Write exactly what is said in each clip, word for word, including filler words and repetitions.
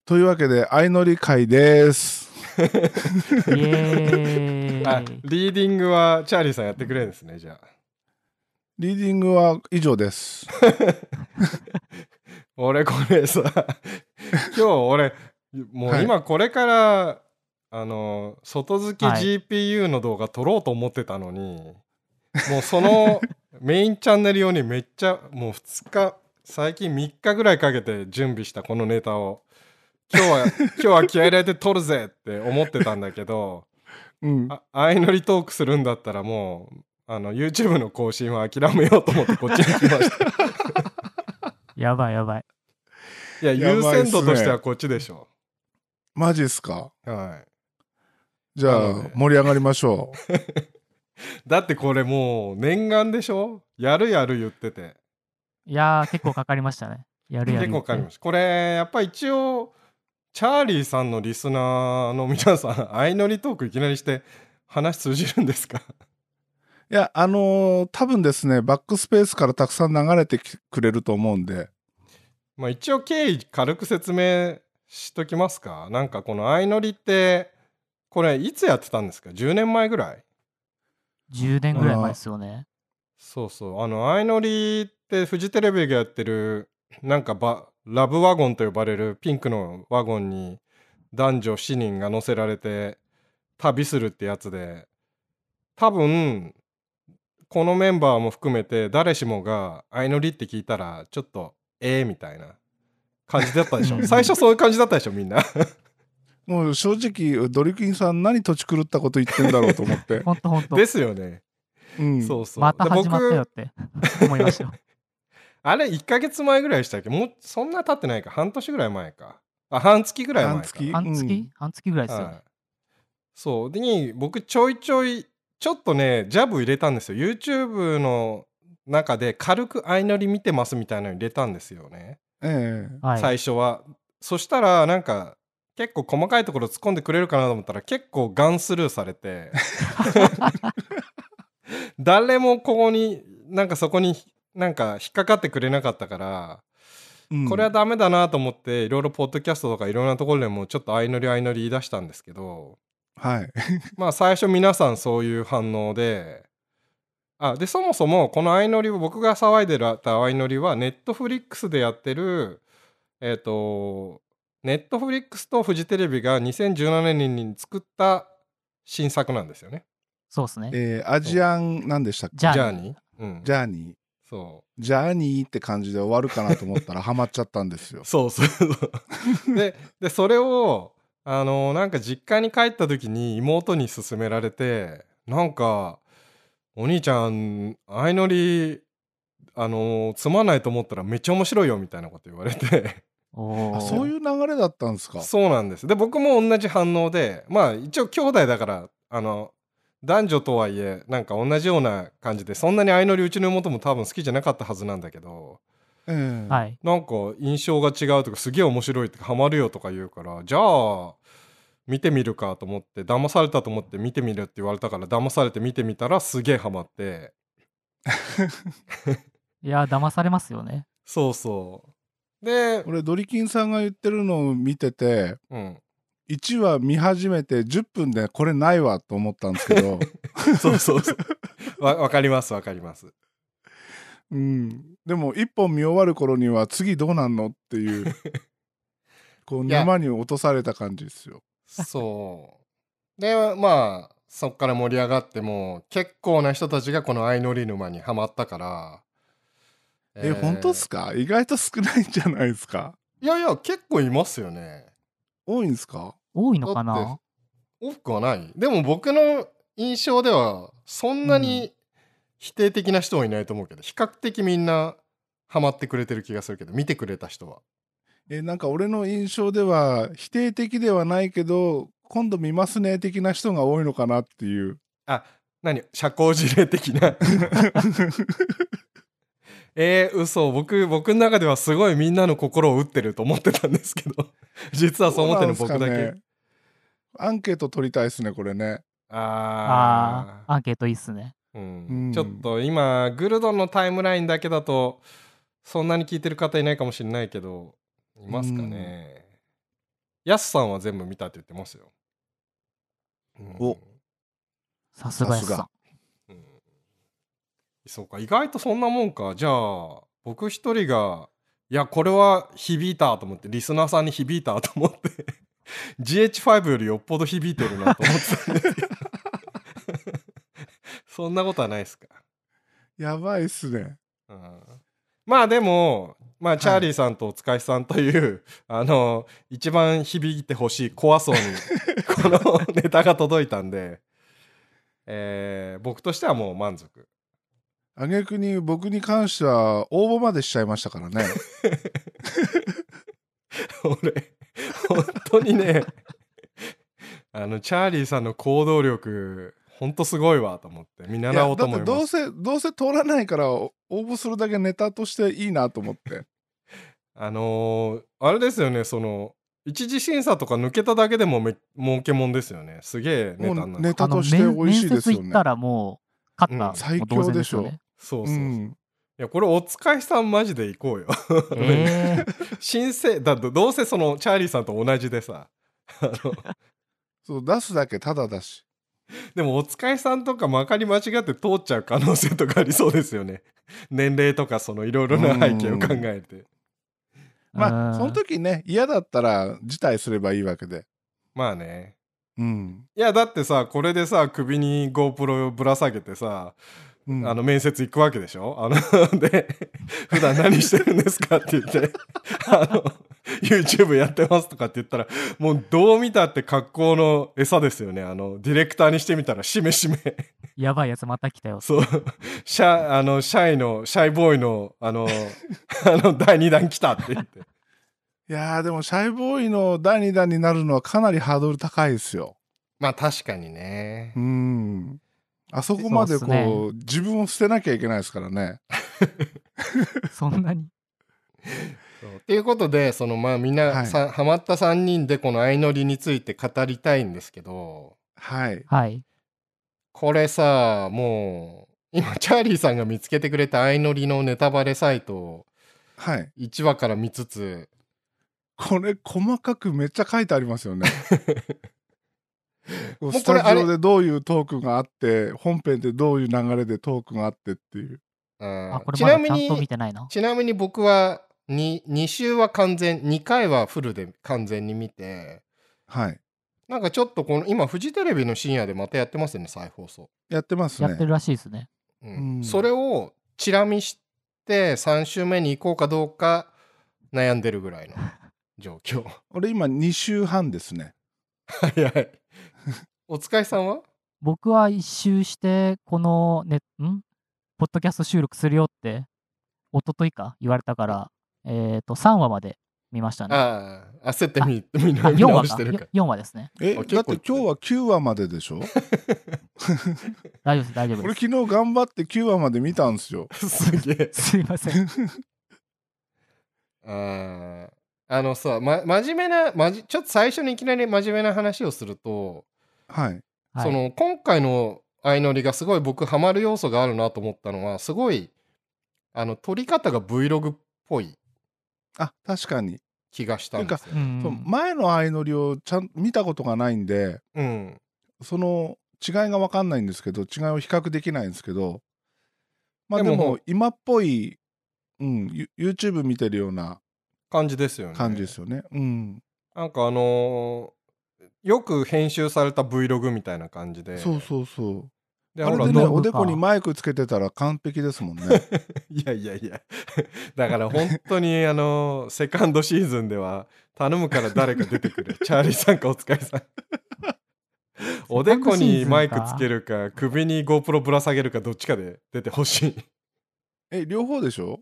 というわけで相乗り会ですイエーイ。 あ、リーディングはチャーリーさんやってくれるんですね。じゃあリーディングは以上です俺これさ今日俺もう今これから、はい、あの外付け ジーピーユー の動画撮ろうと思ってたのに、はい、もうそのメインチャンネル用にめっちゃもうふつか最近みっかぐらいかけて準備したこのネタを今日は今日は気合い入れて撮るぜって思ってたんだけど、うん、あ相乗りトークするんだったらもうあの YouTube の更新は諦めようと思ってこっちに来ましたやばいやばい。 いや優先度としてはこっちでしょ。 マジっすか。 はい。 じゃあ盛り上がりましょうだってこれもう念願でしょ。やるやる言ってて。 いやー結構かかりましたね。やるやる結構かかりました。これやっぱ一応チャーリーさんのリスナーの皆さん相乗りトークいきなりして話通じるんですか。 いやあのー、多分ですねバックスペースからたくさん流れてくれると思うんで、 まあ、一応経緯軽く説明しときますか。なんかこの相乗りってこれいつやってたんですか。じゅうねんまえぐらい。 じゅうねんぐらい前ですよね。 そうそうあの相乗りってフジテレビがやってるなんかバラブワゴンと呼ばれるピンクのワゴンに男女しちにんが乗せられて旅するってやつで、多分このメンバーも含めて誰しもが相乗りって聞いたらちょっとええー、みたいな感じだったでしょ最初そういう感じだったでしょみんなもう正直ドリキンさん何土地狂ったこと言ってんだろうと思ってほんとほんとですよね、うん、そうそうまた始まったよって思いましたよあれいっかげつまえぐらいでしたっけ。もうそんな経ってないか。半年ぐらい前か。あ半月ぐらい前か。 半月半月、うん、半月ぐらいですよね、はい、 そうでに僕ちょいちょいちょっとねジャブ入れたんですよ。 YouTube の中で軽く相乗り見てますみたいなの入れたんですよね、 ええ、最初は。そしたらなんか結構細かいところ突っ込んでくれるかなと思ったら結構ガンスルーされて誰もここになんかそこになんか引っかかってくれなかったから、うん、これはダメだなと思っていろいろポッドキャストとかいろんなところでもちょっと相乗り相乗り言い出したんですけど、 はいまあ最初皆さんそういう反応で、あでそもそもこの相乗りを僕が騒いでた相乗りはネットフリックスでやってるえっとネットフリックスとフジテレビがにせんじゅうななねんに作った新作なんですよね。 そうですね、 えー、アジアン何でしたっけ。 ジャーニー、 うん、ジャーニーそうジャーニーって感じで終わるかなと思ったらハマっちゃったんですよそうそうそうででそれをあのなんか実家に帰った時に妹に勧められて、なんかお兄ちゃん相乗りあのつまんないと思ったらめっちゃ面白いよみたいなこと言われてあそういう流れだったんですか。 そうなんです。で僕も同じ反応で、まあ一応兄弟だからあの男女とはいえなんか同じような感じで、そんなに相乗りうちの妹も多分好きじゃなかったはずなんだけど、 えー、 なんか印象が違うとかすげえ面白いってハマるよとか言うから、じゃあ見てみるかと思って、騙されたと思って見てみるって言われたから騙されて見てみたらすげえハマっていや騙されますよね。 そうそうで俺ドリキンさんが言ってるのを見てて、うん、いちわ見始めてじゅっぷんでこれないわと思ったんですけどそうそうそうわ分かります分かります、 うん、でもいっぽん見終わる頃には次どうなんのっていうこう沼に落とされた感じですよ。 そうでまあそっから盛り上がっても結構な人たちがこの相乗り沼にはまったから、 えー、本当っすか。意外と少ないんじゃないですか。 いやいや結構いますよね。 多いんですか。 多いのかな。 多くはない。でも僕の印象ではそんなに否定的な人はいないと思うけど、うん、比較的みんなハマってくれてる気がするけど、見てくれた人は。 えなんか俺の印象では否定的ではないけど今度見ますね的な人が多いのかなっていう。 あ、何社交辞令的なえー、嘘僕僕の中ではすごいみんなの心を打ってると思ってたんですけど実はそう思ってるの僕だけ、ね、 アンケート取りたいですねこれね。 ああアンケートいいっすね、 うんうん、ちょっと今グルドンのタイムラインだけだとそんなに聞いてる方いないかもしれないけどいますかね。 やすさんは全部見たって言ってますよ。うん、 おさすがやすさん。 うん、そうか、意外とそんなもんか。じゃあ僕一人がいやこれは響いたと思って、リスナーさんに響いたと思ってジーエイチファイブ よりよっぽど響いてるなと思ってたんですけどそんなことはないですか。 やばいっすね。 うん、まあでもまあチャーリーさんとおつかいさんという、はい、あの一番響いてほしい怖そうにこのネタが届いたんで、えー、僕としてはもう満足。 あげくに僕に関しては応募までしちゃいましたからね俺本当にねあのチャーリーさんの行動力ほんとすごいわと思って見習おうと思います。 だってどうせどうせ通らないから応募するだけネタとしていいなと思ってあのー、あれですよね、その一次審査とか抜けただけでもめ儲けもんですよね。すげえネタになる。 ネタとして美味しいですよね。 面接行ったらもう勝った、うん、 最強でしょ。 そうそうそう、うん、いやこれお使いさんマジで行こうよ、えー、申請だとどうせそのチャーリーさんと同じでさあのそう出すだけタダだし。 でもお使いさんとかまかり間違って通っちゃう可能性とかありそうですよね年齢とかそのいろいろな背景を考えて。 まあその時ね嫌だったら辞退すればいいわけで。 まあね、 うん、 いやだってさこれでさ首に GoPro をぶら下げてさ、うん、あの面接行くわけでしょ。あので普段何してるんですかって言ってあの YouTube やってますとかって言ったらもうどう見たって格好の餌ですよね。あのディレクターにしてみたらしめしめやばいやつまた来たよ。 そうシャあのシャイのシャイボーイのあのあのだいにだん来たって言って。 いやーでもシャイボーイのだいにだんになるのはかなりハードル高いですよ。 まあ確かにね。 うん。あそこまでこう、ね、自分を捨てなきゃいけないですからね。 そんなにということでそのまあみんなさ、はい、ハマったさんにんでこの相乗りについて語りたいんですけど、 はいはいこれさもう今チャーリーさんが見つけてくれた相乗りのネタバレサイトをいちわから見つつ、 これ細かくめっちゃ書いてありますよねスタジオでどういうトークがあって本編でどういう流れでトークがあってっていう。 あこれまだちゃんと見てないな。 ちなみに僕は 2, 2週は完全にかいはフルで完全に見て、 はいなんかちょっとこの今フジテレビの深夜でまたやってますよね再放送。 やってますね。 やってるらしいですね、 うんうん、それをチラ見してさん週目に行こうかどうか悩んでるぐらいの状況俺今に週半ですね。 はいはいお疲れさんは？ 僕は一周してこのねんポッドキャスト収録するよって一昨日か言われたからえっとさんわまで見ましたね。 ああ焦ってみ見直してるかよんわですね。 えだって今日はきゅうわまででしょ大丈夫です大丈夫です。 俺昨日頑張ってきゅうわまで見たんですよすげえすいませんああのさ、ま、真面目なまじちょっと最初にいきなり真面目な話をすると、 はいその今回の相乗りがすごい僕ハマる要素があるなと思ったのはすごいあの撮り方が Vlog っぽいあ確かに気がしたんですよ。 そう前の相乗りをちゃん見たことがないんで、 うん、 その違いが分かんないんですけど違いを比較できないんですけど、まあでも今っぽい、うん、YouTube 見てるような感じですよね。 感じですよね。うん。 なんかあのー、よく編集された Vlog みたいな感じで。 そうそうそう。 であれでねおでこにマイクつけてたら完璧ですもんね。 いやいやいやだから本当にあのー、セカンドシーズンでは頼むから誰か出てくるチャーリーさんかお疲れさんおでこにマイクつけるか首に GoPro ぶら下げるかどっちかで出てほしいえ両方でしょ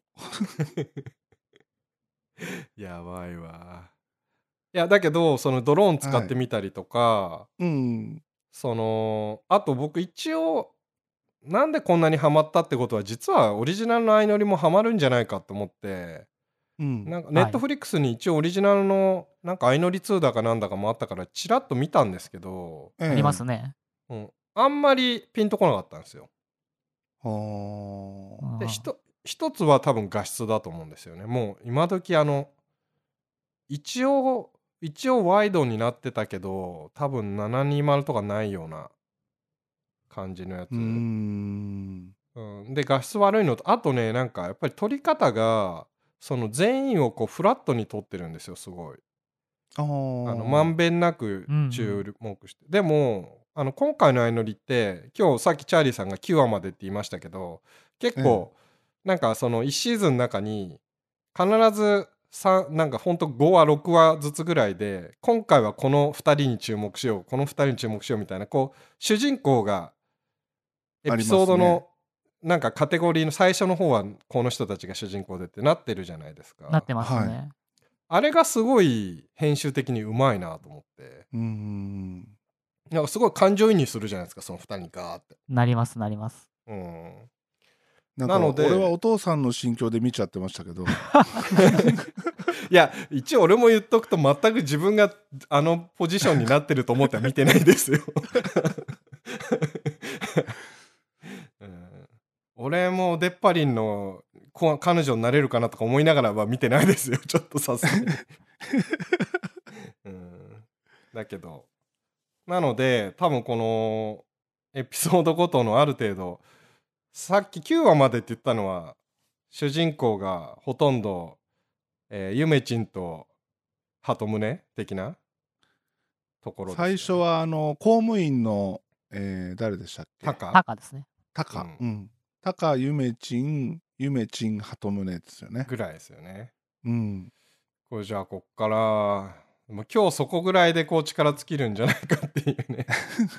やばいわ。いやだけどそのドローン使ってみたりとか、 はい、うんそのあと僕一応なんでこんなにハマったってことは実はオリジナルの相乗りもハマるんじゃないかと思って、うん、なんかネットフリックスに一応オリジナルのなんか相乗りツーだかなんだかもあったからチラッと見たんですけど、 ありますね、 うん、あんまりピンとこなかったんですよ。 はで一一つは多分画質だと思うんですよね。もう今時あの一応一応ワイドになってたけど多分ななにじゅうとかないような感じのやつ、 うーん。 うん、で画質悪いのとあとねなんかやっぱり撮り方がその全員をこうフラットに撮ってるんですよすごいああのあ。 まんべんなくうんうん注目して、でもあの今回の相乗りって今日さっきチャーリーさんがきゅうわまでって言いましたけど結ええ。 構なんかそのいちシーズンの中に必ずさなんかほんとごわろくわずつぐらいで今回はこのふたりに注目しようこのふたりに注目しようみたいなこう主人公がエピありますね。 ソードのなんかカテゴリーの最初の方はこの人たちが主人公でってなってるじゃないですか。 なってますはい。 ね。 あれがすごい編集的にうまいなと思ってうーん。 なんかすごい感情移入するじゃないですかそのふたりにガーって、 なりますなります。 うん、 なんかなので俺はお父さんの心境で見ちゃってましたけど。 いや一応俺も言っとくと全く自分があのポジションになってると思っては見てないですよ、うん、俺もデッパリンのこ彼女になれるかなとか思いながらは見てないですよちょっとさすがに、うん、だけどなので多分このエピソードごとのある程度さっききゅうわまでって言ったのは主人公がほとんど、えー、ゆめちんと鳩宗的なところですよね。 最初はあの公務員の、えー誰でしたっけ？ タカタカですね。 タカ。 ううん。タカ、ゆめちん、ゆめちん、鳩宗ですよね。 ぐらいですよね。 うん。 これじゃあこっからもう今日そこぐらいでこう力尽きるんじゃないかっていうね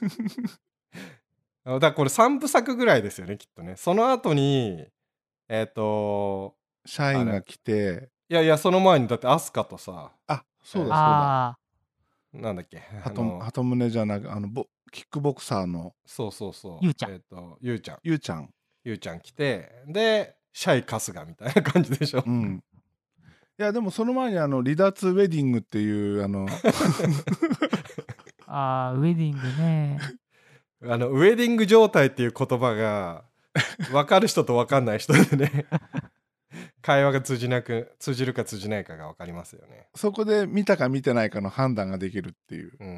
だからこれさんぶさくぐらいですよねきっとね。その後にえっ、と社員が来て、 いやいやその前にだってアスカとさあ、そうだそうだ。 ああ、 なんだっけあ鳩の鳩宗じゃなく、あのボキックボクサーのそうそうそうゆうちゃんえっ、とゆうちゃんゆうちゃん。 ゆうちゃん来てでシャイ春日みたいな感じでしょ、 うん。いやでもその前にあの離脱ウェディングっていうあのああ、ウェディングね。 あのウェディング状態っていう言葉が分かる人と分かんない人でね会話が通じなく通じるか通じないかが分かりますよね。 そこで見たか見てないかの判断ができるっていう。 うん、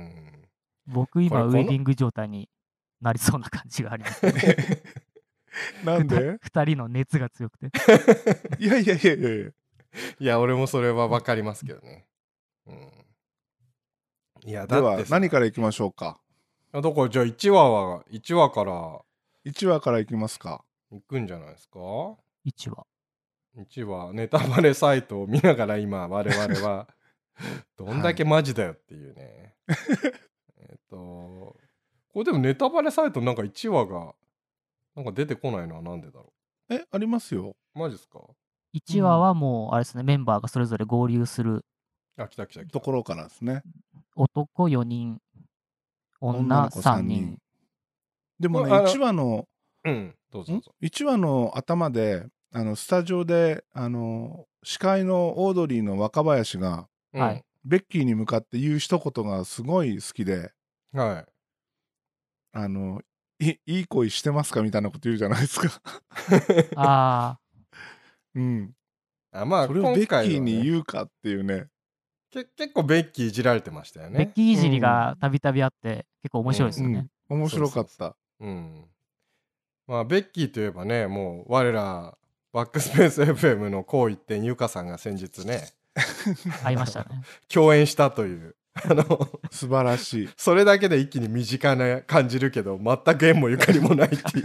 僕今これこのウェディング状態になりそうな感じがありますね。 なんで二人の熱が強くて。 いやいやいやいやいや。 いや俺もそれは分かりますけどね。うん、いやではだってさ何からいきましょうか。 だからじゃあいちわはいちわからいちわからいきますか。 いくんじゃないですか。 いちわ。 いちわネタバレサイトを見ながら今我々はどんだけマジだよっていうね、えっとこれでもネタバレサイトなんかいちわがなんか出てこないのはなんでだろえ、ありますよ。 う。マジですか。 いちわはもう、あれですね、メンバーがそれぞれ合流するあ来た来た来た。 ところからですね。 男よにん、 女女の子さんさんにん。 にん。でもね、 あのいちわの、 うんどうぞどうぞ。 いちわの頭で、あの、スタジオで、あの、司会のオードリーの若林が、 はいうんベッキーに向かって言う一言がすごい好きで、 はいあの、いいい恋してますかみたいなこと言うじゃないですか。 ああ、 うん。 あまあそれをベッキ今回はーにね言うかっていうね。 け結構ベッキーいじられてましたよね。 ベッキーいじりがたびたびあって、結構面白いですよね。 うん、面白かった。 うん。まあ、ベッキーといえばね、もう我ら、バックスペース エフエム のこう一点ゆかさんが先日ね、 会いましたね。 共演したという、あの、 素晴らしい。 それだけで一気に身近な感じるけど、全く縁もゆかりもないっていう。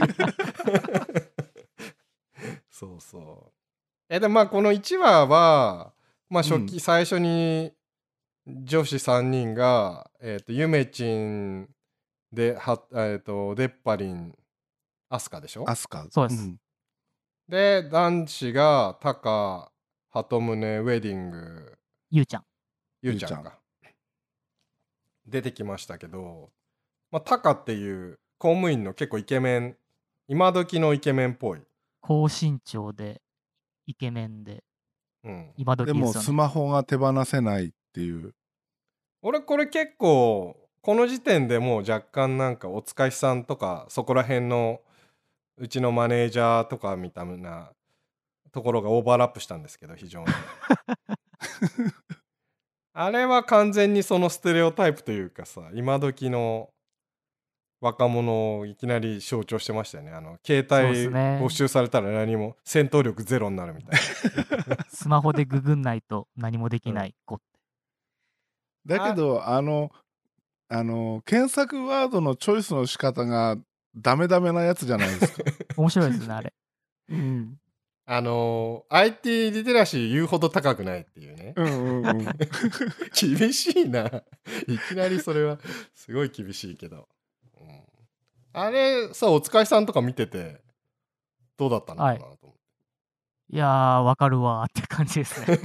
そうそう。え、でもまあ、このいちわは、まあ、初期、 うん最初に女子さんにんが、えっ、と、ゆめちんで、は、えっ、と、でっぱりん、アスカでしょ。 アスカ。 そうですんで、男子がタカ、鳩宗、ウェディング、 ゆうちゃん。 ゆうちゃんゆうちか。出てきましたけど、まあ、タカっていう公務員の結構イケメン、今時のイケメンっぽい。 高身長で、イケメンで、 うん、 今時でもスですよね。 マホが手放せないっていう。 俺これ結構、この時点でもう若干なんかお疲れさんとか、そこら辺のうちのマネージャーとかみたいなところがオーバーラップしたんですけど、非常に。 あれは完全にそのステレオタイプというかさ、今時の若者をいきなり象徴してましたよね。あの携そうです帯ね。 没収されたら何も戦闘力ゼロになるみたいスマホでググんないと何もできない子って。 だけど、あの、あの、検索ワードのチョイスの仕方がダメダメなやつじゃないですか。 面白いですね、あれ。 うん。 な。あのー、アイティー リテラシー言うほど高くないっていうね。 うんうんうん。 厳しいな。いきなりそれはすごい厳しいけど。うん、あれさ、お疲れさんとか見ててどうだったのかなと思って。はい、 いやー、わかるわーって感じですね。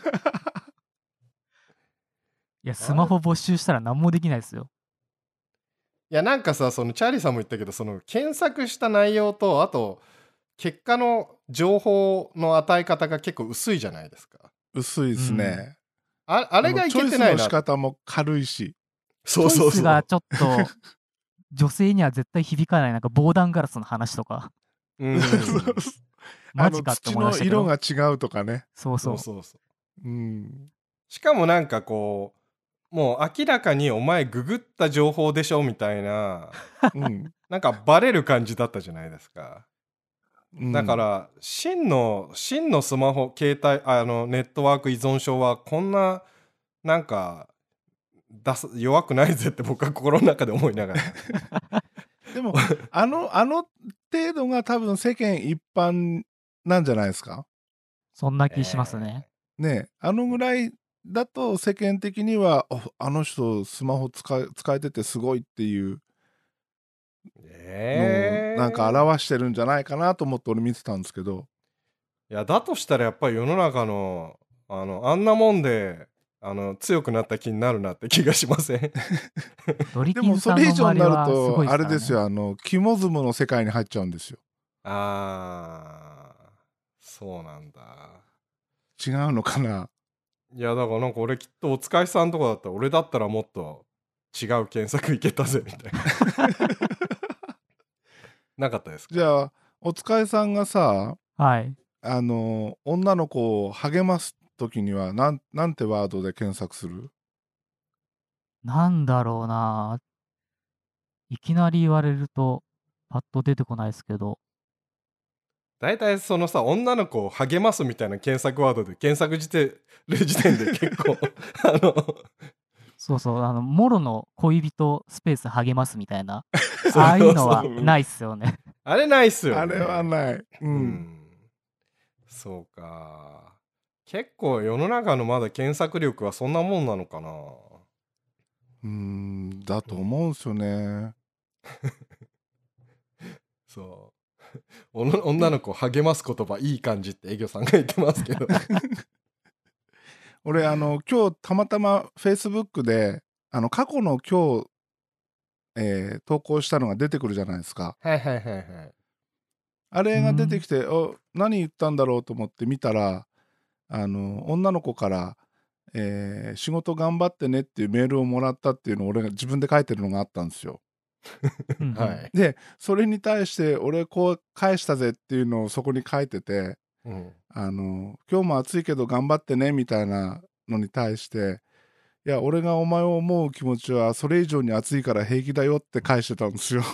いや、スマホ没収したら何もできないですよ。 いや、なんかさ、そのチャーリーさんも言ったけど、その検索した内容と、あと、結果の情報の与え方が結構薄いじゃないですか。 薄いですね。 うん、あ, あれがいけてないな。チョイスの仕方も軽いし。 そうそうそう。チョイスがちょっと、女性には絶対響かない、なんか防弾ガラスの話とか。 うん。 マジかって思いましたけど。 土の色が違うとかね。 そうそう。 そうそうそう。 うん。 しかもなんかこう、もう明らかにお前ググった情報でしょみたいな、うん、なんかバレる感じだったじゃないですか。うん、だから真の真のスマホ携帯あのネットワーク依存症はこんななんか出す弱くないぜって僕は心の中で思いながらでもあのあの程度が多分世間一般なんじゃないですか。 そんな気しますね。 えー、ねあのぐらいだと世間的には あ, あの人スマホ使え、使えててすごいっていうのをなんか表してるんじゃないかなと思って俺見てたんですけど。 いやだとしたらやっぱり世の中の あのあんなもんであの強くなった気になるなって気がしませんでもそれ以上になるとあれですよ、あのキモズムの世界に入っちゃうんですよ。 あーそうなんだ。 違うのかな。 いやだからなんか俺きっとおつかいさんとかだったら俺だったらもっと違う検索いけたぜみたいななかったですか。 じゃあおつかいさんがさ、 はい、 あの女の子を励ます時にはなんなんてワードで検索する？ なんだろうな。いきなり言われるとパッと出てこないですけど。 大体そのさ女の子を励ますみたいな検索ワードで検索してる時点で結構あのそうそう、あのもろの恋人スペース励ますみたいなああいうのはないっすよねあれないっすよね。 あれはない、うん、うん、 そうか。結構世の中のまだ検索力はそんなもんなのかな。 うーんだと思うんすよねそう女の子を励ます言葉いい感じって営業さんが言ってますけど俺あの今日たまたまフェイスブックであの過去の今日、えー、投稿したのが出てくるじゃないですか。 はいはいはいはい。 あれが出てきて、お何言ったんだろうと思って見たら、あの女の子からえー、仕事頑張ってねっていうメールをもらったっていうのを俺が自分で書いてるのがあったんですよはい、 でそれに対して俺こう返したぜっていうのをそこに書いてて、うん、あの今日も暑いけど頑張ってねみたいなのに対していや俺がお前を思う気持ちはそれ以上に暑いから平気だよって返してたんですよ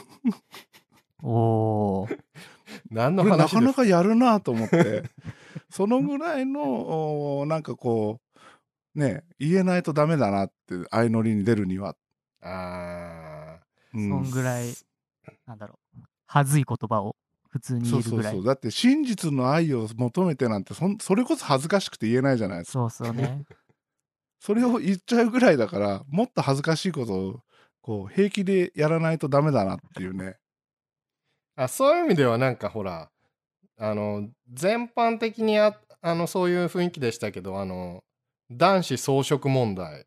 おー何の話ですか。 これなかなかやるなと思ってそのぐらいのなんかこうね言えないとダメだなって相乗りに出るには。 あー、うん、そんぐらいなんだろうはずい言葉を普通に言えるぐらい。そうそうそう、 だって真実の愛を求めてなんて そ, それこそ恥ずかしくて言えないじゃないですか。 そうそうねそれを言っちゃうぐらいだからもっと恥ずかしいことをこう平気でやらないとダメだなっていうね。 あそういう意味ではなんかほらあの全般的に あ, あのそういう雰囲気でしたけどあの男子装飾問題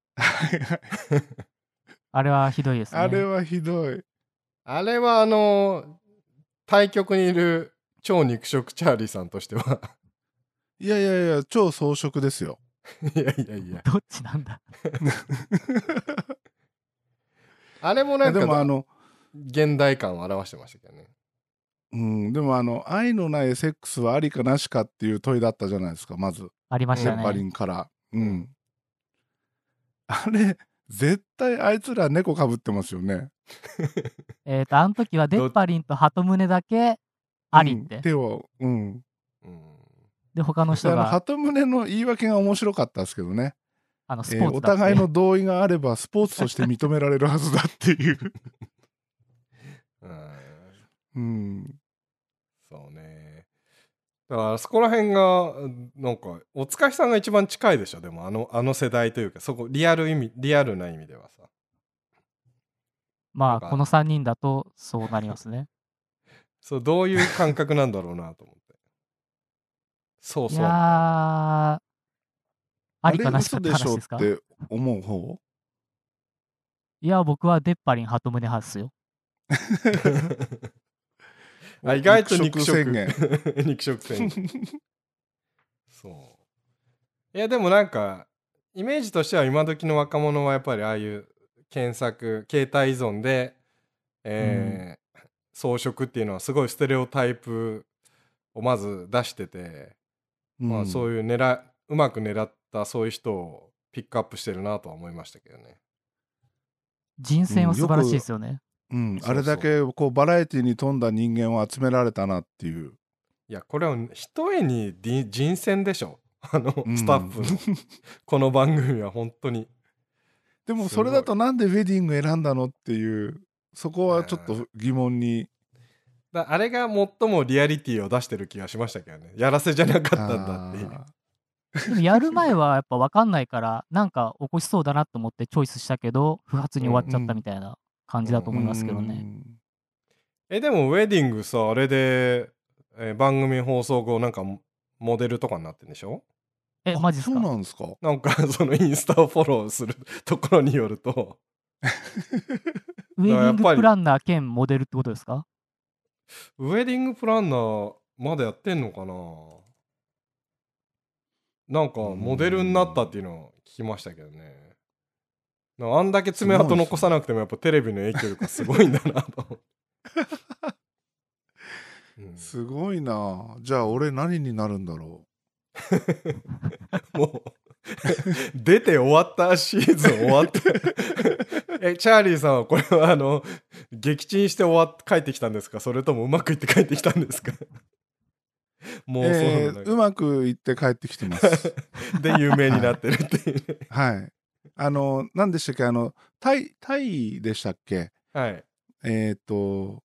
あれはひどいですね。 あれはひどい。 あれはあの対局にいる超肉食チャーリーさんとしてはいやいやいや超装飾ですよいやいやいやどっちなんだあれもなんかでもあの現代感を表してましたけどね。 うん、でもあの愛のないセックスはありかなしかっていう問いだったじゃないですかまず。 ありましたね。 セッパリンから、うん、 あれ絶対あいつら猫かぶってますよね。 えっと、あの時はデッパリンと鳩宗だけありっうん、 て。 手を、うん。 うん。 で、他ので、あの、 人が、 鳩宗の言い訳が面白かったですけどね。 あの、スえーおポーツだって。 互いの同意があればスポーツとして認められるはずだっていう。 うんうん。 そうね。だからそこら辺がなんかお疲れさんが一番近いでしょ。でもあのあの世代というかそこリアル意味リアルな意味ではさ。 まあ、 なんかこのさんにんだとそうなりますね。 そうどういう感覚なんだろうなと思って。そういそうみたいな。 やー、ああれりかなしかって嘘でしょっ話ですか？ て思う方いや、僕はデッパリン鳩宗派っすよ。 あ、意外と肉肉食食宣言。 肉食宣言。そう。いやでもなんかイメージとしては今時の若者はやっぱりああいう検索携帯依存で、えー装飾っていうのはすごいステレオタイプをまず出してて、 うんまあそういう狙いうまく狙ったそういう人をピックアップしてるなとは思いましたけどね。 人選は素晴らしいですよね。 うん、 そうそうあれだけこうバラエティに富んだ人間を集められたなっていう。 いやこれは一重にディ人選でしょ。あの、 うんスタッフのこの番組は本当に。 でもそれだとなんでウェディング選んだのっていうそこはちょっと疑問に。 だあれが最もリアリティを出してる気がしましたけどね。やらせじゃなかったんだっていう。 でもやる前はやっぱ分かんないからなんか起こしそうだなと思ってチョイスしたけど不発に終わっちゃったみたいな感じだと思いますけどね。 うん、 えでもウェディングさあれで、えー番組放送後なんかモデルとかになってんでしょ？ え、マジっすか？ そうなんですか。 なんかそのインスタをフォローするところによるとウェディングプランナー兼モデルってことですか？ ウェディングプランナーまだやってんのかな。なんかモデルになったっていうのを聞きましたけどね。なんかあんだけ爪痕残さなくてもやっぱテレビの影響力がすごいんだなと思って。 うん、すごいな。じゃあ俺何になるんだろう。もう出て終わったシーズン終わってえチャーリーさんはこれはあの撃沈して終わっ帰ってきたんですか、それともうまくいって帰ってきたんですか？ もう、えー、うまくいって帰ってきてますで有名になってるっていう、ね、 はい、はい、あの何でしたっけ、あのタイタイでしたっけ、 はい、 えっ、ー、と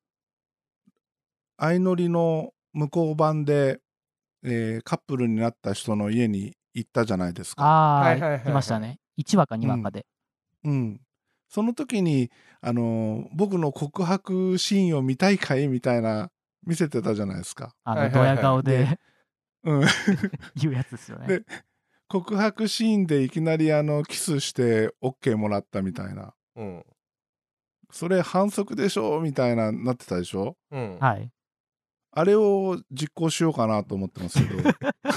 相乗りの向こう版で、えー、カップルになった人の家に行ったじゃないですか。 ああ、行きましたね。いちわかにわかで。 うん、うん、その時に、あのー、僕の告白シーンを見たいかいみたいな見せてたじゃないですか。 あのドヤ顔で、 うん、 言うやつですよね。 で告白シーンでいきなりあのキスして OK もらったみたいな、 うん、 それ反則でしょみたいななってたでしょ、 うん、 はい。 あれを実行しようかなと思ってますけど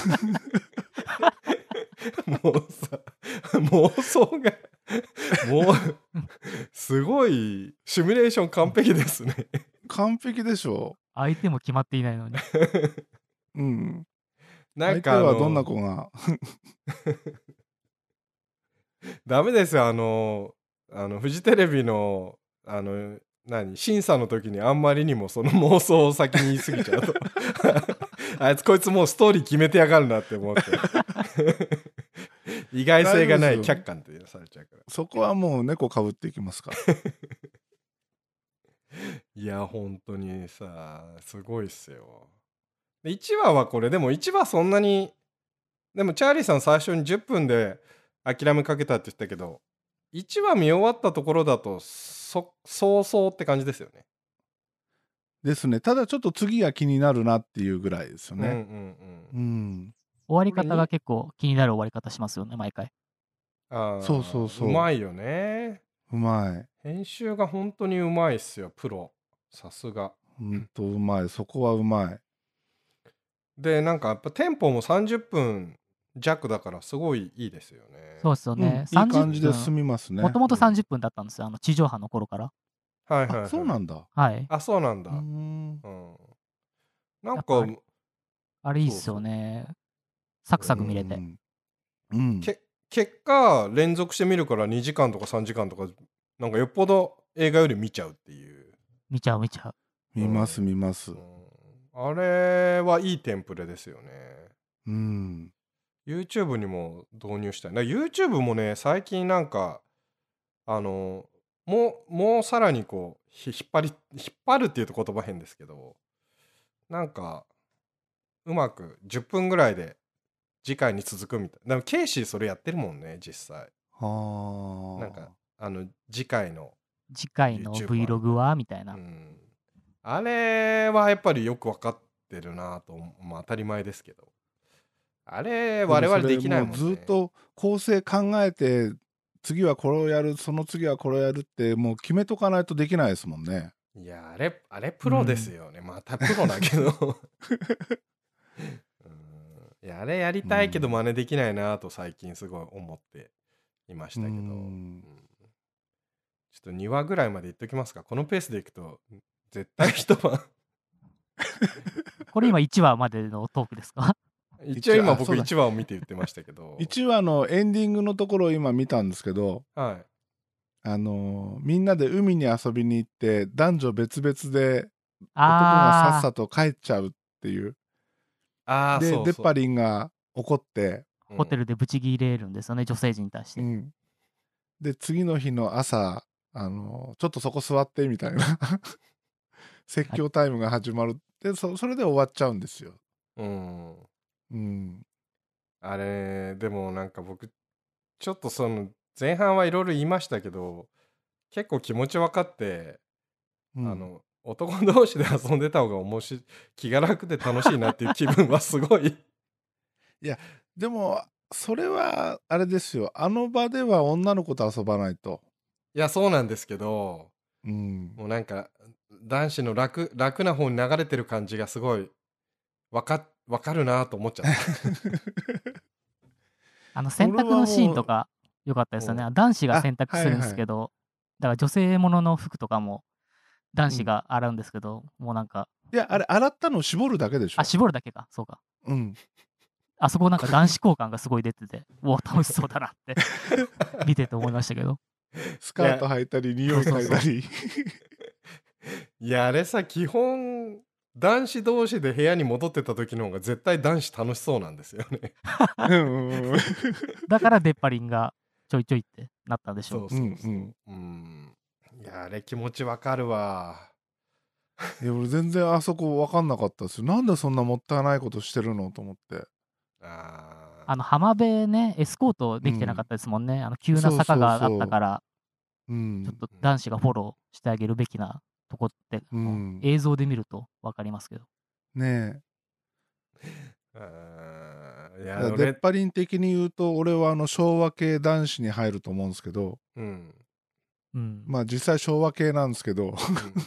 もうさ妄想がもうすごいシミュレーション完璧ですね。 完璧でしょ。 相手も決まっていないのにうん、 なんか相手はどんな子がダメですよ、あのあのフジテレビのあの何審査の時にあんまりにもその妄想を先に言い過ぎちゃうとあいつこいつもうストーリー決めてやがるなって思って意外性がない客観ってされちゃうから、 そこはもう猫かぶっていきますからいや本当にさすごいっすよ。いちわはこれでもいちわそんなに、でもチャーリーさん最初にじゅっぷんで諦めかけたって言ったけどいちわ見終わったところだとそそうそうって感じですよね。 ですね。ただちょっと次が気になるなっていうぐらいですよね。うんうんうん、うん、 終わり方が結構気になる終わり方しますよね、毎回。 あそうそうそう。 うまいよね。 うまい。 編集が本当にうまいっすよ、プロ。さすが。 ほんとうまい。そこはうまい。 で、なんかやっぱテンポもさんじゅっぷん弱だからすごいいいですよね。 そうですよね。 うん、いい感じで済みますね。 もともとさんじゅっぷんだったんですよ、あの地上波の頃から。 はいはい、はい、 そうなんだ。 はい。 あ、そうなんだ。 うん。 うん。なんか、 あれいいっすよね。サクサク見れて。 うん。うん、 け結果連続して見るからにじかんとかさんじかんとかなんかよっぽど映画より見ちゃうっていう。 見ちゃう見ちゃう。 見ます見ます、 うん、あれはいいテンプレですよね。 うん。 YouTube にも導入したい。YouTube もね最近なんかあのもうもうさらにこう引っ張り引っ張るっていうと言葉変ですけど、なんかうまくじゅっぷんぐらいで次回に続くみたいな。でもケイシーそれやってるもんね実際。 はあ。 なんかあの次回の次回の Vlog はみたいな、 うん、あれはやっぱりよく分かってるなと、まあ、当たり前ですけど、あれ我々できないもんね。 ずっと構成考えて次はこれをやる、その次はこれをやるってもう決めとかないとできないですもんね。 いやあれあれプロですよね、うん、またプロだけどうん、いやあれやりたいけど真似できないなと最近すごい思っていましたけど、うん、ちょっとにわぐらいまでいっときますか。このペースでいくと絶対一晩これ今いちわまでのトークですか？ 一応今僕いちわを見て言ってましたけどいちわのエンディングのところを今見たんですけど、 はい、 あのー、みんなで海に遊びに行って男女別々で男がさっさと帰っちゃうっていう。 あでそうそうデッパリンが怒ってホテルでブチギレるんですよね、女性陣に対して、 うん、で次の日の朝あのー、ちょっとそこ座ってみたいな説教タイムが始まるで そ, それで終わっちゃうんですよ。 うんうん、 あれでもなんか僕ちょっとその前半はいろいろ言いましたけど結構気持ち分かって、うん、あの男同士で遊んでた方が面白い、気が楽で楽しいなっていう気分はすごいいやでもそれはあれですよ、あの場では女の子と遊ばないと。 いやそうなんですけど、 うん、 もうなんか男子の楽楽な方に流れてる感じがすごい分か分かるなと思っちゃったあの洗濯のシーンとか良かったですよね。男子が洗濯するんですけど、はいはい、だから女性ものの服とかも男子が洗うんですけど、うん、もうなんかいやあれ洗ったの絞るだけでしょ。 あ絞るだけか、そうか、 うん、 あそこなんか男子交換がすごい出ててお楽しそうだなって見てて思いましたけど、 スカート履いたり匂い嗅いだりいやあれさ基本男子同士で部屋に戻ってた時の方が絶対男子楽しそうなんですよねだからデッパリンがちょいちょいってなったんでしょう。 そうそうそう、うんうん、いやあれ気持ちわかるわいや俺全然あそこ分かんなかったですよ。なんでそんなもったいないことしてるのと思って。 ああの浜辺ねエスコートできてなかったですもんね、うん、あの急な坂があったから、うん、ちょっと男子がフォローしてあげるべきなとこって、うん、映像で見ると分かりますけどねえいやデッパリン的に言うと俺はあの昭和系男子に入ると思うんですけど、うんうん、まあ実際昭和系なんですけど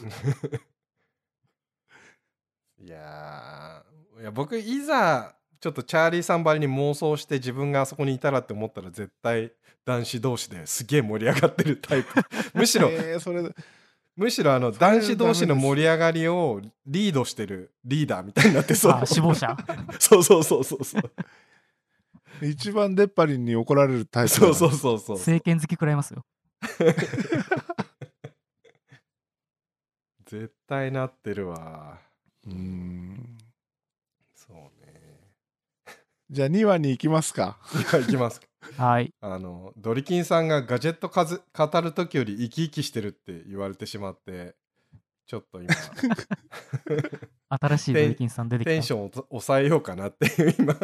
いやいや僕いざちょっとチャーリーさんばりに妄想して自分があそこにいたらって思ったら絶対男子同士ですげえ盛り上がってるタイプむしろ、えー、それむしろあの男子同士の盛り上がりをリードしてるリーダーみたいになってそうあ首謀者そうそうそうそうそう一番出っ張りに怒られるタイプ。 そうそうそうそう政権好き食らいますよ絶対なってるわ。うーんそうねじゃあにわに行きますか。 にわ行きますかはいあのドリキンさんがガジェットかず語る時より生き生きしてるって言われてしまってちょっと今新しいドリキンさん出てきた。 テンションを抑えようかなっていう今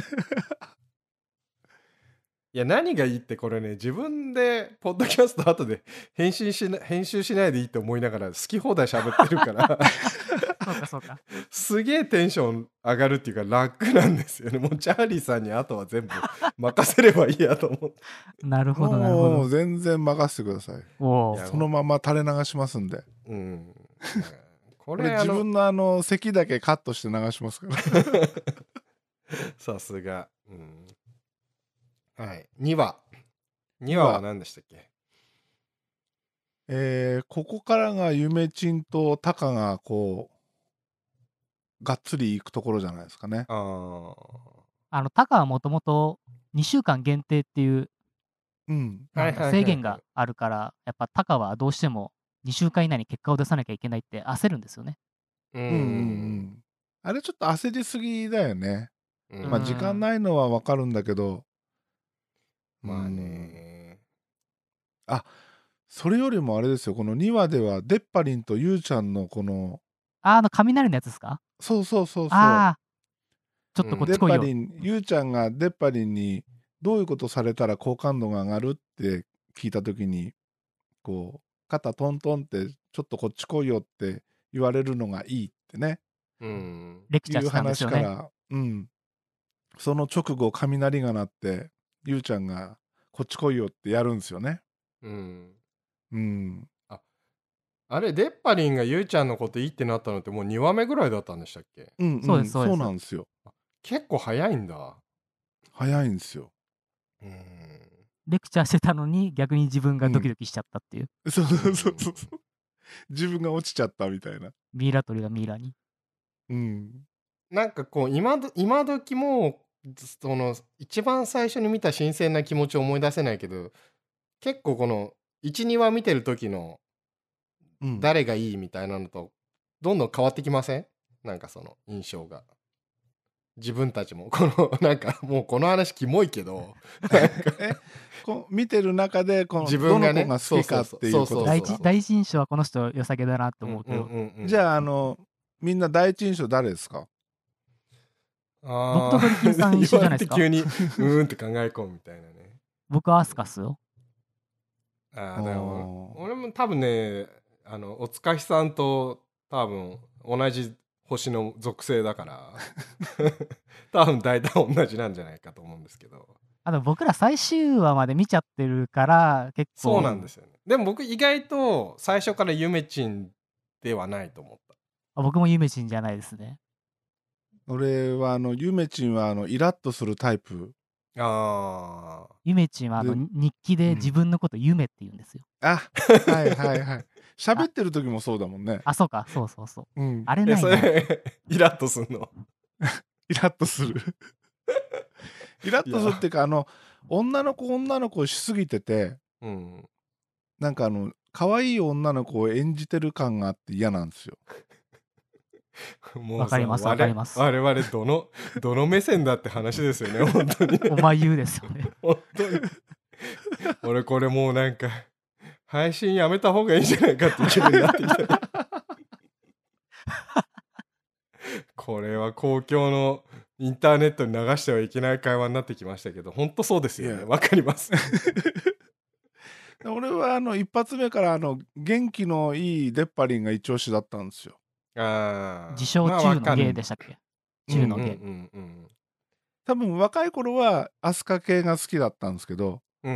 いや何がいいってこれね自分でポッドキャスト後で編集しな編集しないでいいって思いながら好き放題喋ってるからそうかそうかすげえテンション上がるっていうか楽なんですよね。もうチャーリーさんにあとは全部任せればいいやと思ってなるほどなるほど。 もう全然任せてください。おそのまま垂れ流しますんで。うんこれ自分のあの咳だけカットして流しますからさすが、うんはい、にわにわは何でしたっけ。 えー、ここからがゆめちんとタカがこうがっつり行くところじゃないですかね。 ああのタカはもともとにしゅうかん限定っていううん。 なんだ制限があるから、やっぱタカはどうしてもにしゅうかん以内に結果を出さなきゃいけないって焦るんですよね。 うんうんうん。あれちょっと焦りすぎだよね。 うんまあ時間ないのはわかるんだけど。 まあね。 あ、それよりもあれですよ、このにわではデッパリンとユウちゃんのこの、 あ、あの雷のやつですか？ そうそうそうそう。 ああ。ちょっとこっち来いよ。 デッパリン、ユウちゃんがデッパリンにどういうことされたら好感度が上がるって聞いたときに、こう、肩トントンってちょっとこっち来いよって言われるのがいいってね。 うん。 レクチャーしたんですよね。 いう話から、うん。その直後、雷が鳴って、ユウちゃんがこっち来いよってやるんですよね。 うん。 うん。 あ、あれ、デッパリンがユウちゃんのこといいってなったのってもうにわめぐらいだったんでしたっけ？ うん、うん、 そうです、そうです。 そうなんですよ。 結構早いんだ。 早いんですよ。 うん。 レクチャーしてたのに逆に自分がドキドキしちゃったっていう。 うん、そうそうそうそう。自分が落ちちゃったみたいな。 ミイラ取りがミイラに。 うん。 なんかこう今ど今時もその一番最初に見た新鮮な気持ちを思い出せないけど、結構このいち、にわ見てる時の誰がいいみたいなのとどんどん変わってきません？なんかその印象が。自分たちもこのなんかもうこの話キモいけどえこ見てる中でこの自分がねどの子が好きかっていうこと第一第一印象はこの人良さげだなって思うけど、 じゃああのみんな第一印象誰ですか？ 僕とドリキンさん一緒じゃないですか。 急にうーんって考え込むみたいなね。 僕はアスカスよ。 ああ、だから俺も多分ね、あのおつかしさんと多分同じ星の属性だから多分大体同じなんじゃないかと思うんですけど。 あの僕ら最終話まで見ちゃってるから結構。 そうなんですよね。でも僕意外と最初からゆめちんではないと思った。 あ、僕もゆめちんじゃないですね。 俺はあのゆめちんはあのイラッとするタイプ。 ああ。 ゆめちんはあの日記で自分のことゆめって言うんですよ。 うん、あ、はいはいはい。喋ってる時もそうだもんね。 あ、そうか、そうそうそう。 うん、 あれないな。 イラッとするのイラッとするイラッとするっていうか、あの女の子女の子しすぎてて、うん、なんかあの可愛い女の子を演じてる感があって嫌なんですよ。 もうわかりますわかります。 我々どのどの目線だって話ですよね本当に。 お前言うですよね。 本当に。俺これもうなんか配信やめた方がいいんじゃないかって気分になってきた。これは公共のインターネットに流してはいけない会話になってきましたけど、本当そうですよね。わかります。 俺はあの一発目からあの元気のいいデッパリンが一押しだったんですよ。 ああ。 自称中の芸でしたっけ？中の芸。 多分若い頃はアスカ系が好きだったんですけど、 うん、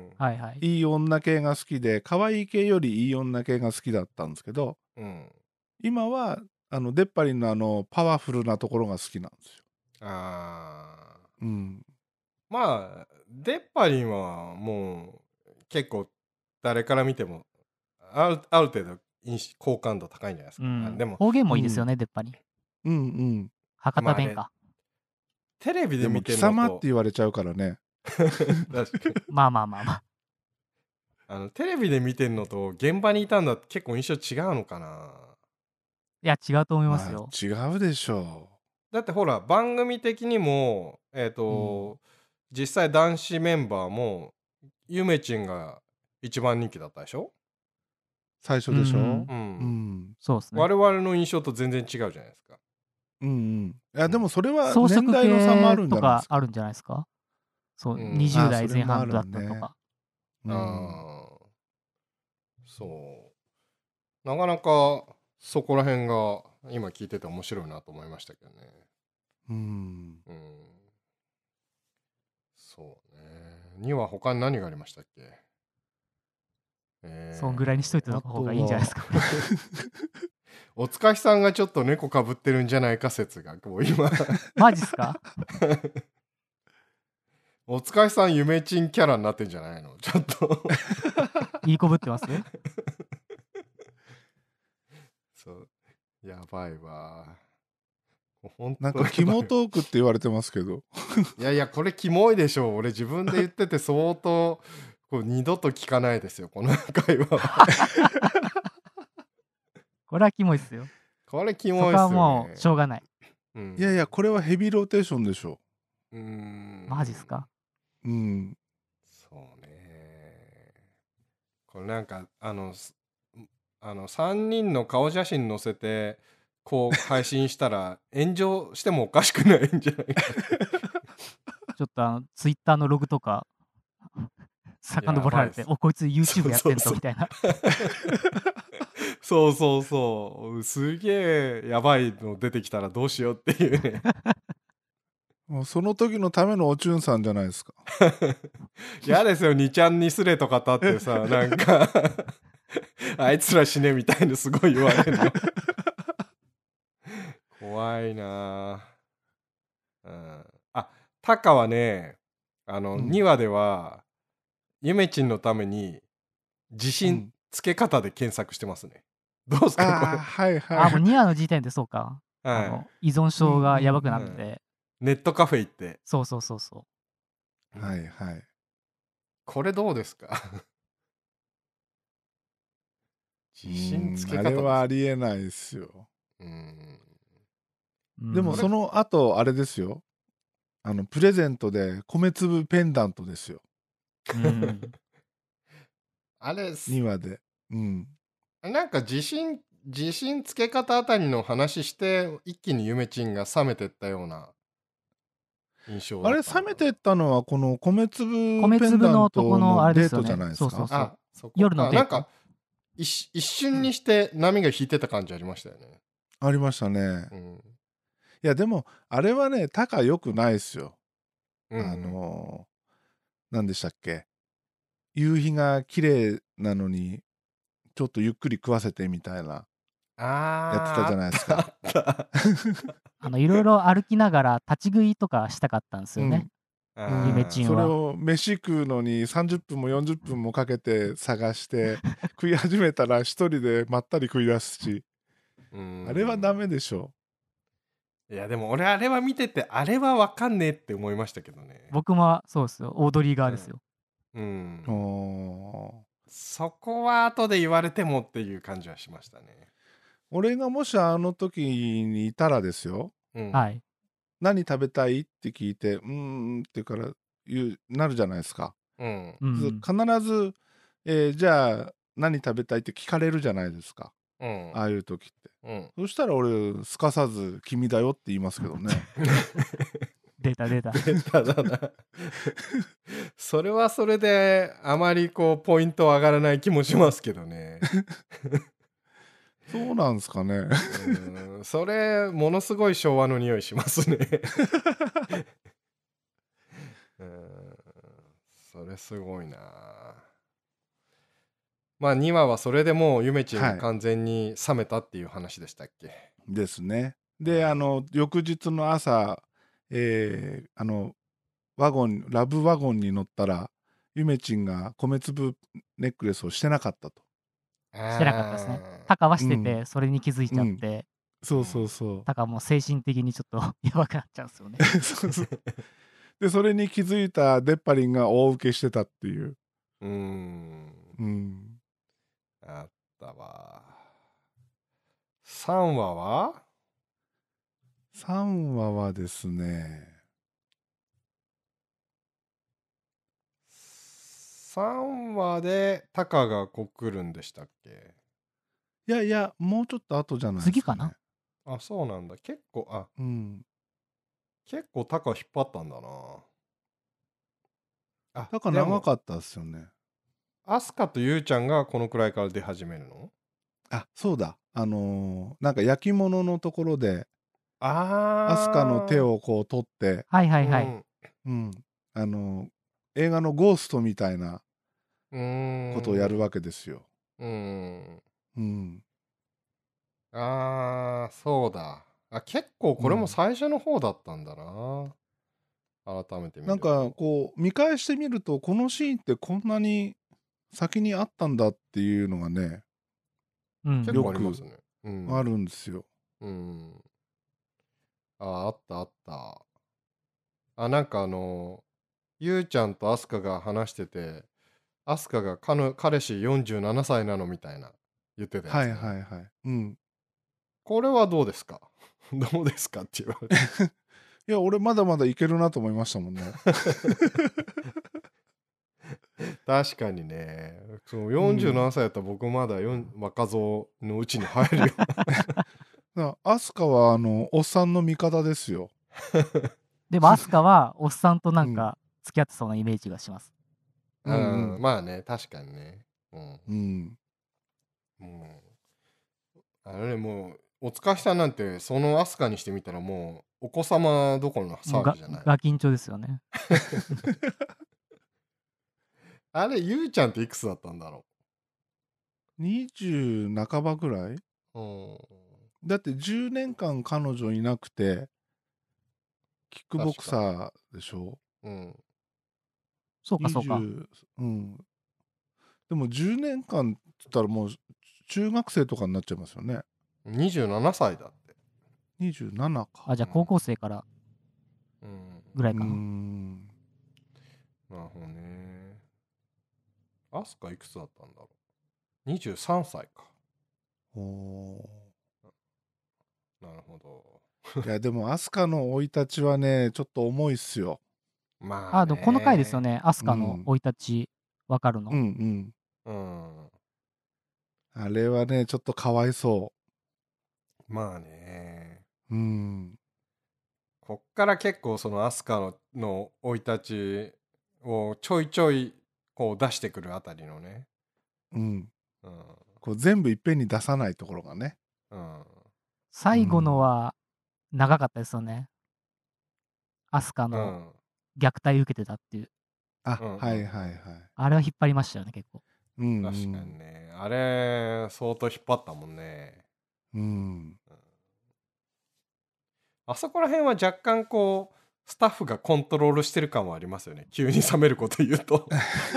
はいはい。 いい女系が好きで、可愛い系よりいい女系が好きだったんですけど、うん、今はあのデッパリンのあのパワフルなところが好きなんですよ。 ああ。 うん。 まあデッパリンはもう結構誰から見てもあるある程度好感度高いんじゃないですか。うん、 でも方言もいいですよね、うん、デッパリン。 うんうん。 博多弁か。まあ、 テレビで見てるのと。貴様って言われちゃうからね。 確かに。 まあまあまあまあ。 あのテレビで見てるのと現場にいたんだって結構印象違うのかな。 いや違うと思いますよ。 まあ、違うでしょう。 だってほら番組的にもえっ、ー、と、うん、実際男子メンバーもゆめちんが一番人気だったでしょ。 最初でしょ。うん、 うん、そうですね。 我々の印象と全然違うじゃないですか。 うんうん。いやでもそれは年代の差もあるんじゃないですか。 あるんじゃないですか。そう、うん、にじゅう代前半だったとか。 あ、うん、そう。なかなかそこら辺が今聞いてて面白いなと思いましたけどね。うん。うん、そうね。には他に何がありましたっけ？ えー、そんぐらいにしといてた方がいいんじゃないですか。 おつかしさんがちょっと猫かぶってるんじゃないか説がもう今マジっすか？ おつかしさんゆめちんキャラになってんじゃないの？ちょっといいこぶってますね。 そうやばいわ。 なんかキモトークって言われてますけどいやいやこれキモいでしょ。俺自分で言ってて相当ここれ二度と聞かないですよ、この会話は。 これはキモいっすよ。 これキそモいっすよこはもね。 うしょうがない。 うん。 いやいや、これはヘビーローテーションでしょ。 うーん。 マジっすか。 うん。 そうね。これなんか、あの、すあの、さんにんの顔写真載せて、こう配信したら炎上してもおかしくないんじゃないか。 ちょっとあの、ツイッターのログとか、遡られて、 やばいっす。 お、こいつ YouTube やってんそうそうそう。 とみたいな。 そうそうそう。すげえやばいの出てきたらどうしようっていうね。 もうその時のためのおちゅんさんじゃないですか。 嫌ですよ、にちゃんにすれとか立ってさ、なんかあいつら死ねみたいなすごい言われるの。怖いなぁ。うん、あ、タカはね、あの、 うん、 にわでは、ゆめちんのために、自信つけ方で検索してますね。どうすかこああ、 れ。 はいはい。 あ、もうにわの時点でそうか。あはの、依存症がやばくなっい。うんて。 ネットカフェ行って。 そうそうそうそうんはいはい。 これどうですかう自信つん、 け方です。 あれはありえないですよ。 うん。 う。 でもうんその後あれですよ。あのプレゼントで米粒ペンダントですよ。 うん。 あれす、 にわで。うん。 なんか自信、自信つけ方あたりの話して、一気にゆめちんが冷めてったような印象あれだったのかな。 冷めてったのはこの米粒米ペンダン粒の男トのあのデートじゃれですよね。 ないですか。 そうそうそう。 あ、そこか。 夜のデート。 なんか一一瞬にして波が引いてた感じありましたよね。 ありましたね。 うん。 いやでもあれはね、高良くないですよ。 うんうん、 あのー、何でしたっけ。夕日が綺麗なのにちょっとゆっくり食わせてみたいなやってたじゃないですか。 あったあの、いろいろ歩きながら立ち食いとかしたかったんですよね。 うんゆめうん、それちんは。 を飯食うのにさんじゅっぷんもよんじゅっぷんもかけて探して食い始めたら一人でまったり食い出すし、 うんあれはダメでしょ。 いやでも俺あれは見ててあれはわかんねえって思いましたけどね。 僕もそうですよ。オードリー側ですよ。 うん。うんおそこは後で言われてもっていう感じはしましたね。 俺がもしあの時にいたらですよ、 うん、 はい。 何食べたいって聞いてうーんってから言うなるじゃないですか。 うんうん。 必ず、えーじゃあ何食べたいって聞かれるじゃないですか。 うんああいう時って。 うん、 そしたら俺すかさず「君だよ」って言いますけどね。 出た出た。 ベタだなそれはそれであまりこうポイント上がらない気もしますけどね。 そうなんですかね。 うんそれものすごい昭和の匂いしますね。うんそれすごいな。まあにわはそれでもうゆめちんが完全に冷めたっていう話でしたっけ。 ですね。で、あの翌日の朝、えーあのワゴンラブワゴンに乗ったらゆめちんが米粒ネックレスをしてなかったと。 してなかったですね。タカはしてて、 うそれに気づいちゃって、 そうそうそう。 タカもう精神的にちょっとやばくなっちゃうんですよね。 そうそうでそれに気づいたデッパリンが大受けしてたっていう。 うーんうんあったわ。さんわはさんわはですね、 さんわでタカがこう来るんでしたっけ。 いやいやもうちょっと後じゃないですか、ね、 次かな。 あそうなんだ。結構あうん結構タカ引っ張ったんだな。あだから長かったですよね。 アスカとユウちゃんがこのくらいから出始めるの。 あそうだ、あのー、なんか焼き物のところであアスカの手をこう取ってはいはいはい。 うん、 うんあのー、映画のゴーストみたいなことをやるわけですよ。 うん、 うん、 あーそうだ。あ結構これも最初の方だったんだな、うん、改めて見るとなんかこう見返してみるとこのシーンってこんなに先にあったんだっていうのがね、 うん、 結構ありますね、うん、 あるんですよ。 うん、ああったあった。あなんかあのゆうちゃんとアスカが話しててアスカが彼彼氏よんじゅうななさいなのみたいな言ってたやつはいね。 はいはい。うん。 これはどうですかどうですかって言われて。 いや、俺まだまだいけるなと思いましたもんね。 確かにね。そのうよんじゅうななん。 さいやったら僕まだよん若造のうちに入るよ。 だからアスカはあのおっさんの味方ですよ。 でも、アスカはおっさんとなうんん。 か付き合ってそうなイメージがします。 うんううん、 ん。 まあね、確かにね。うん。 うん。 もう、あれね、もう、おつかしさんなんて、そのアスカにしてみたらもう、お子様どころのもうが、 騒ぎじゃない。 ガキンチョですよね。 あれ、ゆうちゃんっていくつだったんだろにじゅう半ばぐらい？ う。うん。 だってじゅうねんかん彼女いなくて、キックボク確かに。 サーでしょ？ うん。 そうか、そうか。 にじゅう、うん。でもじゅうねんかんっつったらもう中学生とかになっちゃいますよね。 にじゅうななさいだって。 にじゅうななか。 あ、じゃあ高校生からうん。 うーぐらいかな。 ん。 なるほどね。アスカいくつだったんだろう。にじゅうさんさいか。 おなるほど。 ーいや、でもアスカの生い立ちはね、ちょっと重いっすよ。 まああ、でもこの回ですよね。 ね。アスうカのん。 生い立ちわかるの。 うんうん。 うん。 あれはね、ちょっとかわいそまあね。 う。うん。 こっから結構そのアスカのの生い立ちをちょいちょいこう出してくるあたりのね。 うん。 うん。 こう全部いっぺんに出さないところがね。 うん。 う最後のん。 は長かったですよね。アスカうのん。 虐待受けてたっていう。 あ、 うん。うん。 はいうん。 はいはい。 あれは引っ張りましたよね、結構。 うん確かうん。 にね。あれ、相当引っ張ったもんね。 うん。 うんあそこら辺は若干こう、スタッフがコントロールしてる感はありますよね。急に冷めること言うと。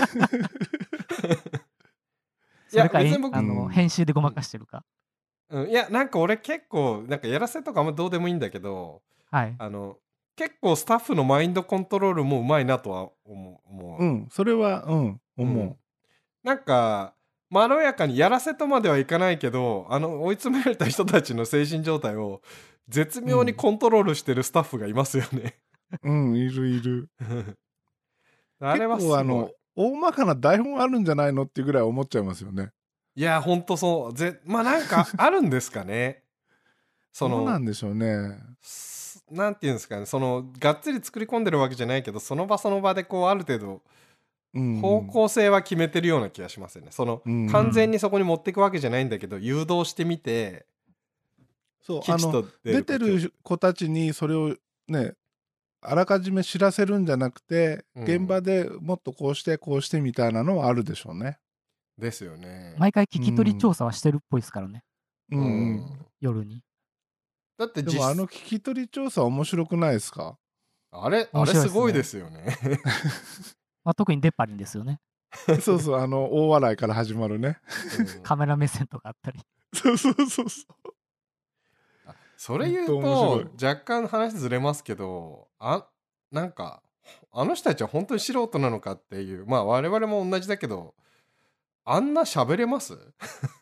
いや、 それか、えん、 別に僕、 あの、 うん。 編集でごまうん。 かしてるか。 うん、いや、なんか俺結構、なんかやらせとかあんまどうでもいいんだけど、 はい。 あの、結構スタッフのマインドコントロールもうまいなとは思う。思うん。それは、うん、 う。う思ん。なんか、まろやかにやらせとまではいかないけど、あの、追い詰められた人たちの精神状態を絶う。う妙にん。 コントロールしてるスタッフがいますよね。 うん、いるいる。 あれ結はすごい。 構あの、大まかな台本あるんじゃないのっていうぐらい思っちゃいますよね。 いや、ほんとそう。ぜ、まあなんかあるんですかね。そどうなの、 んでしょうね。 すなんていうんですかね。その、がっつり作り込んでるわけじゃないけど、その場その場でこう、ある程度、 うん方うん。 向性は決めてるような気がしますよね。その、 う完ん。 全にそこに持っていくわけじゃないんだけど、誘導してみて、 そう、あの、 吉と出出るか今日。 てる子たちにそれをね、あらかじめ知らせるんじゃなくて、 うん。 現場でもっとこうして、こうしてみたいなのはあるでしょうね。 ですよね。 毎回聞うき取り調ん。 査はしてるっぽいですからね。 ううんうん。 ん。 夜に。 だってでもあの実、 聞き取り調査面白くないですか？ あれ、あ面れすごいで白いですね。 すよね。 まあ、特に出っ張りんですよね。 そうそう、あの、大笑いから始まるね。 うん。 カメラ目線とかあったり。 そうそうそうそう。 あ、それほんと言う面白い。 と、若干話ずれますけど、あ、なんか、あの人たちは本当に素人なのかっていう、まあ我々も同じだけど、あんな喋れますう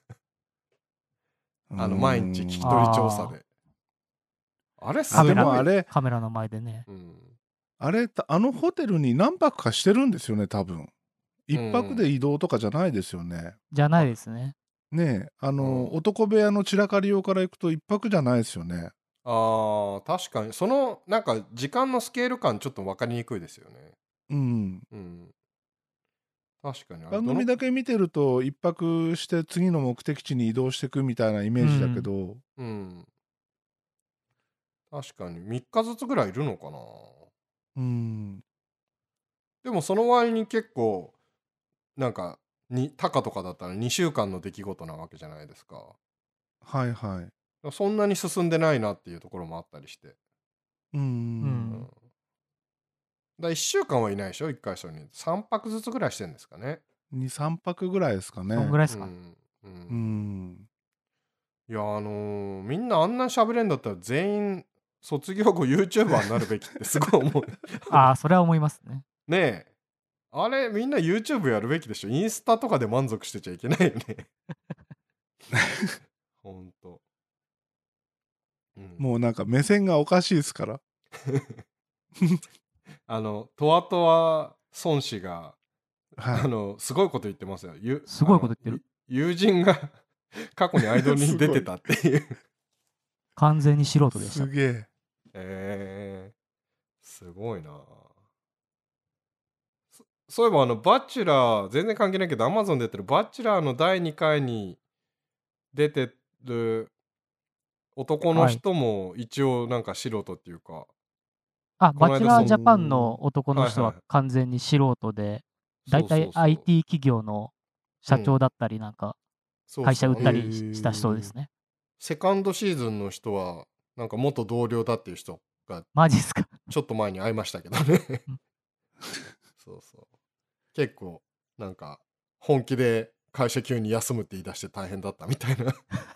あの、毎日聞きーん。 取り調査ああ。 で。あれあ、 すでもごい。 あれ、 カメラの前でね。 うん。 あれ、たあのホテルに何泊かしてるんですよね、多分。 う一泊でん。 移動とかじゃないですよね。 じゃないあ、 ですね。 ねえ、あうの、 ん。 男部屋の散らかり用から行くと一泊じゃないですよね。 ああ、確かに。その、なんか、時間のスケール感ちょっと分かりにくいですよね。 うん。 うん。確かに。あれ、 番どの、 組だけ見てると、一泊して次の目的地に移動していくみたいなイメうージだけん。 ど、 うん。確かに。みっかずつぐらいいるのかな。 うん。 でもその割に結構、なんか、に、タカとかだったらにしゅうかんの出来事なわけじゃないですか。 はいはい。 そんなに進んでないなっていうところもあったりして。 うううん。 ん。 だからいっしゅうかんはいないでしょ、いっかいそれに。さんぱくずつぐらいしてんですかね。 に、さんぱくぐらいですかそんぐね。 らいうっすか。 ん。う。 うんん。 いや、あのーみんなあんな喋れんだったら全員卒業後 YouTuber になるべきってすごい思う。 ああ、それは思いますね。 ねえ。 あれ、みんな YouTube やるべきでしょ。インスタとかで満足してちゃいけないよね。ほんと。うん。 もうなんか目線がおかしいですから。 あの、とわとわ孫子が、 はい。 あの、すごいこと言ってますよ。ゆすごいこと言ってる。 友人が過去にアイドルに出てたっていう。 完全に素人でした。 すげえ。 えー、すごいな。そそういえばあのバチュラー全然関係ないけど Amazon でやってるバチュラーのだいにかいに出てる男の人も一応なんか素人っていうか、 あ、 この間バチュラージャパンその男の人ははいはい完全に素人で、だいたいそうそうそうアイティー 企業の社長だったり、なんか、 そう会社売ったそうあのりしした人ですね。 セカンドシーズンの人はなんか元同僚だっていう人がマジっすか。 ちょっと前に会いましたけどねうんそうそう結構なんか本気で会社急に休むって言い出して大変だったみたいな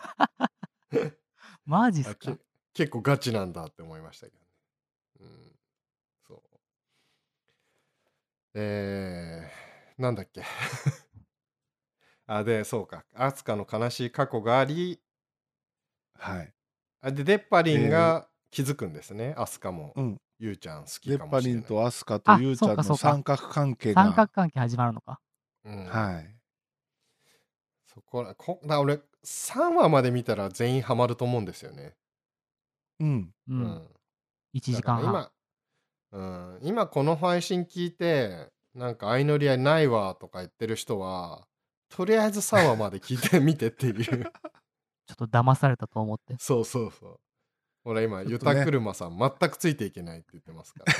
あマジっすか。 け結構ガチなんだって思いましたけどね。うん、そう。えー、なんだっけあ、で、そうか。アスカの悲しい過去があり、 はい。 あで、デッパリンえーが気づくんですね。アスカも、 うん。 ゆうちゃん好きデッかもしれない。 パリンとアスカとあ、 ユウちゃんのそうかそうか。 三角関係三角が、 関係始まるのか。 うん。 はい。 そこら、こだ俺、さんわまで見たら全員ハマると思うんですよね。 うん。 う。 うんん。 いちだじかんはん。 から今、うん、今この配信聞いて、なんか相乗り合いないわとか言ってる人は、とりあえずさんわまで聞いてみてっていう。 ちょっと騙されたと思って。 そうそうそう。俺今、ゆちょっとねたくるまさん全くついていけないって言ってますから。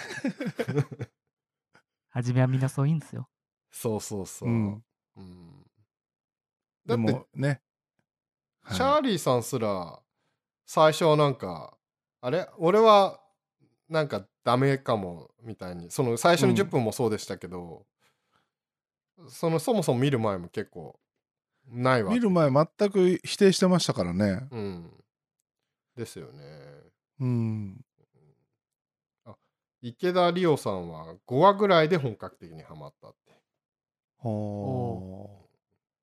初めはみんなそういいんですよ。 そうそうそう。 うんうんでだって、 もね、はいチャーリーさんすら、最初はなんか、あれ俺は、なんかダメかも、みたいに。その最初のじゅっぷんもそうでしたけど、そのそもそも見る前も結構、ないわって見る前全く否定してましたからね。 うん。ですよね。 うん。 あ、池田理央さんはごわぐらいで本格的にはまったって。 はあ。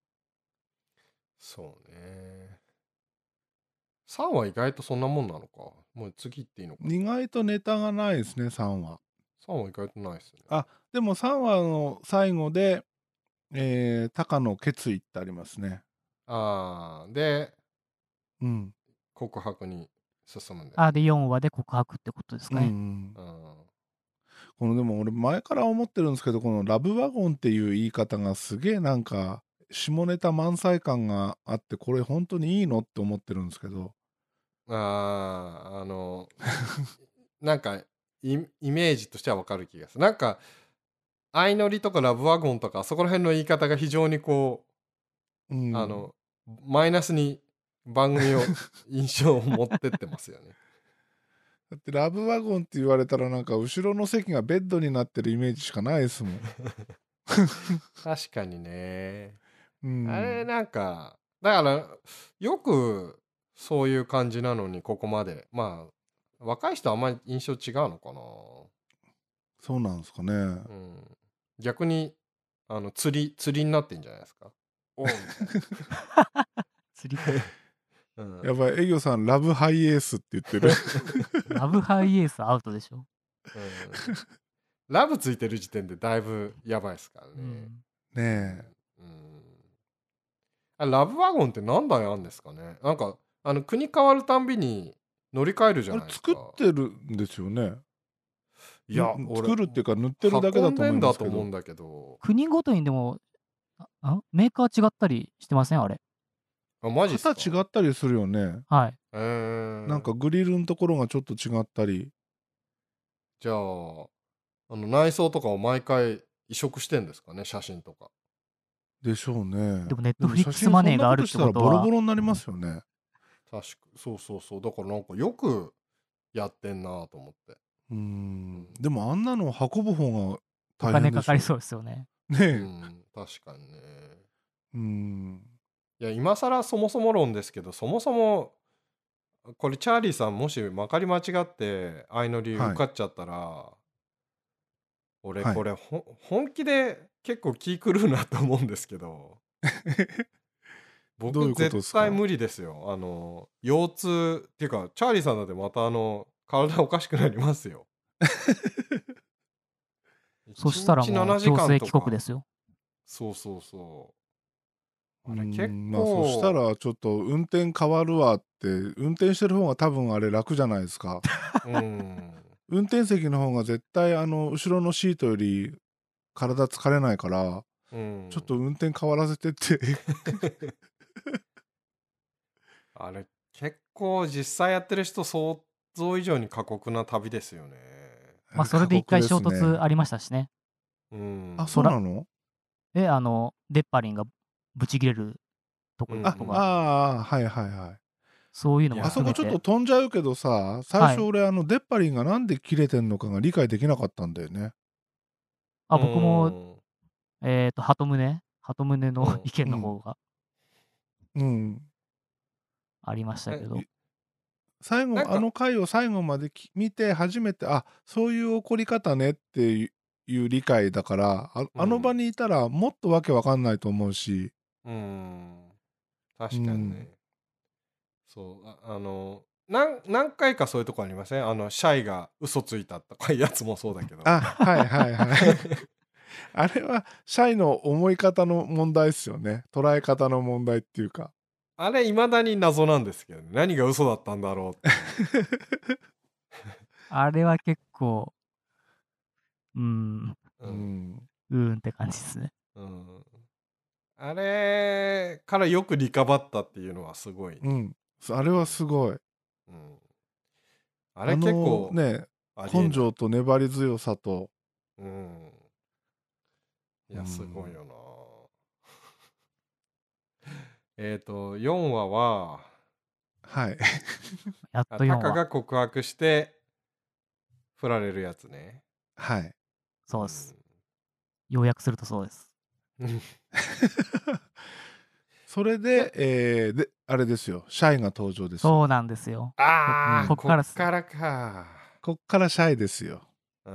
そうね。さんは意外とそんなもんなのか。もう次行っていいのか。 意外とネタがないですね、さんわ。 さんは意外とないですね。 あ、でもさんわの最後で、えー、高野決意ってありますね。 ああ、で、 うん。 告白に進むんだよ。 あ、で、よんわで告白ってことですかね。 うんうん。 うん。 このでも俺前から思ってるんですけど、このラブワゴンっていう言い方がすげえなんか下ネタ満載感があって、これ本当にいいのって思ってるんですけど。 ああ、あの、なんかイ、イメージとしてはわかる気がする。なんか、相乗りとかラブワゴンとか、そこら辺の言い方が非常にこう、 うん、 あの、マイナスに番組を、印象を持ってってますよね。 だってラブワゴンって言われたらなんか後ろの席がベッドになってるイメージしかないですもん。 確かにね。 うん、 あれなんか、だからよくそういう感じなのにここまで。まあ、若い人はあんまり印象違うのかな。 そうなんですかね。 うん。逆に、あの、釣り、釣りになってんじゃないですか。おうみたい釣りか。 な。うんやばい、営業さんラブハイエースって言ってる。 ラブハイエースアウトでしょ。 うんラブついてる時点でだいぶやばいですからね。 うん。 ねえ。 うんあラブワゴンって何台あるんですかね。なんかあの国変わるたんびに乗り換えるじゃあれ作ないですか。 ってるんですよね。 いやぬ俺作るっていうか塗ってるだけだと思い運んでんだますけど。 と思うんだけど。 国ごとにでも、ああメーカー違ったりしてませんあれ。 あマジっすか。 型違ったりするよね。 はい。 えー、 なんかグリルのところがちょっと違ったり。 じゃああの内装とかを毎回移植してんですかね、写真とか。 でしょうね。 でもネッでもトフリックス写真そんマネーがあるなことしたらってことは、 ボロボロになりますよね。 確かそうそうそう。だからなんかよくやってんなと思って。 うーん。でもあんなの運ぶ方がお大変でしょ。 金かかりそうですよね。 ねえ。 うん確かにね。 うーん。 いや今更そもそも論ですけど、そもそもこれチャーリーさんもしまかり間違って相乗り受かっちゃったら、はい、 俺はい。 これほ本気で結構気狂うなと思うんですけど、 どういうこと僕絶ですか？ 対無理ですよ。あの、腰痛っていうか、チャーリーさんだってまたあの、体おかしくなりますよ。 そ 1日したらもう 7時強制帰国間とか。 ですよ。 そうそうそう。 うーあれ結ん、まあそした構、 らちょっと運転変わるわって、運転してる方が多分あれ楽じゃないですか。 うん。 運転席の方が絶対あの後ろのシートより体疲れないから、 うちょっん。 と運転変わらせてって。 あれ結構実際やってる人想像以上に過酷な旅ですよね。 まあ、それ過で一回衝酷ですね。 突ありましたしね。 うあ、 ん。 そうなの？ で、あの、デッパリンがブチ切れるとうんあ、 ことか、 ああ、はいはいはい。 そういうのもいや、 あそこちょっと含めて、 飛んじゃうけどさ、最はい。 初俺あのデッパリンがなんで切れてんのかが理解できなかったんだよね。 あ、 う僕も、 ん。 えっと、鳩宗鳩宗のうん。 意見うん。 の方がうん。 ありましたけえ、 ど、 最後、あなんか、 の回を最後までき見て初めて、あ、そういう怒り方ねっていういう理解だから、ああの場うん。 にいたらもっとわけわかんないと思うし。 うん。 う確かにん。 ね。そう、あ、あの、なん何回かそういうとこありません？あの、シャイが嘘ついたとかいうやつもそうだけど。 あ、はいはいはい。あれはシャイの思い方の問題っすよね。捉え方の問題っていうか。 あれ未だに謎なんですけどね。何が嘘だったんだろうっていう。 あれは結構、うーん、 ううん。 ん。 うーんって感じですね。 うん。あれからよくリカバったっていうのはすごい。 うん。あれはすごい。 うん。あれあ結構のね、 ありえない。 根性と粘り強さと、 うん。いうや、すごいん。 よな。えっと、よんわは、 はい。 やっあ、 とよんわ。 タカが告白して振られるやつね。 はい。 そうです。 うん。 要約するとそうです。 それいや、 で、えーで、あれですよ。シャイが登場ですよ。 そうなんですよ。こうああ、 こっん。 こからっすよ。 っからか。 こっからシャイですよ。 うん。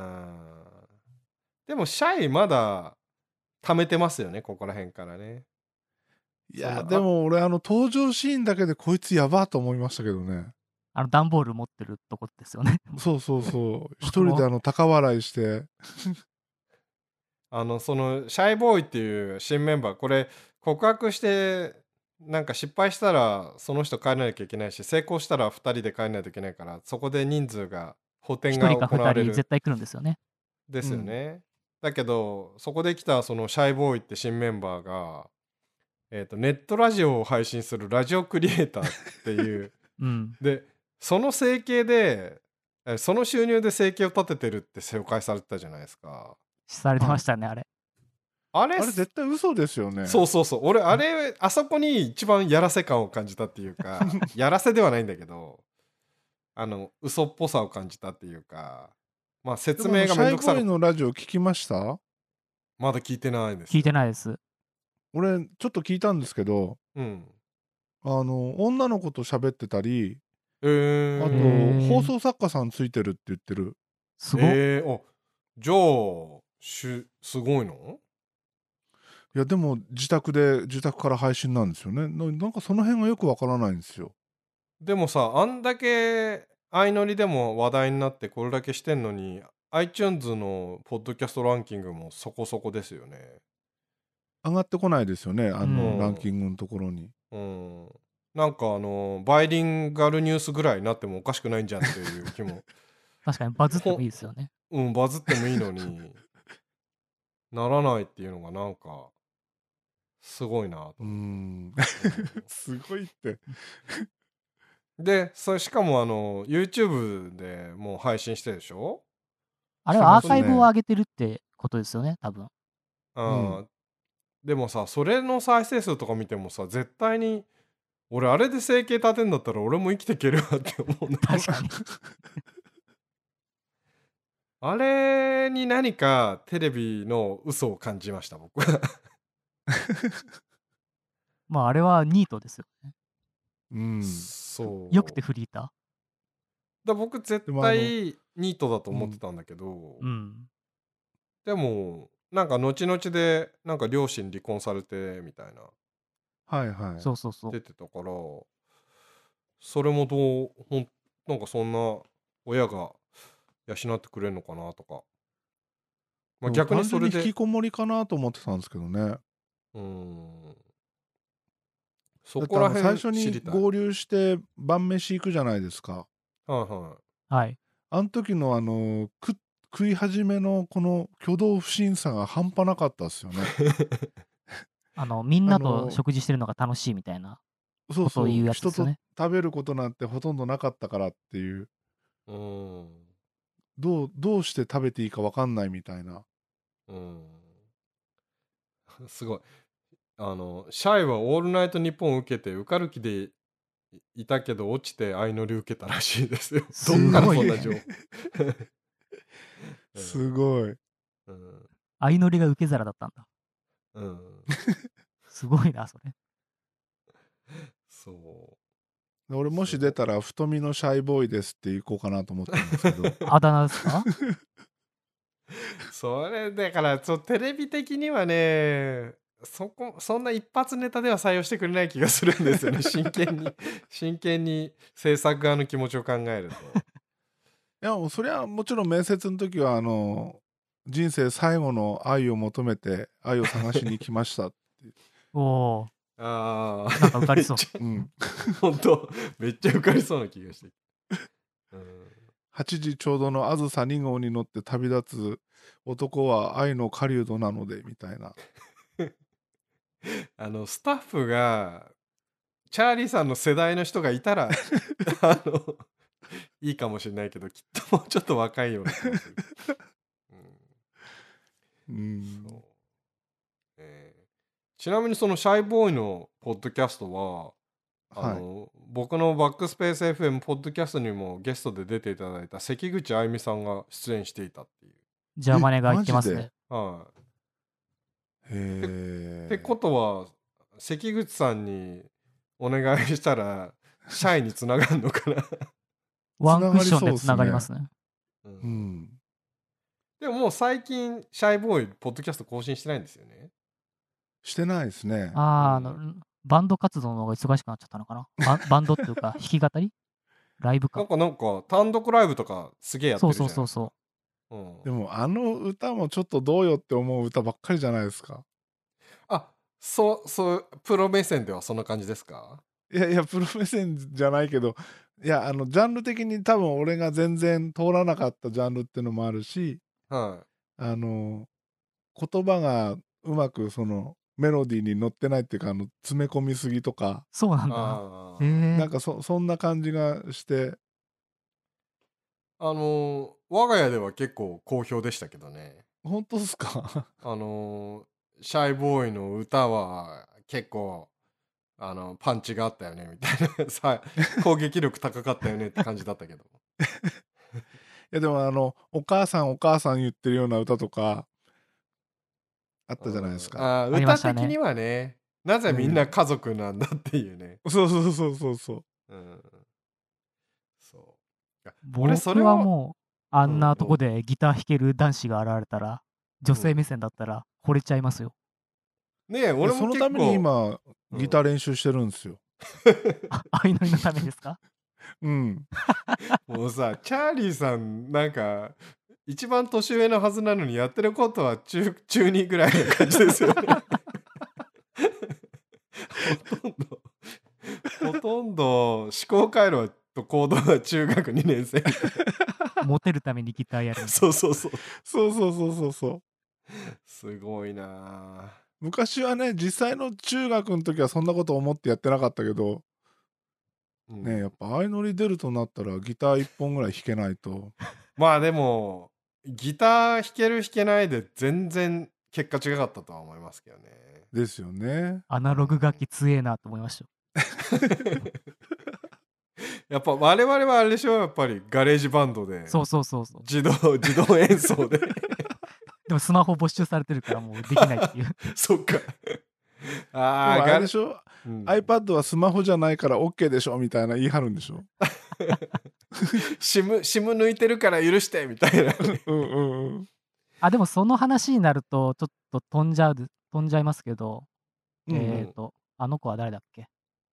でも、シャイまだ貯めてますよね、ここら辺からね。 いや、 その、あ、 でも俺あの登場シーンだけでこいつやばと思いましたけどね。 あの、段ボール持ってるとこですよね。 そうそうそう。一僕も、 人であの高笑いして。 あの、その、シャイボーイっていう新メンバー、これ、告白して、なんか失敗したらその人帰らなきゃいけないし、成功したらふたりで帰らないといけないから、そこで人数が、補填が一人か二行われる。 人絶対来るんですよね。 ですようん。 ね。だけど、そこで来たそのシャイボーイって新メンバーが、えっと、ネットラジオを配信するラジオクリエイターっていう、 うん。 で、その生計で、えその収入で生計を立ててるって紹介されてたじゃないですか。 されてはい。 ましたね、あれ。 あれす、 あれ絶対嘘ですよね。 そうそうそう。俺、あれ、あそこに一番やらせ感を感じたっていうか、やらせではないんだけど、あの、嘘っぽさを感じたっていうか、まあでもあの説明がシャイボーイめんどくさかった。 のラジオ聞きました？ まだ聞いてないんです聞いてよ。 ないです。 俺ちょっと聞いたんですけど、 うん。 あの女の子と喋ってたり、 えあへと放え、 送作家さんついてるって言ってる。 すごっ。 えー、お、じゃあ、しゅ、すごいの？ いやでも自宅で自宅から配信なんですよね。ななんかその辺がよくわからないんですよ。 でもさ、あんだけ相乗りでも話題になってこれだけしてんのに、iTunes のポッドキャストランキングもそこそこですよね。 上がってこないですよね、あうのランん。 キングのところに。 うん。なんかあの、バイリンガルニュースぐらいになってもおかしくないんじゃんっていう気も。 確かにバズってもいいほですよね。 うん、バズってもいいのにならないっていうのがなんかすごいなとうー思って。 ん。 うんすごいって。 で、それしかもあの、YouTube でもう配信してるでしょ？ あれしてまはアーカイブをすね。 上げてるってことですよね、多分。 うん。 ああ、でもさ、それの再生数とか見てもさ、絶対に、俺あれで生計立てんだったら俺も生きていけるわって思うんだけど。 確かに。 あれに何かテレビの嘘を感じました、僕は。 まあ、あれはニートですよね。 うん。 よくてそう。 フリーター。 だ僕絶でもあの、 対ニートだとうん。 思ってたんだけど、 うん。 でもなんか後々でなんか両親離婚されてみたいなはいはい。 そうそうそう。 出てたから、それもどうほんなんかそんな親が養ってくれるのかなとか、まあ、 でも逆に単純にそれで引きこもりかなと思ってたんですけどね。 うーんそだってあの最こら辺初に知りたい。 合流して晩飯行くじゃないですか。 はいははい。 あの時のあの食食い始めのこの挙動不審さが半端なかったですよね。 あの、みんあなとの食事してるのが楽しいみたいなそうことを言うそう人とやつですよね。 食べることなんてほとんどなかったからっていう、 うーんどうどうして食べていいか分かんないみたいな。 うーんすごい。あのシャイはオールナイトニッポンを受けて受かる気でいいたけど落ちて相乗り受けたらしいですよ。どすっからごいそんな情報。 すごい。 うん相乗りが受け皿だったんだ。 うんすごいな、それ。 そう俺もし出たら太みのシャイボーイですって行こうかなと思ってるんですけど。 あだ名ですか？ それだからちょテレビ的にはねそこそんな一発ネタでは採用してくれない気がするんですよね。真剣に真剣に制作側の気持ちを考えると。 いやもうそれはもちろん面接の時はあの人生最後の愛を求めて愛を探しに来ましたって。 おお。 ああなんか受かりそう。 うん、 本当めっちゃ受かりそうな気がしてきた。うんはちじちょうどのあずさに号に乗って旅立つ男は愛の狩人なのでみたいな。 あのスタッフがチャーリーさんの世代の人がいたらあのいいかもしれないけどきっともうちょっと若いような気がする。うんうんそうえーちなみにそのシャイボーイのポッドキャストはあはい。 の僕のバックスペース エフエム ポッドキャストにもゲストで出ていただいた関口あゆみさんが出演していたっていう。 ジャーマネが言ってますマジね。 はいへってことは関口さんにお願いしたらシャイにつながるのかな。 ワンクッションでつながりますね。 ううんん。 でももう最近シャイボーイポッドキャスト更新してないんですよね。 してないですね。 ああ、あうの、バンド活動の方が忙しくなっちゃったのかな。バンバンドっていうか、弾き語りライブか。 なんかなんか単独ライブとかすげえやってそうるじゃないですか。 そうそうそう。 うんでもあの歌もちょっとどうよって思う歌ばっかりじゃないですか。 あそうそうプロ目線ではそんな感じですか。 いやいやプロ目線じゃないけど、いやあのジャンル的に多分俺が全然通らなかったジャンルっていうのもあるし、 はいあの言葉がうまくそのメロディーに乗ってないっていうか、あの詰め込みすぎとか、 そうなんだ。 あへーえなんかそそんな感じがして、 あのー我が家では結構好評でしたけどね。 本当ですか？ あのーシャイボーイの歌は結構あのパンチがあったよねみたいなさ攻撃力高かったよねって感じだったけど。 いやでもあのお母さんお母さん言ってるような歌とかあったじゃないですか。 あーありましたね歌的にはねなぜみんな家族なんだっていうね。 そうそうそうそうそう。 うんそうあ僕俺それをはもう、あんなとこうんでギター弾ける男子が現れたら、女性目線だったら惚れちゃいますよ。 ねえ俺も結そのために構今ギター練習してるんですよ。 あ、相乗りのためですか？ うん。 もうさチャーリーさんなんか一番年上のはずなのにやってることは中中にぐらいの感じですよね。ほとんどほとんど思考回路と行動は中学にねん生みたいモテるためにギターやるな。 みたいそうそうそうそうそうそうそうそう。 すごいなあ昔はね実際の中学の時はそんなこと思ってやってなかったけど、 うんねやっぱ相乗り出るとなったらギターいっぽんぐらい弾けないと。 まあでもギター弾ける弾けないで全然結果違かったとは思いますけどね。 ですよね。 アナログ楽器強えなと思いましたよ。 やっぱ我々はあれでしょやっぱりガレージバンドでそうそうそうそう。 自動自動演奏ででもスマホ没収されてるからもうできないっていう。 そっかあでもああガレれでしょ、 うん iPad はスマホじゃないから OK でしょみたいな言い張るんでしょ。 シムシム抜いてるから許してみたいなうんうんうん。 あ、でもその話になると、ちょっと飛んじゃう、飛んじゃいますけど、 うんえっと、あの子は誰だっけ？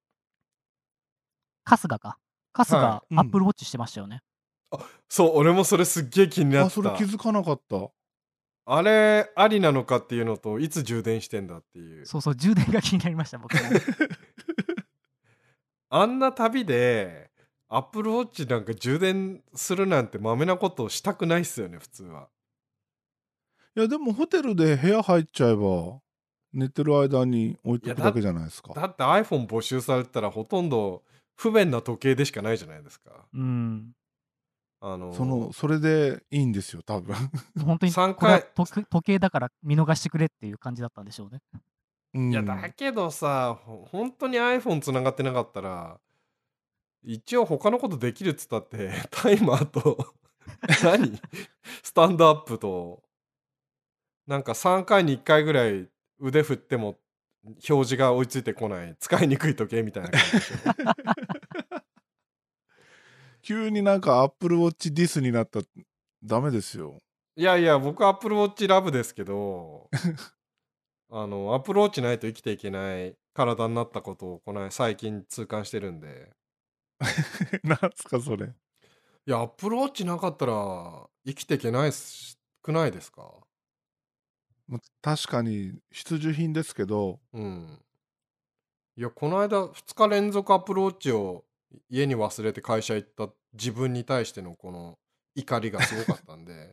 春日か。春は日、 い。 アップルうん。 ウォッチしてましたよね。 そう、俺もそれすっげえ気になあ、 っそれ気た。 づかなかった。 あれ、ありなのかっていうのと、いつ充電してんだっていう。 そうそう、充電が気になりました、僕も。 あんな旅で、アップルウォッチなんか充電するなんてまめなことをしたくないっすよね、普通は。 いや、でもホテルで部屋入っちゃえば、寝てる間に置いいや、 とくだだけじゃないですか。 だって iPhone 没収されてたらほとんど不便な時計でしかないじゃないですか。 うん。 あのその、それでいいんですよ、多分。 本当に、 3 これは回、 時時計だから見逃してくれっていう感じだったんでしょうね。 ういや、だん。 けどさ、ほ本当に iPhone つながってなかったら、一応他のことできるっつったって、タイマーと、何スタンドアップと、なんかさんかいにいっかいぐらい腕振っても表示が追いついてこない、使いにくい時計みたいな感じでしょ。 急になんか Apple Watch ディスになったらダメですよ。 いやいや、僕 Apple Watch ラブですけど、あの、Apple Watch ないと生きていけない体になったことをこの最近痛感してるんで。 なんすか、それ。 いや、Apple Watch なかったら生きていけないしくないですか？ ま確かに必需品ですけど、 うん。いや、この間ふつか連続 Apple Watch を家に忘れて会社行った自分に対してのこの怒りがすごかったんで。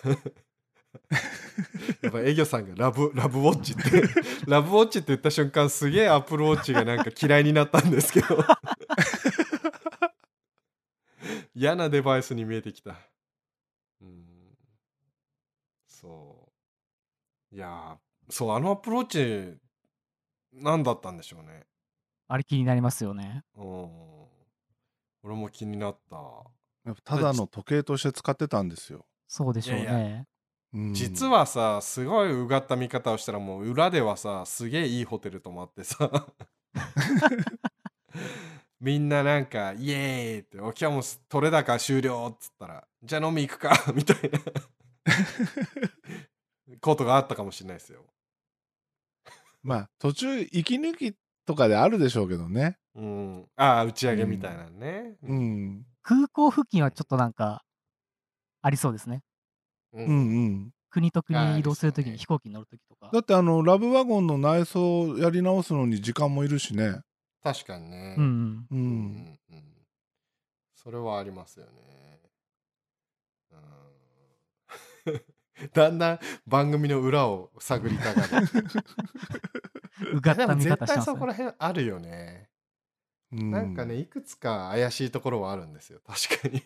やっぱ営業さんがラブ、ラブウォッチって、ラブウォッチって言った瞬間すげえ Apple Watch がなんか嫌いになったんですけど。嫌なデバイスに見えてきた。うん。そう。いやー、そう、あの Apple Watch 何だったんでしょうね。 あれ気になりますよね。 うん。俺も気になった。 やっぱただの時計として使ってたんですよ。 そうでしょういやいやね。 うん実はさ、すごいうがった見方をしたらもう裏ではさ、すげえいいホテル泊まってさ、みんななんか、イエーイって、お今日も取れ高終了っつったら、じゃあ飲み行くかみたいなことがあったかもしれないですよ。 まあ途中息抜きとかであるでしょうけどね。 うん。ああ、打ち上げみたいなのね。 う。ん。 空港付近はちょっとなんか、ありそうですね。 うん。 うんうん。 国と国あーに移動するときにありそうね飛行機に乗るときとか。 だってあのラブワゴンの内装をやり直すのに時間もいるしね。 確かにね。 うんうん。 う。 うんんうん。それはありますよね。うんだんだん番組の裏を探りたがる。 うがっでもた見絶対方してますね。 そこら辺あるよね。 うんなんかね、いくつか怪しいところはあるんですよ。確かに。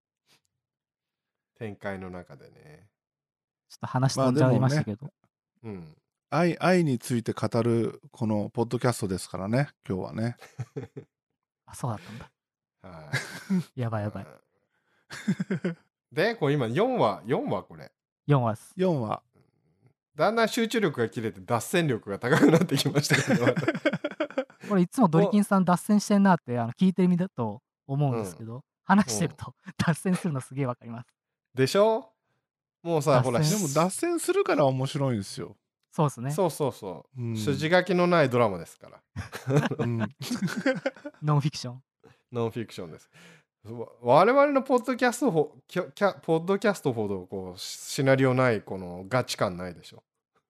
展開の中でね。 ちょっと話まあ飛んじゃいでもね、 ましたけど。 うん。 愛愛について語るこのポッドキャストですからね、今日はね。 あ、そうだったんだ。 はい。 やばいやばい。 うんで、これ今よんわ、よんわこれ。 よんわです。 よんわ。 だんだん集中力が切れて脱線力が高くなってきましたけど。 これいつもドリキンさん脱線してんなってあの聞いてる身だと思うんですけど、話してると脱線するのすげえわかります。 でしょ？もうさ、 脱線ほら、 でも脱線するから面白いんですよ。 そうですね。 そうそうそう。 うん筋書きのないドラマですから。 うんノンフィクション。 ノンフィクションです。わ我々のポッドキャストほキャキャポッドキャストほどこうシナリオないこのガチ感ないでしょ。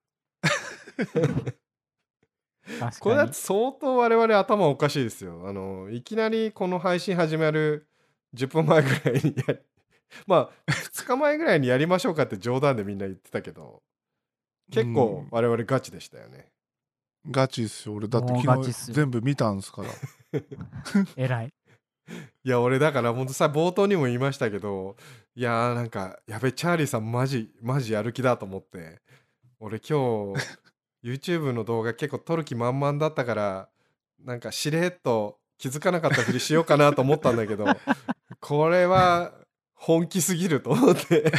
確これだってかに。 相当我々頭おかしいですよ。あのいきなりこの配信始まるじゅっぷんまえぐらいにやまあふつかまえぐらいにやりましょうかって冗談でみんな言ってたけど、結構我々ガチでしたよね。 ガチっすよ。俺だってもうガ昨日チっすよ全部見たんすから。 偉い。 いや俺だからほんとさ冒頭にも言いましたけど、いやーなんかやべチャーリーさんマジマジやる気だと思って、俺今日 YouTube の動画結構撮る気満々だったから、なんかしれっと気づかなかったふりしようかなと思ったんだけどこれは本気すぎると思って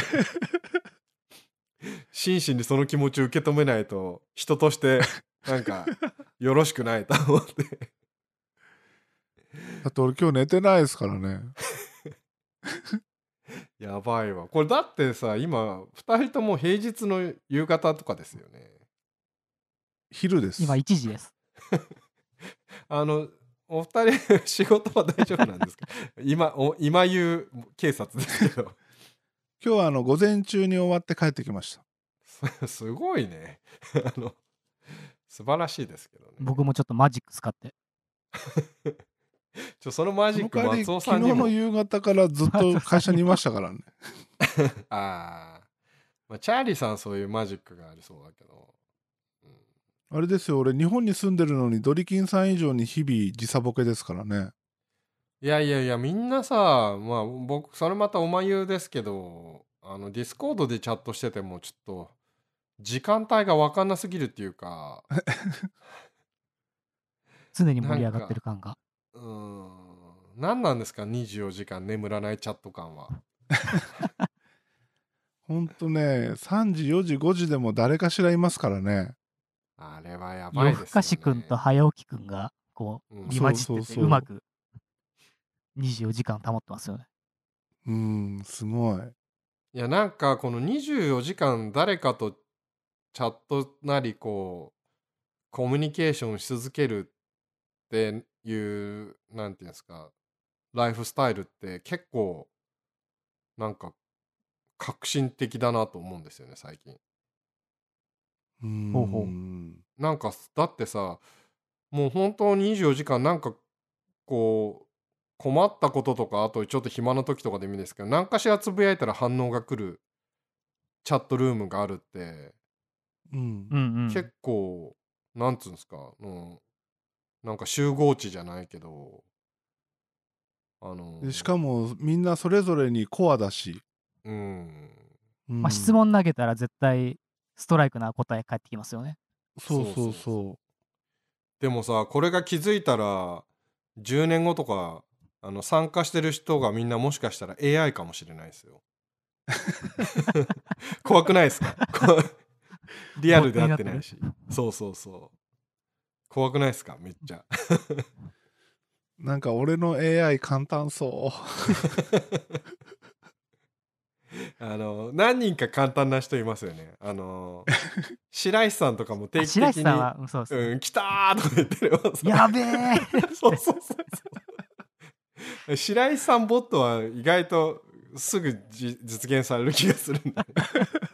真摯にその気持ちを受け止めないと人としてなんかよろしくないと思ってだって俺今日寝てないですからね。 いやばいわ。これだってさ、今、ふたりとも平日の夕方とかですよね。 昼です。 今いちじです。 あの、お二人、仕事は大丈夫なんですか？今、お今言う警察ですけど。 今日はあの午前中に終わって帰ってきました。 すすごいね。あの、素晴らしいですけどね。 僕もちょっとマジック使って。 ちょそのマジックその代わり松尾さんにも。 昨日の夕方からずっと会社にいましたからね。 ああ、まあ、チャーリーさんそういうマジックがありそうだけど。 うん、あれですよ、俺日本に住んでるのにドリキンさん以上に日々時差ボケですからね。 いやいやいや、みんなさ、まあ僕、それまたおまゆですけど、あの、ディスコードでチャットしててもちょっと、時間帯が分かんなすぎるっていうか、 常に盛り上がってる感が。 うーん、何なんですか、にじゅうよじかん眠らないチャット感は。 ほんとね、さんじ、よじ、ごじでも誰かしらいますからね。 あれはやばいですよね。 夜更かしくんと早起きくんが、こう、入り混じってて、うまくにじゅうよじかん保ってますよね。 うーん、すごい。 いや、なんかこのにじゅうよじかん誰かとチャットなりこう、コミュニケーションし続けるっていう、なんていうんですか、ライフスタイルって結構、なんか、革新的だなと思うんですよね、最近。 うーん。 ほうほう。 なんか、だってさ、もう本当ににじゅうよじかんなんか、こう、困ったこととか、あとちょっと暇な時とかでもいいんですけど、何かしらつぶやいたら反応が来るチャットルームがあるって、 うん、 結構、なんつうんですか、うん、なんか集合値じゃないけど、あのー、 でしかもみんなそれぞれにコアだし、 うん、 うん、まあ、質問投げたら絶対ストライクな答え返ってきますよね。 そうそうそう。 でもさ、これが気づいたらじゅうねんごとか、あの参加してる人がみんなもしかしたら エーアイ かもしれないですよ。怖くないですか？リアルで会ってないし。そうそうそう。怖くないですか？めっちゃ。 なんか俺の エーアイ 簡単そう。 あの何人か簡単な人いますよね。あの白石さんとかも定期的に白石さんは、うん、そうですね。 うん、来たーとか言ってる。 やべえそうそうそうそう。白石さんボットは意外とすぐじ実現される気がするんだ、ね、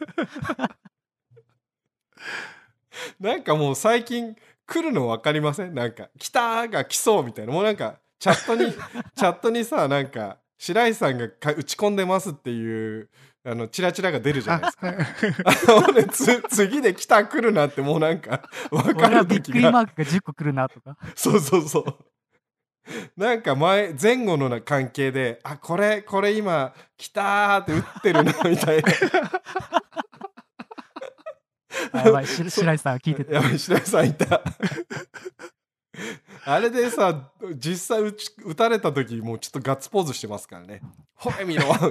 なんかもう最近来るの分かりません？なんか来たーが来そうみたいな、もうなんかチャットにチャットにさ、なんか白石さんがか打ち込んでますっていうあのチラチラが出るじゃないですか。俺つ次で来た来るなってもうなんか分かる時が、 びっくりマークがじゅっこ来るなとか。 そうそうそう。なんか前前後のな関係で、あ、これこれ今来たーって打ってるなみたいな。 あ、やばい、し白石さんが聞いてた。 やばい、白石さんいた。あれでさ、実際打ち打たれた時もうちょっとガッツポーズしてますからね。ほれ見ろみたいな。い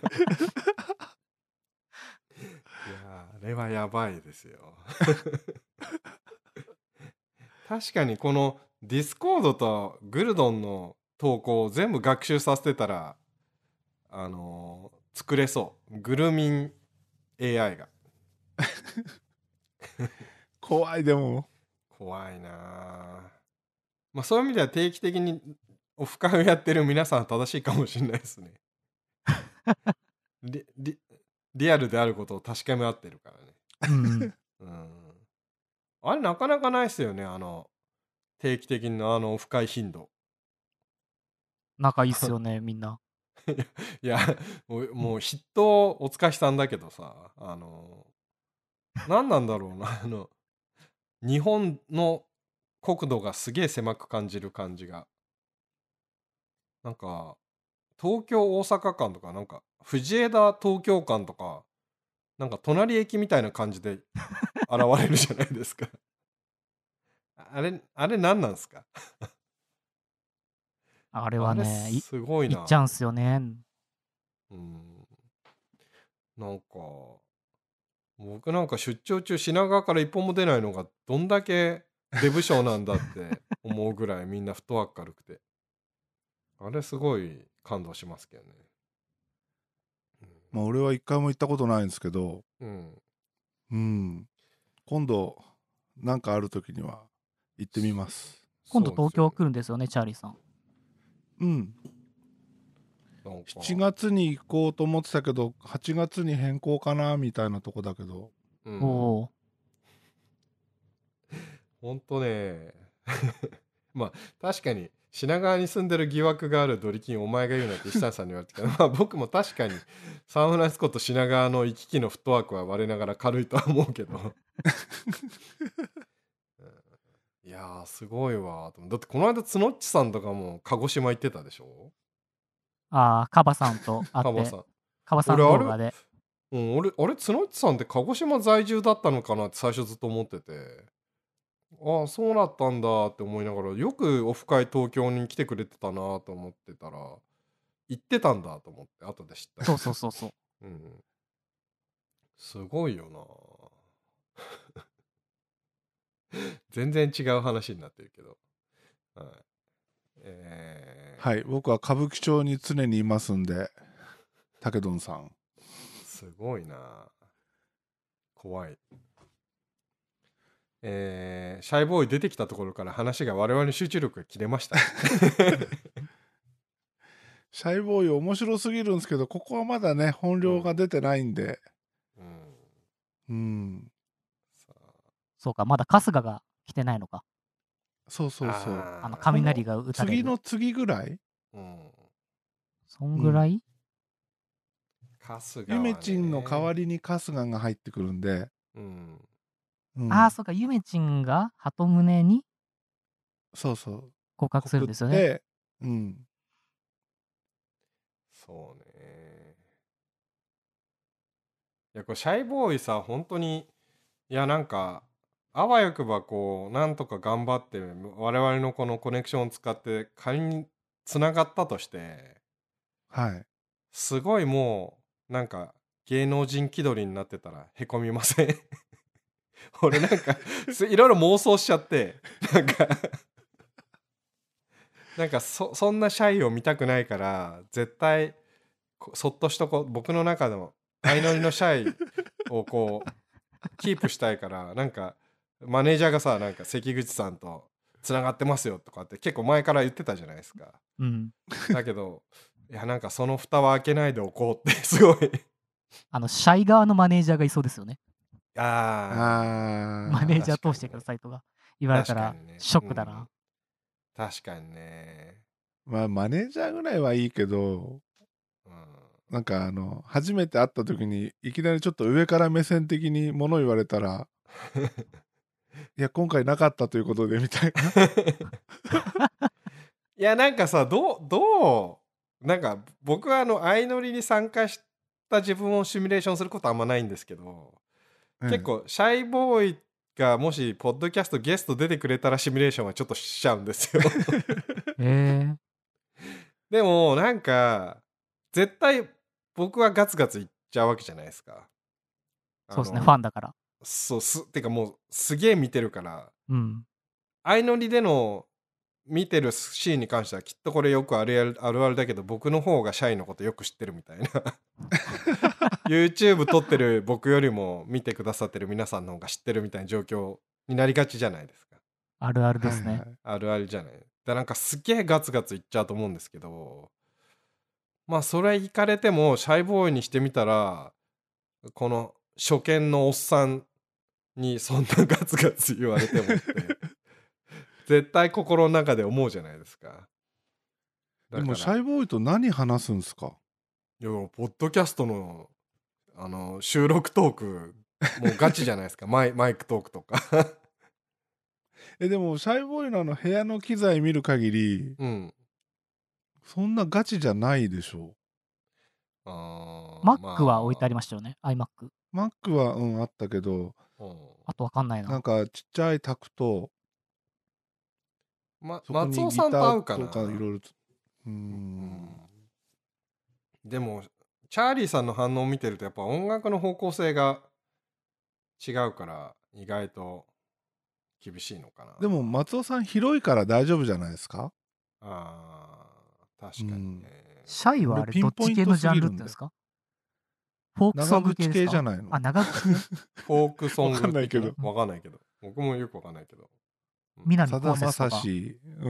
やあれはやばいですよ。確かにこのディスコードとグルドンの投稿を全部学習させてたら、あのー、作れそう。グルミン エーアイ が。 怖い。でも怖いな。まあそういう意味では定期的にオフ会をやってる皆さん正しいかもしれないですね。リ, リ, リアルであることを確かめ合ってるからね。うん、あれなかなかないですよね、あの定期的なあのオフ会頻度。 仲いいっすよねみんな。 いやもう、もう筆頭おつかしさんだけどさ、あの何なんだろうな、あの日本の国土がすげえ狭く感じる感じが。なんか東京大阪間とか、なんか藤枝東京間とか、なんか隣駅みたいな感じで現れるじゃないですか。あれあれ何なんですか？ あれはね、 すごいな。 いっちゃうんすよね。 うん。なんか僕なんか出張中品川から一本も出ないのがどんだけデブ賞なんだって思うぐらいみんなフットワーク軽くて、あれすごい感動しますけどね。うん、 まあ俺は一回も行ったことないんですけど、 うん。 うん。今度、なんかある時には行ってみます。 今度東京来るんですよね、チャーリーさん。 うん。しちがつに行こうと思ってたけど、はちがつに変更かなみたいなとこだけど。 うん、おお。ほんとね。まあ確かに品川に住んでる疑惑があるドリキンお前が言うなって石谷さんに言われてたけどまあ僕も確かにサンフランシスコと品川の行き来のフットワークは我ながら軽いとは思うけどいやーすごいわ。だってこの間つのっちさんとかも鹿児島行ってたでしょ。 ああ、カバさんと会って、 カバさん。 カバさん動画で。 うん、俺、あれ、つのっちさんって鹿児島在住だったのかなって最初ずっと思ってて。ああ、そうなったんだって思いながら、よくオフ会東京に来てくれてたなと思ってたら、行ってたんだと思って、後で知った。 そうそうそうそう。 うん。すごいよな全然違う話になってるけど。はい。 えー、はい、僕は歌舞伎町に常にいますんで、武ドンさん。 すごいな怖い。えー、シャイボーイ出てきたところから話が我々の集中力が切れました。 シャイボーイ面白すぎるんですけど、ここはまだね、本領が出てないんで。うん。うん。 そうか、まだ春日が来てないのか。 そうそうそう。 あの、雷が打たれる。 次の次ぐらいうん。 そんぐらい、 春日はね、 ゆめちんの代わりに春日が入ってくるんで。うん。 うん、ああ、そうか、ゆめちんが鳩宗にそうそう。 告白するんですよね。 うん。 そうね。いや、これシャイボーイさ、本当に、いや、なんか、あわよくばこう、なんとか頑張って、我々のこのコネクションを使って仮につながったとして、 はい。 すごいもう、なんか、芸能人気取りになってたらへこみません俺なんか、いろいろ妄想しちゃって、なんかなんかそ、そんなシャイを見たくないから、絶対、そっとしとこう、僕の中の相乗りのシャイをこう、キープしたいから、なんか、マネージャーがさ、なんか関口さんとつながってますよとかって結構前から言ってたじゃないですか。うん。だけど、いや、なんかその蓋は開けないでおこうって、すごいあの、シャイ側のマネージャーがいそうですよね。 ああ。マネージャー通してくださいとか言われたら、ショックだな、ねうん。確かにね。 まあ、マネージャーぐらいはいいけど、うん、なんかあの、初めて会った時に、いきなりちょっと上から目線的に物言われたら、いや、今回なかったということで、みたいな。 いや、なんかさ、どう、どう、なんか僕はあの、相乗りに参加した自分をシミュレーションすることあんまないんですけど、うん、結構、シャイボーイがもし、ポッドキャストゲスト出てくれたらシミュレーションはちょっとしちゃうんですよ。へえ。でも、なんか、絶対僕はガツガツいっちゃうわけじゃないですか。 そうですね、ファンだから。 そう、す、てかもう、すげえ見てるから。うん。相乗りでの見てるシーンに関してはきっとこれよくあるあるあるあるだけど僕の方がシャイのことよく知ってるみたいなYouTube 撮ってる僕よりも見てくださってる皆さんの方が知ってるみたいな状況になりがちじゃないですか。 あるあるですね、はいはい、 あるあるじゃない。だなんかすっげえガツガツいっちゃうと思うんですけど、まあそれいかれてもシャイボーイにしてみたらこの初見のおっさんにそんなガツガツ言われてもって絶対心の中で思うじゃないですか。 でもシャイボーイと何話すんすか？ いや、ポッドキャストのあの収録トークもうガチじゃないですかマイマイクトークとかえでもシャイボーイのあの部屋の機材見る限り、うん、そんなガチじゃないでしょう。 あ Mac は置いてありましたよね、まあ、iMac。 Mac はうんあったけど、 うん、あとわかんないな。 なんかちっちゃいタクと、 ま、松尾さんと合うかな。 とかいろいろ。うん。 でもチャーリーさんの反応を見てるとやっぱ音楽の方向性が違うから意外と厳しいのかな。 でも松尾さん広いから大丈夫じゃないですか？ ああ、確かにね。 シャイはあれどっち系のジャンルってんですか？ フォークソング系長ですか？ 口系じゃないの？ あ、長口ね。 フォークソングわかんないけどわかんないけど。僕もよくわかんないけど。 南さだまこうせつとか。 さし。うん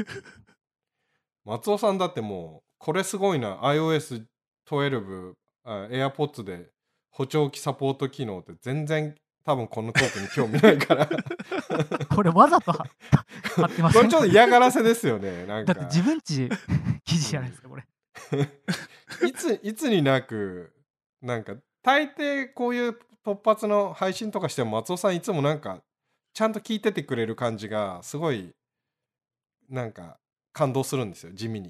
松尾さんだってもう、これすごいな。アイオーエスじゅうに、あ AirPods で補聴器サポート機能って全然多分このトークに興味ないから。 これわざとは貼ってません？ これちょっと嫌がらせですよね。なんか。 だって自分ち記事じゃないですか、これ。 いつ、いつになく、なんか、大抵こういう突発の配信とかしても松尾さんいつもなんか、ちゃんと聞いててくれる感じが、すごい、なんか、感動するんですよ、地味に。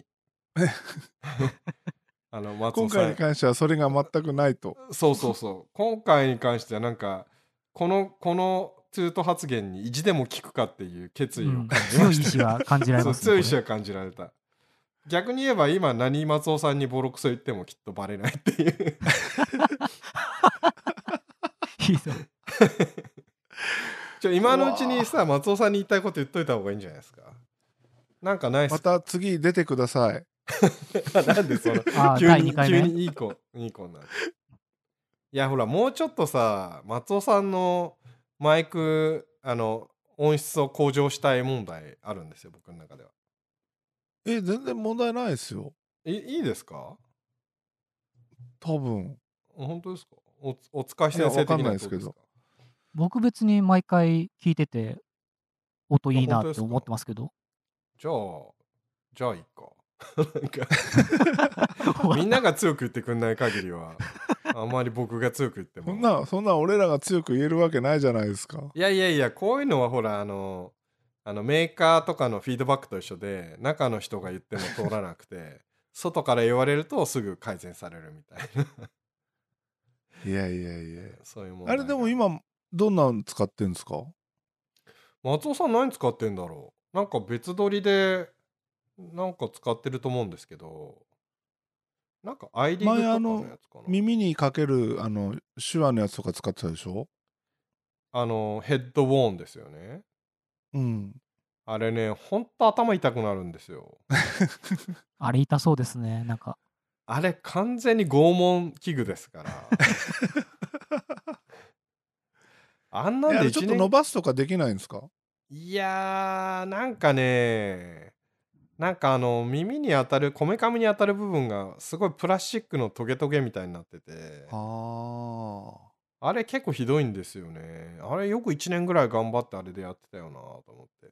あの松尾さん今回に関してはそれが全くないと。 そうそうそう。今回に関してはなんか、この、このツート発言に意地でも聞くかっていう決意を感じました。 強い意志が感じられますね。 そう強い意志が感じられた。逆に言えば今何松尾さんにボロクソ言ってもきっとバレないっていう。 いいぞ。 ちょ今のうちにさ、松尾さんに言いたいこと言っといた方がいいんじゃないですか。なんかないっすか。 また次出てください。 なんでその急に急にいい子いい子になる。いやほらもうちょっとさ松尾さんのマイクあの音質を向上したい問題あるんですよ僕の中では。 え全然問題ないですよ。 いいいですか。 多分。 本当ですか。おお使い先生的なことですか。 僕別に毎回聞いてて音いいなって思ってますけど。 じゃあじゃあいいか。みんなが強く言ってくんない限りはあんまり僕が強く言ってもそんなそんな俺らが強く言えるわけないじゃないですか。 いやいやいやこういうのはほらあのあのメーカーとかのフィードバックと一緒で中の人が言っても通らなくて外から言われるとすぐ改善されるみたいな。 いやいやいやそういうもん。 あれでも今どんなの使ってんですか。 松尾さん何使ってんだろう。なんか別撮りでなんか使ってると思うんですけど、なんかアイリングとかのやつかな。 耳にかけるあの手話のやつとか使ってたでしょ。 あのヘッドウォーンですよね。 うん。 あれねほんと頭痛くなるんですよ。 あれ痛そうですね。なんかあれ完全に拷問器具ですから。あんなんでちょっと伸ばすとかできないんですか。 いやーなんかねなんかあの耳に当たるこめかみに当たる部分がすごいプラスチックのトゲトゲみたいになってて、 ああれ結構ひどいんですよね。あれよくいちねんぐらい頑張ってあれでやってたよなと思って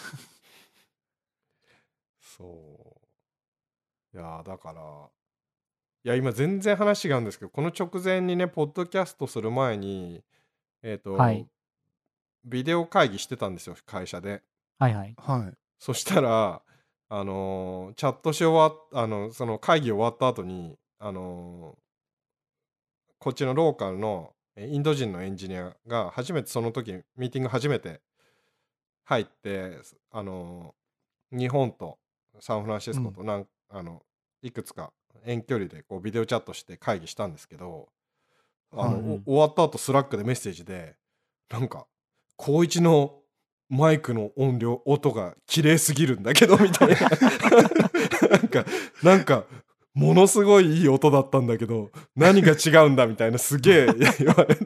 そういやだからいや今全然話があるんですけどこの直前にねポッドキャストする前にえっと、はい、ビデオ会議してたんですよ会社で。 はいはいはい。 そしたらあのー、チャットし終わっあのその会議終わった後にあのー、こっちのローカルのインド人のエンジニアが初めてその時ミーティング初めて入ってあのー、日本とサンフランシスコとなん、うん、あのいくつか遠距離でこうビデオチャットして会議したんですけどあの、はい、終わった後スラックでメッセージでなんか高一のマイクの音量音が綺麗すぎるんだけどみたいななんかなんかものすごいいい音だったんだけど何が違うんだみたいなすげえ言われて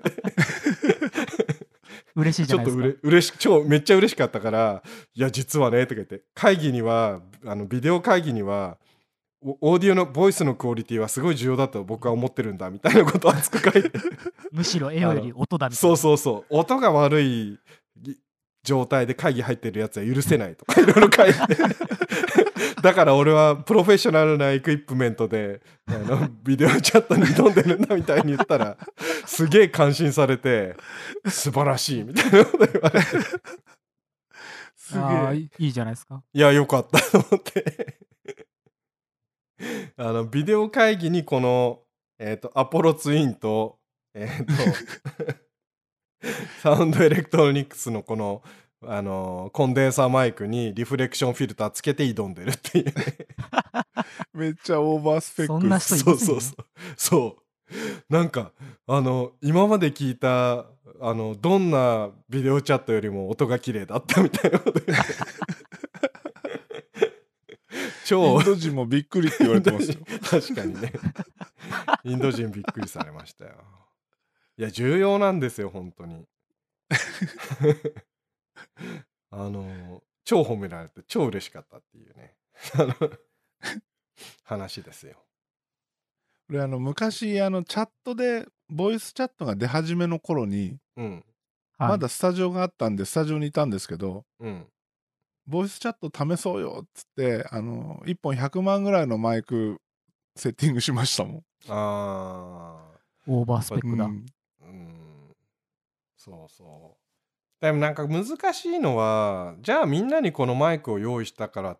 嬉しいじゃないですか。 ちょっとうれ嬉し超めっちゃ嬉しかったからいや実はねとか言って会議にはあのビデオ会議にはオーディオのボイスのクオリティはすごい重要だと僕は思ってるんだみたいなことを熱く書いてむしろ絵より音だみたいな。 そうそうそう音が悪い状態で会議入ってるやつは許せないとかいろいろ書いてだから俺はプロフェッショナルなエクイプメントであのビデオチャットに挑んでるんだみたいに言ったらすげえ感心されて素晴らしいみたいなこと言われてすげえいいじゃないですか。 いやよかったと思ってあのビデオ会議にこの、えーと、アポロツインとえっとサウンドエレクトロニクスのこの、あのー、コンデンサーマイクにリフレクションフィルターつけて挑んでるっていうめっちゃオーバースペック。 そんな人いますね。そうそうそうそうなんかあの今まで聞いたあのどんなビデオチャットよりも音が綺麗だったみたいなこと言って超インド人もびっくりって言われてますよ確かにねインド人びっくりされましたよ。いや、重要なんですよ、本当に。あの、超褒められて超嬉しかったっていうね、あの話ですよ。 これあの昔あのチャットでボイスチャットが出始めの頃に、 うん。 まだスタジオがあったんでスタジオにいたんですけど、 うん。 ボイスチャット試そうよっつってあのいっぽんひゃくまんぐらいのマイクセッティングしましたもん。 ああ。 オーバースペックだ。 ううん。 ん。そうそう。でもなんか難しいのは、じゃあみんなにこのマイクを用意したからって、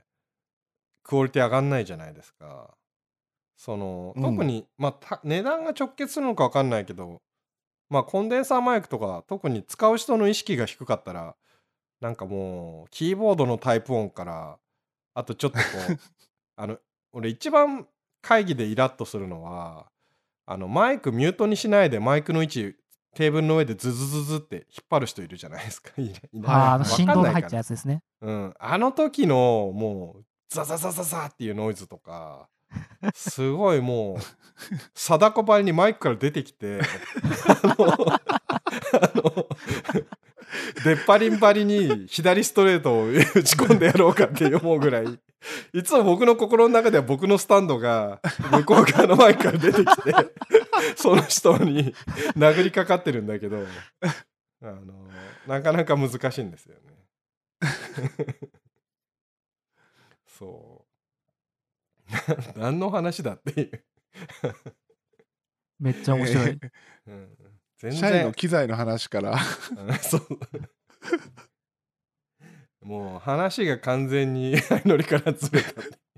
クオリティ上がんないじゃないですか。その、 うん特に、まあ、た値段が直結するのか分かんないけど、まあ、コンデンサーマイクとか、特に使う人の意識が低かったら、なんかもう、キーボードのタイプ音から、あとちょっとこう、あの、俺一番会議でイラッとするのは、あの、マイクミュートにしないでマイクの位置、テーブルの上でズズズズって引っ張る人いるじゃないですか。いいないああ、あのわかんないから。 振動が入っちゃうやつですね。 うん。あの時の、もう、ザザザザザっていうノイズとか、すごいもう、貞子ばりにマイクから出てきて、あの、あの、出っ張りんばりに左ストレートを打ち込んでやろうかって思うぐらい、いつも僕の心の中では僕のスタンドが向こう側のマイクから出てきて、その人に殴りかかってるんだけど、あの、なかなか難しいんですよね。そう。何の話だっていう。 めっちゃ面白い。 えうん、 ー全社員の然、 機材の話からうんそう。もう話が完全に乗りからずれた。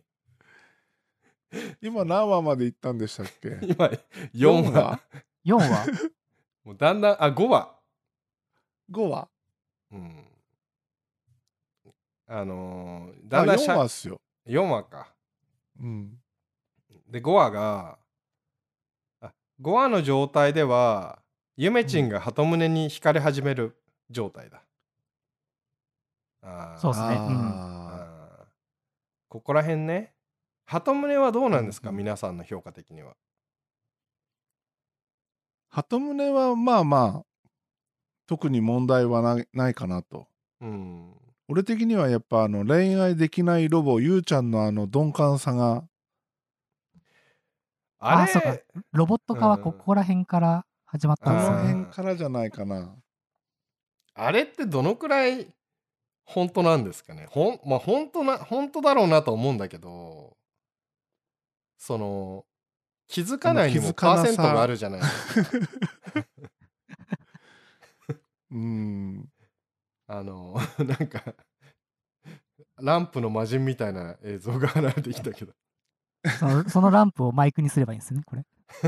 今何話まで行ったんでしたっけ？ 今よんわ。 よんわもうだんだん、あ、ごわ。 ごわ。 うん。あのーあ、よんだんだんしゃわっすよ。 よんわか。 うん。 で、ごわが、あ、ごわの状態では、ゆめちんが鳩宗に惹かれ始める状態だ。あーそうですね。うん。 ああー。ここら辺ね。鳩宗はどうあ。 なんですか、 うんうん。 皆さんの評価的には。 鳩宗はまあまあ、特に問題はないないかなと。 うん。 俺的にはやっぱあの恋愛できないロボ、ゆうちゃんのあの鈍感さが、 あああ、そうか。 れ、 ロボットう化はこん。 こら辺から始まっこのたんですよね。 辺からじゃないかな。 あれってどのくらい本当なんですかね。ほん、まあ本当な、本当だろうなと思うんだけど、その、気づあのかないにも気づかなパーセントがあさ。 るじゃないですか。 うーん。 あの、なんか、ランプの魔人みたいな映像が流れてきたけど。 そのそのランプをマイクにすればいいんですね、これ。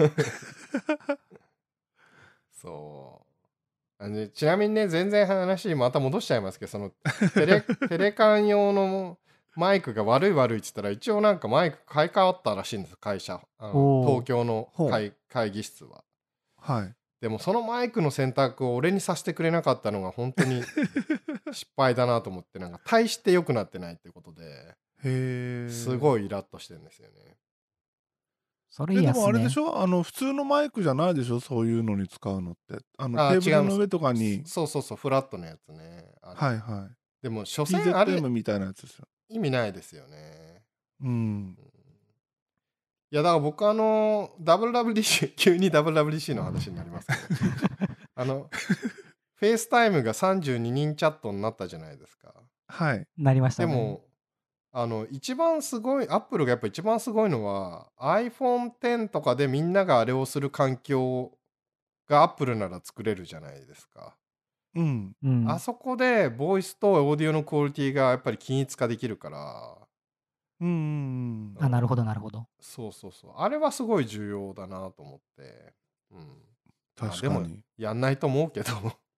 そうあのね。ちなみにね、全然話また戻しちゃいますけど、そのテレ、テレカン用のマイクが悪い悪いって言ったら、一応なんかマイク買い替わったらしいんです、会社。あの東おお。 京のほう。 会、会議室は。 はい。 でもそのマイクの選択を俺にさせてくれなかったのが本当に失敗だなと思って、なんか大して良くなってないってことで、 へえ。 すごいイラッとしてるんですよね。 それいえ、でいやつね。 もあれでしょ、あの普通のマイクじゃないでしょ、そういうのに使うのって。あのああ、 テーブ違います。 ルの上とかそに。 そうそうそう、フラットのやつね。あれ。 はいはい。 でも、所詮あれ、 ティーゼットエム みたいなやつですよ。 意味ないですよね。 うん。 うんいや、だから僕あの、ダブリューダブリューディーシー、急に ダブリューダブリューディーシー の話になりますけど、あの、フェイスタイムがさんじゅうににんチャットになったじゃないですか。 はい。 なりましたね。 でも、あの、一番すごい、アップルがやっぱ一番すごいのは、アイフォンテン とかでみんながあれをする環境がアップルなら作れるじゃないですか。 うん。 うあん。 そこで、ボイスとオーディオのクオリティがやっぱり均一化できるから、 うんうんうん。 あ、なるほうんど、なるほど。 そうそうそう。あれはすごい重要だなと思って。うん。まあでも、 確かに。 やんないと思うけど。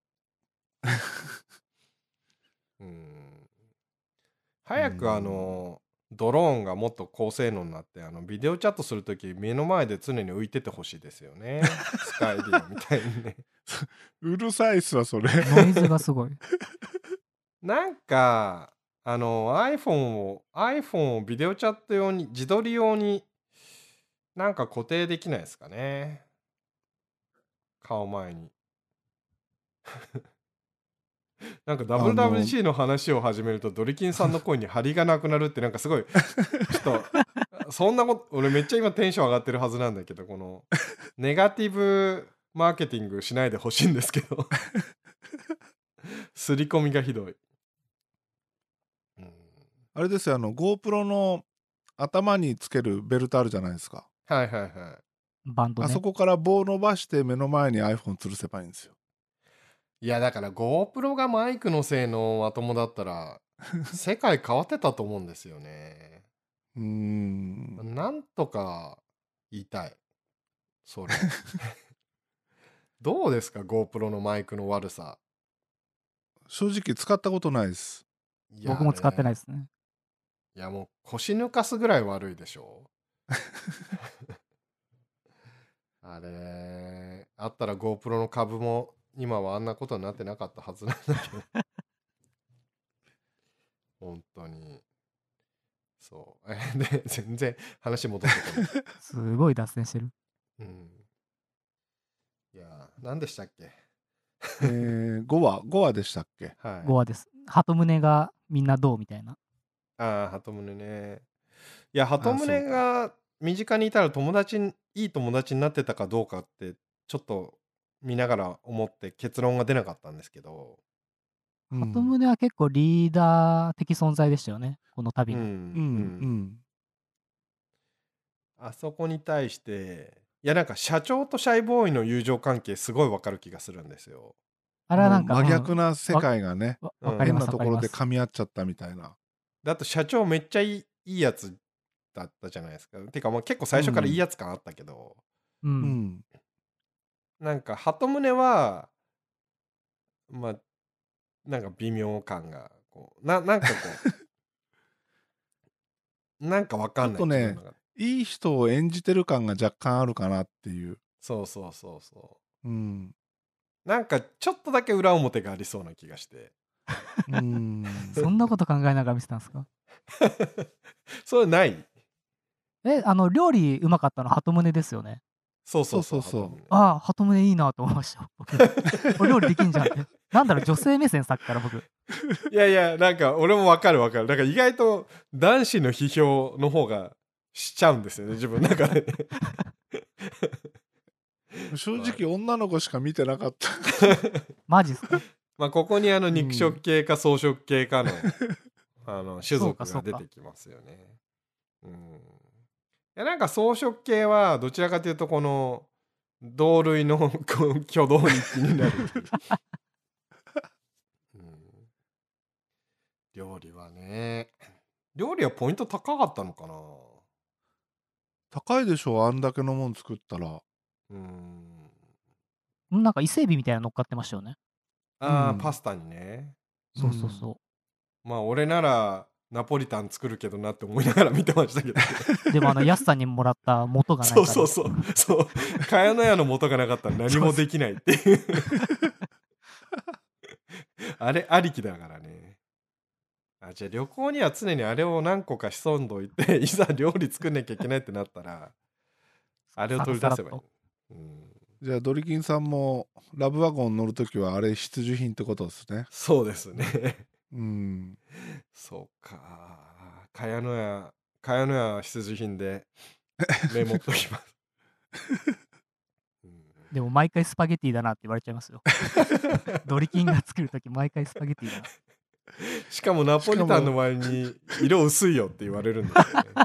うん。 う早くあん。 の、ドローンがもっと高性能になって、あの、ビデオチャットするとき、目の前で常に浮いててほしいですよね。スカイディアみたいにね。 うるさいっすわ、それ。 ノイズがすごい。 なんか、あの、iPhone を、iPhone をビデオチャット用に、自撮り用に、 なんか固定できないですかね。顔前に。なんか ダブリューダブリューシー の話を始めるとドリキンさんの声に張りがなくなるってなんかすごいちょっとそんなこと俺めっちゃ今テンション上がってるはずなんだけど、このネガティブマーケティングしないでほしいんですけど刷り込みがひどい。 うん、あれですよ、あの GoPro の頭につけるベルトあるじゃないですか。 はいはいはい。 バンドね。 あそこから棒を伸ばして目の前に iPhone 吊るせばいいんですよ。 いやだから GoPro がマイクの性能まともだったら世界変わってたと思うんですよね。 うーん。 なんとか言いたい。それ。どうですか GoPro のマイクの悪さ。 正直使ったことないです。 僕も使ってないですね。 いやもう腰抜かすぐらい悪いでしょ。あれあったら GoPro の株も今はあんなことになってなかったはずなんだけど本当にそうで全然話戻ってこないすごい脱線してる。 うん。いや何でしたっけえー、ごわごわでしたっけ。 はい、 ごわです。鳩宗がみんなどうみたいな。 ああ鳩宗ね。いや鳩宗が身近にいたら友達にいい友達になってたかどうかってちょっと見ながら思って結論が出なかったんですけど、 鳩宗は結構リーダー的存在でしたよね、この旅の。 うんうん、あそこに対していやなんか社長とシャイボーイの友情関係すごいわかる気がするんですよ。 あれはなんか真逆な世界がね、 うん、変なところで噛み合っちゃったみたいな。 だと社長めっちゃいいいいやつだったじゃないですか。てかまあ結構最初からいいやつ感あったけど、 うん、うん、 なんか鳩宗はまあなんか微妙感がこうななんかこうなんかわかんない。 ちょっとねいい人を演じてる感が若干あるかなっていう。 そうそうそうそう。 うん。 なんかちょっとだけ裏表がありそうな気がして。 うん。 そんなこと考えながら見てたんですかそれない？ え、あの料理うまかったの鳩宗ですよね。 そうそうそうそう。 ああ、鳩宗いいなと思いました。お料理できんじゃんって。なんだろう、女性目線さっきから僕。 いやいや、なんか俺もわかるわかる。だから意外と男子の批評の方がしちゃうんですよね、自分の中で。 正直女の子しか見てなかった。 マジっすか。 まあここにあの肉食系か草食系かの、あの種族が出てきますよね。うん。いやなんか草食系はどちらかというとこの同類の挙動に気になる。うん、料理はね、料理はポイント高かったのかな。 高いでしょ、あんだけのもん作ったら。 うん。 なんか伊勢海老みたいなの乗っかってましたよね。 ああ、 うん、 パスタにね。 そうそうそう。 まあ俺ならナポリタン作るけどなって思いながら見てましたけどでもあの安さんにもらった元がないからそうそうそうそう茅野屋の元がなかったら何もできないっていうあれありきだからね。あ、じゃあ旅行には常にあれを何個か潜んどいていざ料理作んなきゃいけないってなったらあれを取り出せばいい。うん、 じゃあドリキンさんもラブワゴン乗るときはあれ必需品ってことですね。 そうですねうん。 そうか。茅野屋茅野屋必需品でメモっときますでも毎回スパゲティだなって言われちゃいますよ。ドリキンが作るとき毎回スパゲティだな。 しかもナポリタンの前に色薄いよって言われるんですよね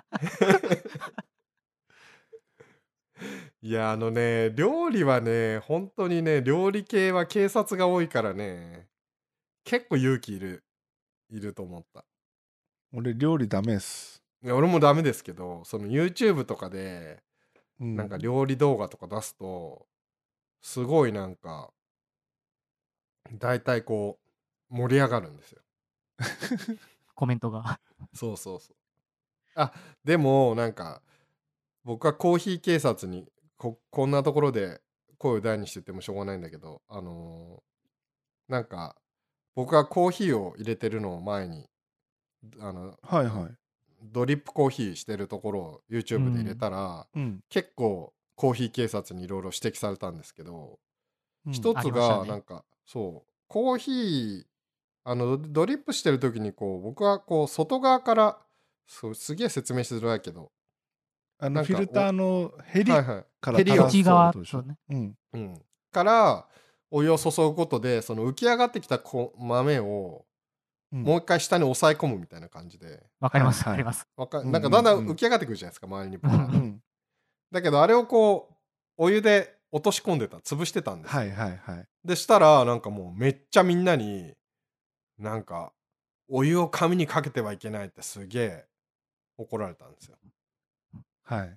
いやあのね料理はね本当にね料理系は警察が多いからね結構勇気いるいると思った。 俺料理ダメっす。 いや俺もダメですけどその YouTube とかでなんか料理動画とか出すとすごいなんか大体こう盛り上がるんですよコメントがそうそうそう。あでもなんか僕はコーヒー警察に こ, こんなところで声を大にしててもしょうがないんだけどあのー、なんか僕がコーヒーを入れてるのを前にあのはいはいドリップコーヒーしてるところを YouTube で入れたら、 うん。 結構コーヒー警察にいろいろ指摘されたんですけど、 うん一つありましたね。 がなんかそうコーヒーあのドリップしてる時にこう僕はこう外側からそうすげえ説明しづらいけどあのなんかフィルターのヘリはいはいからヘリを垂らす内側ってことでしょとね。 うん。 うん、からお湯を注ぐことでその浮き上がってきたこ豆をうんもう一回下に押さえ込むみたいな感じで、 わかります、 はいはいわかります。 わかうんなんかだんだんうんうん浮き上がってくるじゃないですか周りにうバーッと。 ん。 だけどあれをこうお湯で落とし込んでた潰してたんですよ。 はいはいはい。 でしたらなんかもうめっちゃみんなになんかお湯を紙にかけてはいけないってすげえ怒られたんですよ。 はい。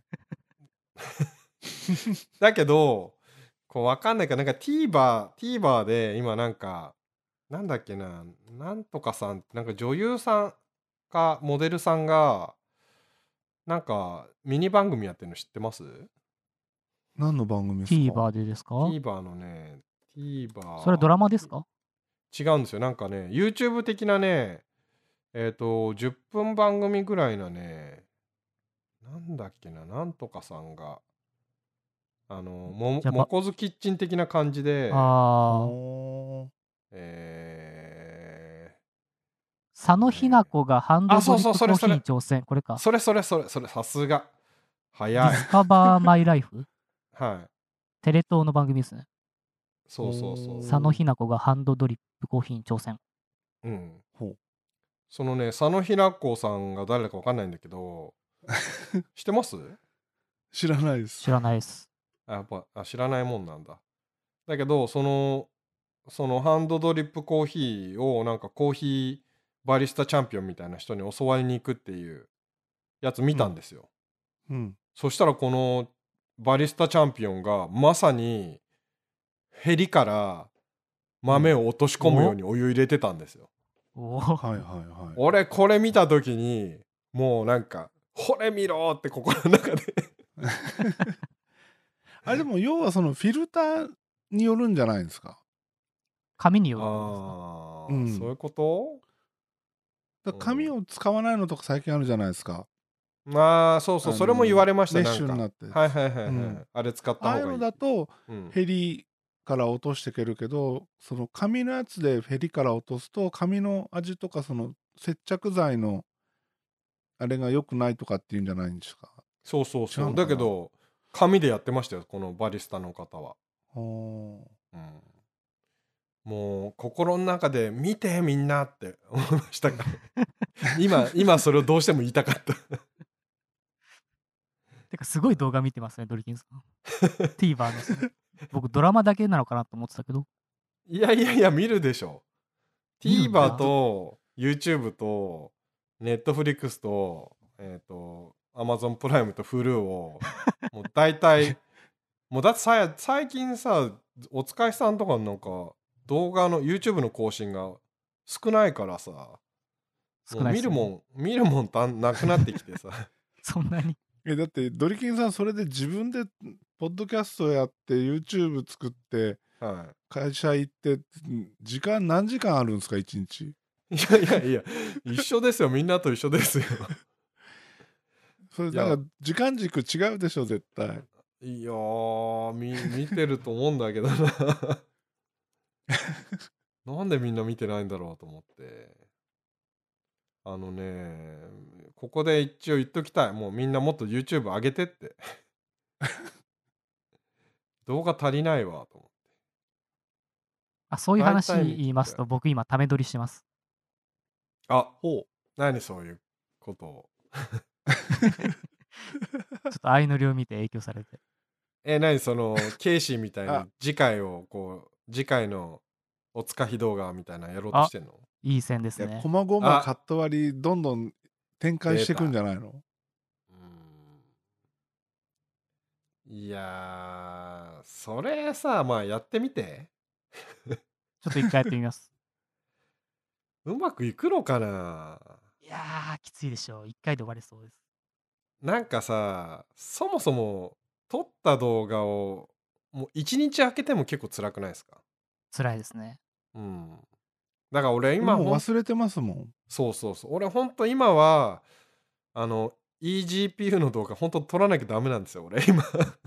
だけどこうわかんないからなんか TVer TVer で今なんかなんだっけななんとかさんなんか女優さんかモデルさんがなんかミニ番組やってるの知ってます？ 何の番組ですか？ TVer でですか？ TVer のね TVer それドラマですか？ 違うんですよ。なんかね YouTube 的なねえっ、とじゅっぷん番組ぐらいなねなんだっけななんとかさんがあのもじゃあばもこずキッチン的な感じでああ、 ほえ佐野ひな子がハンドあそうドリップコーそうそれそれヒーに挑戦。これー、 か。 それそれそれそれさすがデ早いィスカバーマイライフはいテレ東の番組ですね。 そうそうそう佐野ひな子がハンドドリップコーヒーに挑戦。 うんほう。 そのね佐野ひな子さんが誰だか分かんないんだけど知ってます？ 知らないです。 知らないです。 あやっぱあ知らないもんなんだ。だけどそのそのハンドドリップコーヒーをなんかコーヒーバリスタチャンピオンみたいな人に教わりに行くっていうやつ見たんですよ。 うん。 そしたらこのバリスタチャンピオンがまさにヘリから豆を落とし込むようにお湯入れてたんですよ。 おお。 はいはいはい。 俺これ見た時にもうなんか「これ見ろ!」って心の中であれでも要はそのフィルターによるんじゃないですか。 紙によるんですか？ ああ、 うんそういうこと？ だから紙を使わないのとか最近あるじゃないですか。 まあそうそう、 あのそれも言われました。 メッなんかシュになってはいはいはいはい、 うんあれ使ったああいう方がいい。 のだとうんヘリから落としていけるけど、その紙のやつでヘリから落とすと紙の味とかその接着剤のあれが良くないとかっていうんじゃないんですか。 そうそう違そうう。 のかなだけど紙でやってましたよ、このバリスタの方は。 ほうん、もう心の中で見てみんなって思いましたから今今それをどうしても言いたかったてかすごい動画見てますね、ドリキンさん。TVer のその。僕ドラマだけなのかなと思ってたけど。 いやいやいや見るでしょ。 見るんだ TVer と YouTube と Netflix とえっ、と Amazon プライムと Hulu をもう大体もうだってさ最近さお使いさんとかなんか動画の YouTube の更新が少ないからさ、 少ないっすよねもう見るもん見るもんたなくなってきてさそんなに。 えだってドリキンさんそれで自分でポッドキャストやって YouTube 作っては会社行って時間何時間あるんですか一日。 いいやいやいや一緒ですよ、みんなと一緒ですよそれいやなんか時間軸違うでしょ絶対。 いやーみ見てると思うんだけどななんでみんな見てないんだろうと思って。あのねここで一応言っときたい。もうみんなもっと YouTube 上げてって動画足りないわと思って。 あ、そういう話大体見て言いますと、僕今ため撮りしてます。 あほう何そういうことをちょっと相乗りを見て影響されて。 え何そのケイシーみたいあに次回をこう次回のおつかひ動画みたいなのやろうとしてんの？ いい線ですいやね。 こまごまあカット割りどんどん展開していくんじゃないの。 うーんいやーそれさまあやってみてちょっと一回やってみます。 うまくいくのかな。 いやー、きついでしょう。一回で終われそうです。 なんかさそもそも撮った動画をもう一日空けても結構辛くないですか？ 辛いですね。 うんだから俺今ほんもう忘れてますもん。 そうそうそう俺ほんと今はあの eGPU の動画本当撮らなきゃダメなんですよ俺今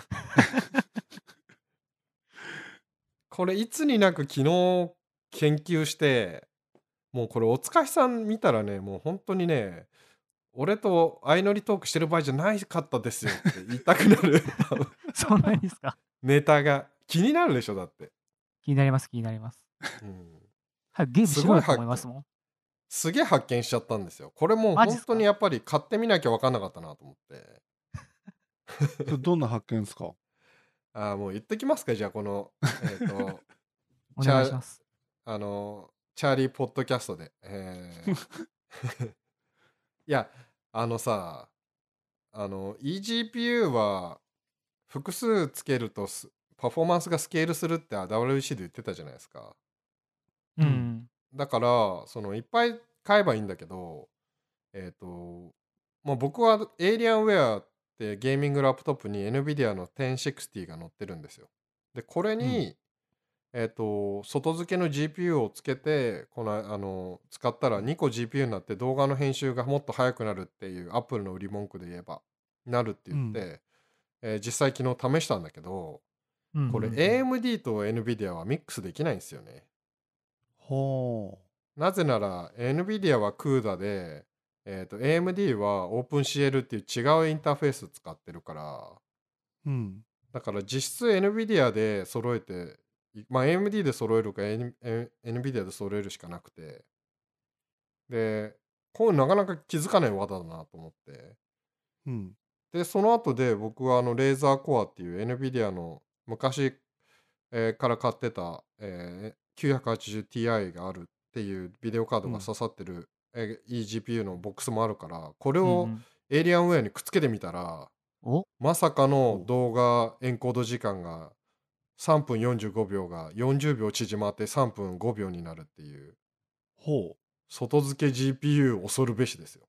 これいつになく昨日研究して、もうこれおつかしさん見たらね、もう本当にね、俺と相乗りトークしてる場合じゃないかったですよって言いたくなるそんなにですか？ ネタが気になるでしょだって。 気になります気になります。 うん、 はい、ゲームしろよと思いますもん。 すげえ発見しちゃったんですよ。これもう本当にやっぱり買ってみなきゃ分かんなかったなと思ってそれどんな発見ですか？ ああ、もう言っときますか、じゃあこのえっ、ー、とお願いします。 あのチャーリーポッドキャストで、えー、いやあのさあの eGPU は複数つけるとパフォーマンスがスケールするって ダブリューダブリューシー で言ってたじゃないですか。 うん、 だからそのいっぱい買えばいいんだけど、えっ、ー、とまあ僕はエイリアンウェアってゲーミングラップトップに NVIDIA のテンシックスティが載ってるんですよ。でこれに、うん、えっ、ー、と外付けの ジーピーユー をつけてこのあの使ったらにこ ジーピーユー になって動画の編集がもっと速くなるっていう Apple の売り文句で言えばなるって言って、うんえー、実際昨日試したんだけど、うんうんうん、これ エーエムディー と NVIDIA はミックスできないんですよね。 ほうなぜなら NVIDIA は シーユーディー で、えー、と エーエムディー は OpenCL っていう違うインターフェース使ってるから、うん、だから実質 NVIDIA で揃えて、まあ エーエムディー で揃えるか NVIDIA で揃えるしかなくて、でこういうのなかなか気づかない技だなと思って、うん、でその後で僕はあのレーザーコアっていう NVIDIA の昔、えー、から買ってた、えー、きゅうひゃくはちじゅうティーアイ があるっていうビデオカードが刺さってる、うんえー、eGPU のボックスもあるからこれをエイリアンウェアにくっつけてみたら、うん、まさかの動画エンコード時間がさんぷんよんじゅうごびょうがよんじゅうびょう縮まってさんぷんごびょうになるっていう、ほう外付け ジーピーユー 恐るべしですよ。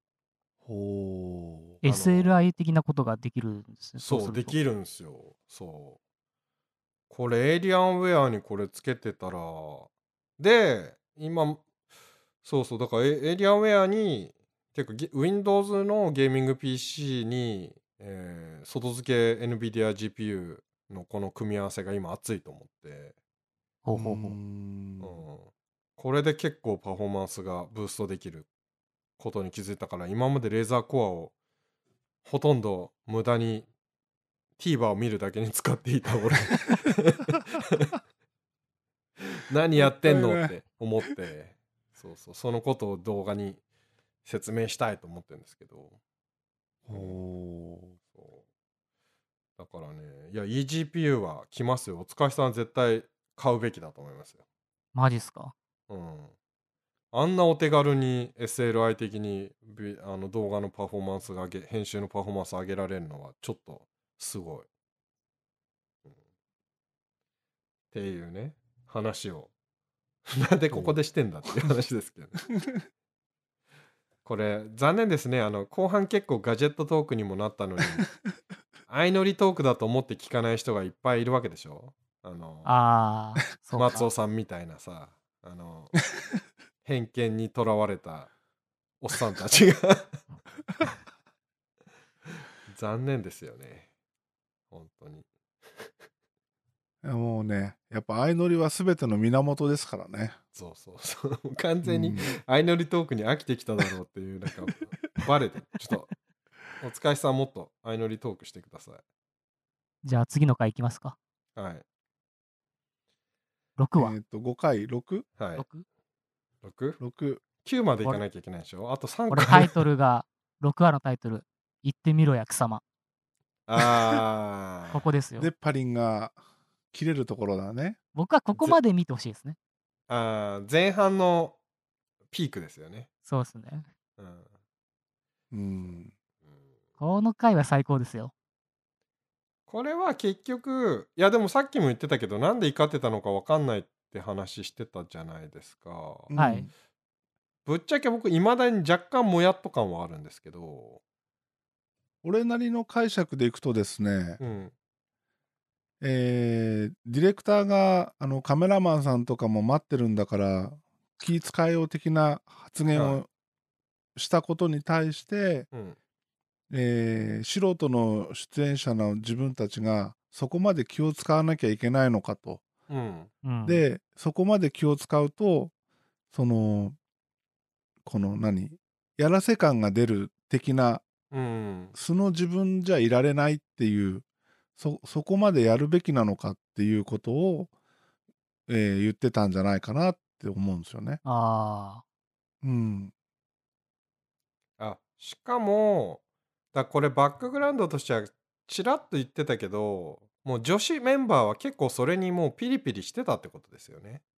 ほう エスエルアイ 的なことができるんですね。 そうできるんですよ。そうこれエイリアンウェアにこれつけてたらで今そうそうだからエイリアンウェアにていうか Windows のゲーミング ピーシー に、えー、外付け NVIDIA ジーピーユー のこの組み合わせが今熱いと思ってほうほうほう、うんうん、これで結構パフォーマンスがブーストできることに気づいたから今までレーザーコアをほとんど無駄に TVer を見るだけに使っていた俺何やってんのって思ってそうそうそのことを動画に説明したいと思ってるんですけどおそうだからねいや eGPU は来ますよ。お疲れさん絶対買うべきだと思いますよ。 マジっすか？ うんあんなお手軽に エスエルアイ 的にあの動画のパフォーマンスが上げ編集のパフォーマンス上げられるのはちょっとすごい、うん、っていうね話をなんでここでしてんだっていう話ですけど、ね、これ残念ですね。あの後半結構ガジェットトークにもなったのに相乗りトークだと思って聞かない人がいっぱいいるわけでしょ。あのあそう松尾さんみたいなさあの偏見にとらわれたおっさんたちが残念ですよね本当にもうねやっぱ相乗りは全ての源ですからね。 そうそうそう完全に相乗りトークに飽きてきただろうっていうなんかバレてちょっとお疲れさんもっと相乗りトークしてください。 じゃあ次の回いきますか。 はい。 ろくはえっとごかい ろく? はい。 ろく? ろく? ろくきゅうまでいかなきゃいけないでしょ。あとさんこれタイトルがろくわのタイトル言ってみろや貴様。 あここですよ。 でパリンが切れるところだね。 僕はここまで見てほしいですね。 あ前半のピークですよね。 そうですね。 うん。 うん。 この回は最高ですよ。 これは結局いやでもさっきも言ってたけどなんで怒ってたのか分かんないって話してたじゃないですか。 はい。 ぶっちゃけ僕いまだに若干もやっと感はあるんですけど。 俺なりの解釈でいくとですね、 うん、 えー、ディレクターがあのカメラマンさんとかも待ってるんだから気遣いよう的な発言をしたことに対して、 うんえー素人の出演者の自分たちがそこまで気を使わなきゃいけないのかと。 うんうん。 でそこまで気を使うとそのこの何やらせ感が出る的なうん素の自分じゃいられないっていうそそこまでやるべきなのかっていうことを、えー言ってたんじゃないかなって思うんですよね。 ああ。 うんあ、しかも、だこれバックグラウンドとしてはちらっと言ってたけど、もう女子メンバーは結構それにもうピリピリしてたってことですよね。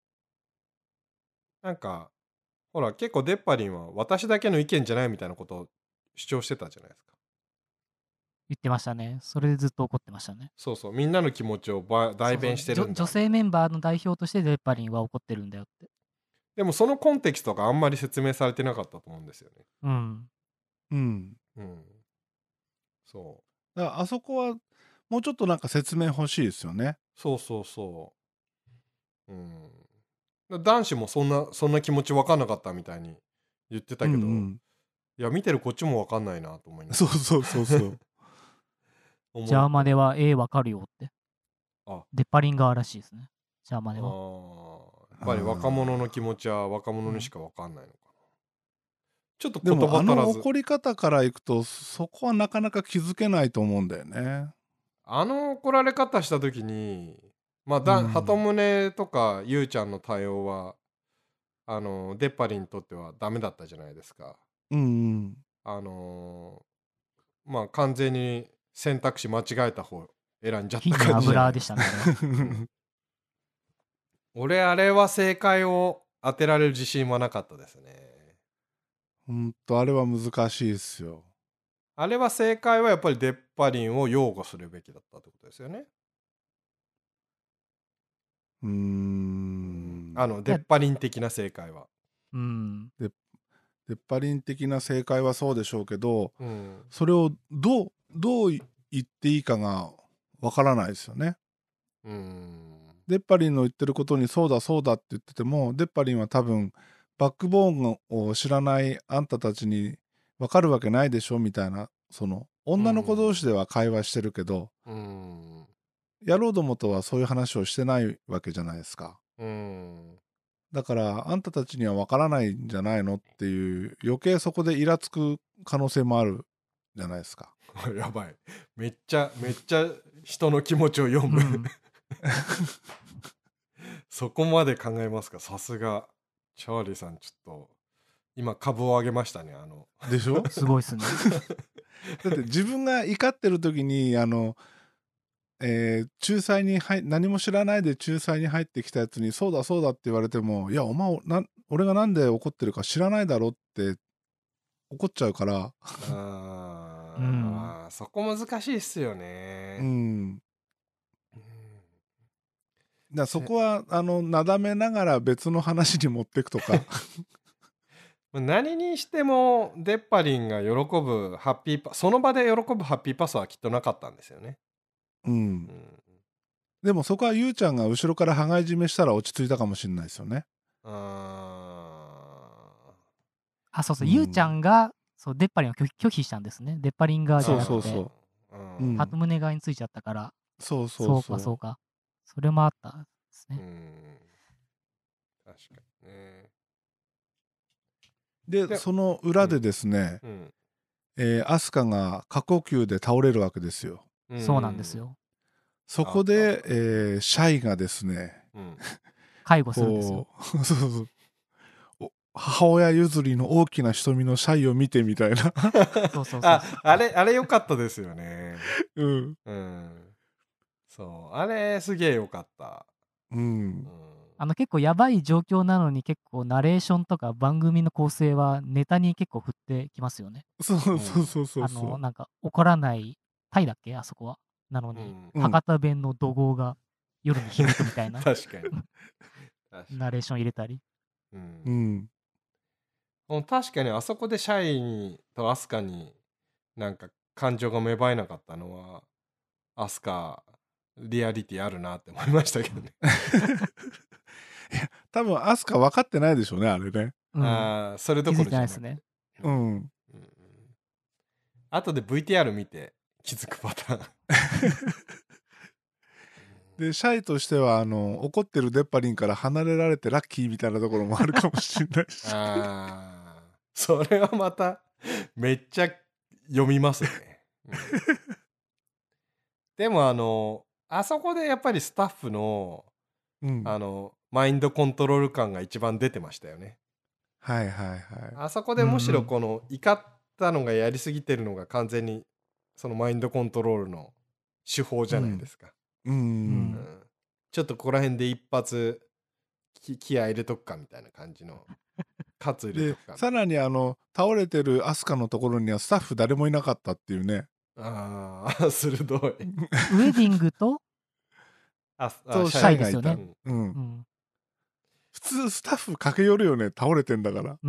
なんか、ほら結構デッパリンは私だけの意見じゃないみたいなことを主張してたじゃないですか。 言ってましたね。それでずっと怒ってましたね。 そうそう、みんなの気持ちをば代弁してるんだ。 女女性メンバーの代表としてデッパリンは怒ってるんだよって。 でもそのコンテキストがあんまり説明されてなかったと思うんですよね。 うん。 うんうん。そだからあそこはもうちょっとなんか説明欲しいですよね。 う。そうそうそう。うん。だ男子もそんな、そんな気持ち分かんなかったみたいに言ってたけど、 うんうんいや、見てるこっちも分かんないなと思いながらそうそうそうそう思うジャーマネは A わかるよって。 あデッパリン側らしいですね。ジャーマあネは。 ーやっぱり若者の気持ちは若者にしか分かんないのかな。ちょっとで言葉もあの足らず。 怒り方からいくとそこはなかなか気づけないと思うんだよね。 あの怒られ方した時に、まあ、だ、 うん鳩宗とかゆうちゃんの対応は、あの、デッパリにとってはダメだったじゃないですか。 うんうんあのーまあ、完全に選択肢間違えた方選んじゃっ火にた感じじゃない油でしたね。あれはうん俺、あれは正解を当てられる自信はなかったですね。 ほんとあれは難しいですよ。 あれは正解はやっぱりデッパリンを擁護するべきだったってことですよね。 うーんあの、デッパリン的な正解は。 うん。 出っ張りん的な正解はそうでしょうけど、 うん。 それをどうどう言っていいかがわからないですよね。 うん。 デッパリンの言ってることにそうだそうだって言ってても、デッパリンは多分バックボーンを知らないあんたたちに分かるわけないでしょみたいな、その女の子同士では会話してるけど、 うん。 野郎どもとはそういう話をしてないわけじゃないですか。 うん。 だからあんたたちには分からないんじゃないのっていう余計そこでイラつく可能性もあるじゃないですか。 やばい。めっちゃ、めっちゃ人の気持ちを読む。 うんそこまで考えますか。さすが。チャーリーさん、ちょっと、今株を上げましたね。あの。 でしょすごいっすね。 だって自分が怒ってる時にあの、えー仲裁に入何も知らないで仲裁に入ってきたやつにそうだそうだって言われても、いやお前な俺がなんで怒ってるか知らないだろって怒っちゃうからあー、 うんまあそこ難しいっすようね。 んうんだからそこはあのなだめながら別の話に持っていくとか何にしてもデッパリンが喜ぶハッピーパその場で喜ぶハッピーパスはきっとなかったんですよね。 うんうんでもそこはゆうちゃんが後ろから羽交い締めしたら落ち着いたかもしれないですよね。 ああ、そうそう、 うんゆうちゃんが、そう、デッパリンを拒否拒否したんですね。デッパリン側じゃなくて、 そうそうそううんうん鳩宗側についちゃったから、 そうそそううそうか、そうか。それもあったんですね。 うん確かにね。ででその裏でですね、 うんえー、アスカが過呼吸で倒れるわけですよ。 そうなんです。よ。 そこあであ、 えーシャイがですね、 うん介護するんですよ。 こうそうそうお母親譲りの大きな瞳のシャイを見てみたいな、 そうそうそうそう。 ああれあれ良かったですよね。 うんうん。そうあれすげえ良かった。 うんうんあの結構やばい状況なのに結構ナレーションとか番組の構成はネタに結構振ってきますよね。 そうそうそうそうあそうのなんか怒らないタイだっけあそこは。なのに、 うん博多弁の怒号が夜に響くみたいな確かに。確かにナレーション入れたり。 ううんんもう確かにあそこでシャイにとアスカになんか感情が芽生えなかったのはアスカリアリティあるなって思いましたけどね。 多分アスカ分かってないでしょうねあれね。 うん、 ああそれど気づいてころじゃないくなですね。 うん。 うん、後で ブイティーアール 見て気づくパターン。 で、シャイとしては、あの、怒ってるデッパリンから離れられてラッキーみたいなところもあるかもしれないし。 ああ、それはまた、めっちゃ読みますね。うん、でも、あの、あそこでやっぱりスタッフの、うん、あの、マインドコントロール感が一番出てましたよね。 はいはいはい。 あそこでむしろこの怒ったのがやりすぎてるのが完全にそのマインドコントロールの手法じゃないですか。うん。うんうん、ちょっとここら辺で一発気気合入れとくかみたいな感じの喝入れとくか。 でさらにあの倒れてるアスカのところにはスタッフ誰もいなかったっていうね。 ああ鋭い。ウェディングとああシャイですよね。 うん。うん、普通スタッフ駆け寄るよね、倒れてんだから。 うん、うん、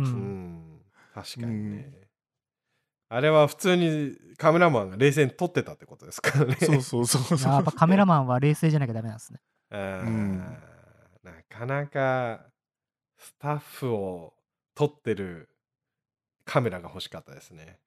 確かにね、うん。あれは普通にカメラマンが冷静に撮ってたってことですからね。 そうそうそうそう。 やっぱカメラマンは冷静じゃなきゃダメなんですね。 うん、なかなかスタッフを撮ってるカメラが欲しかったですね。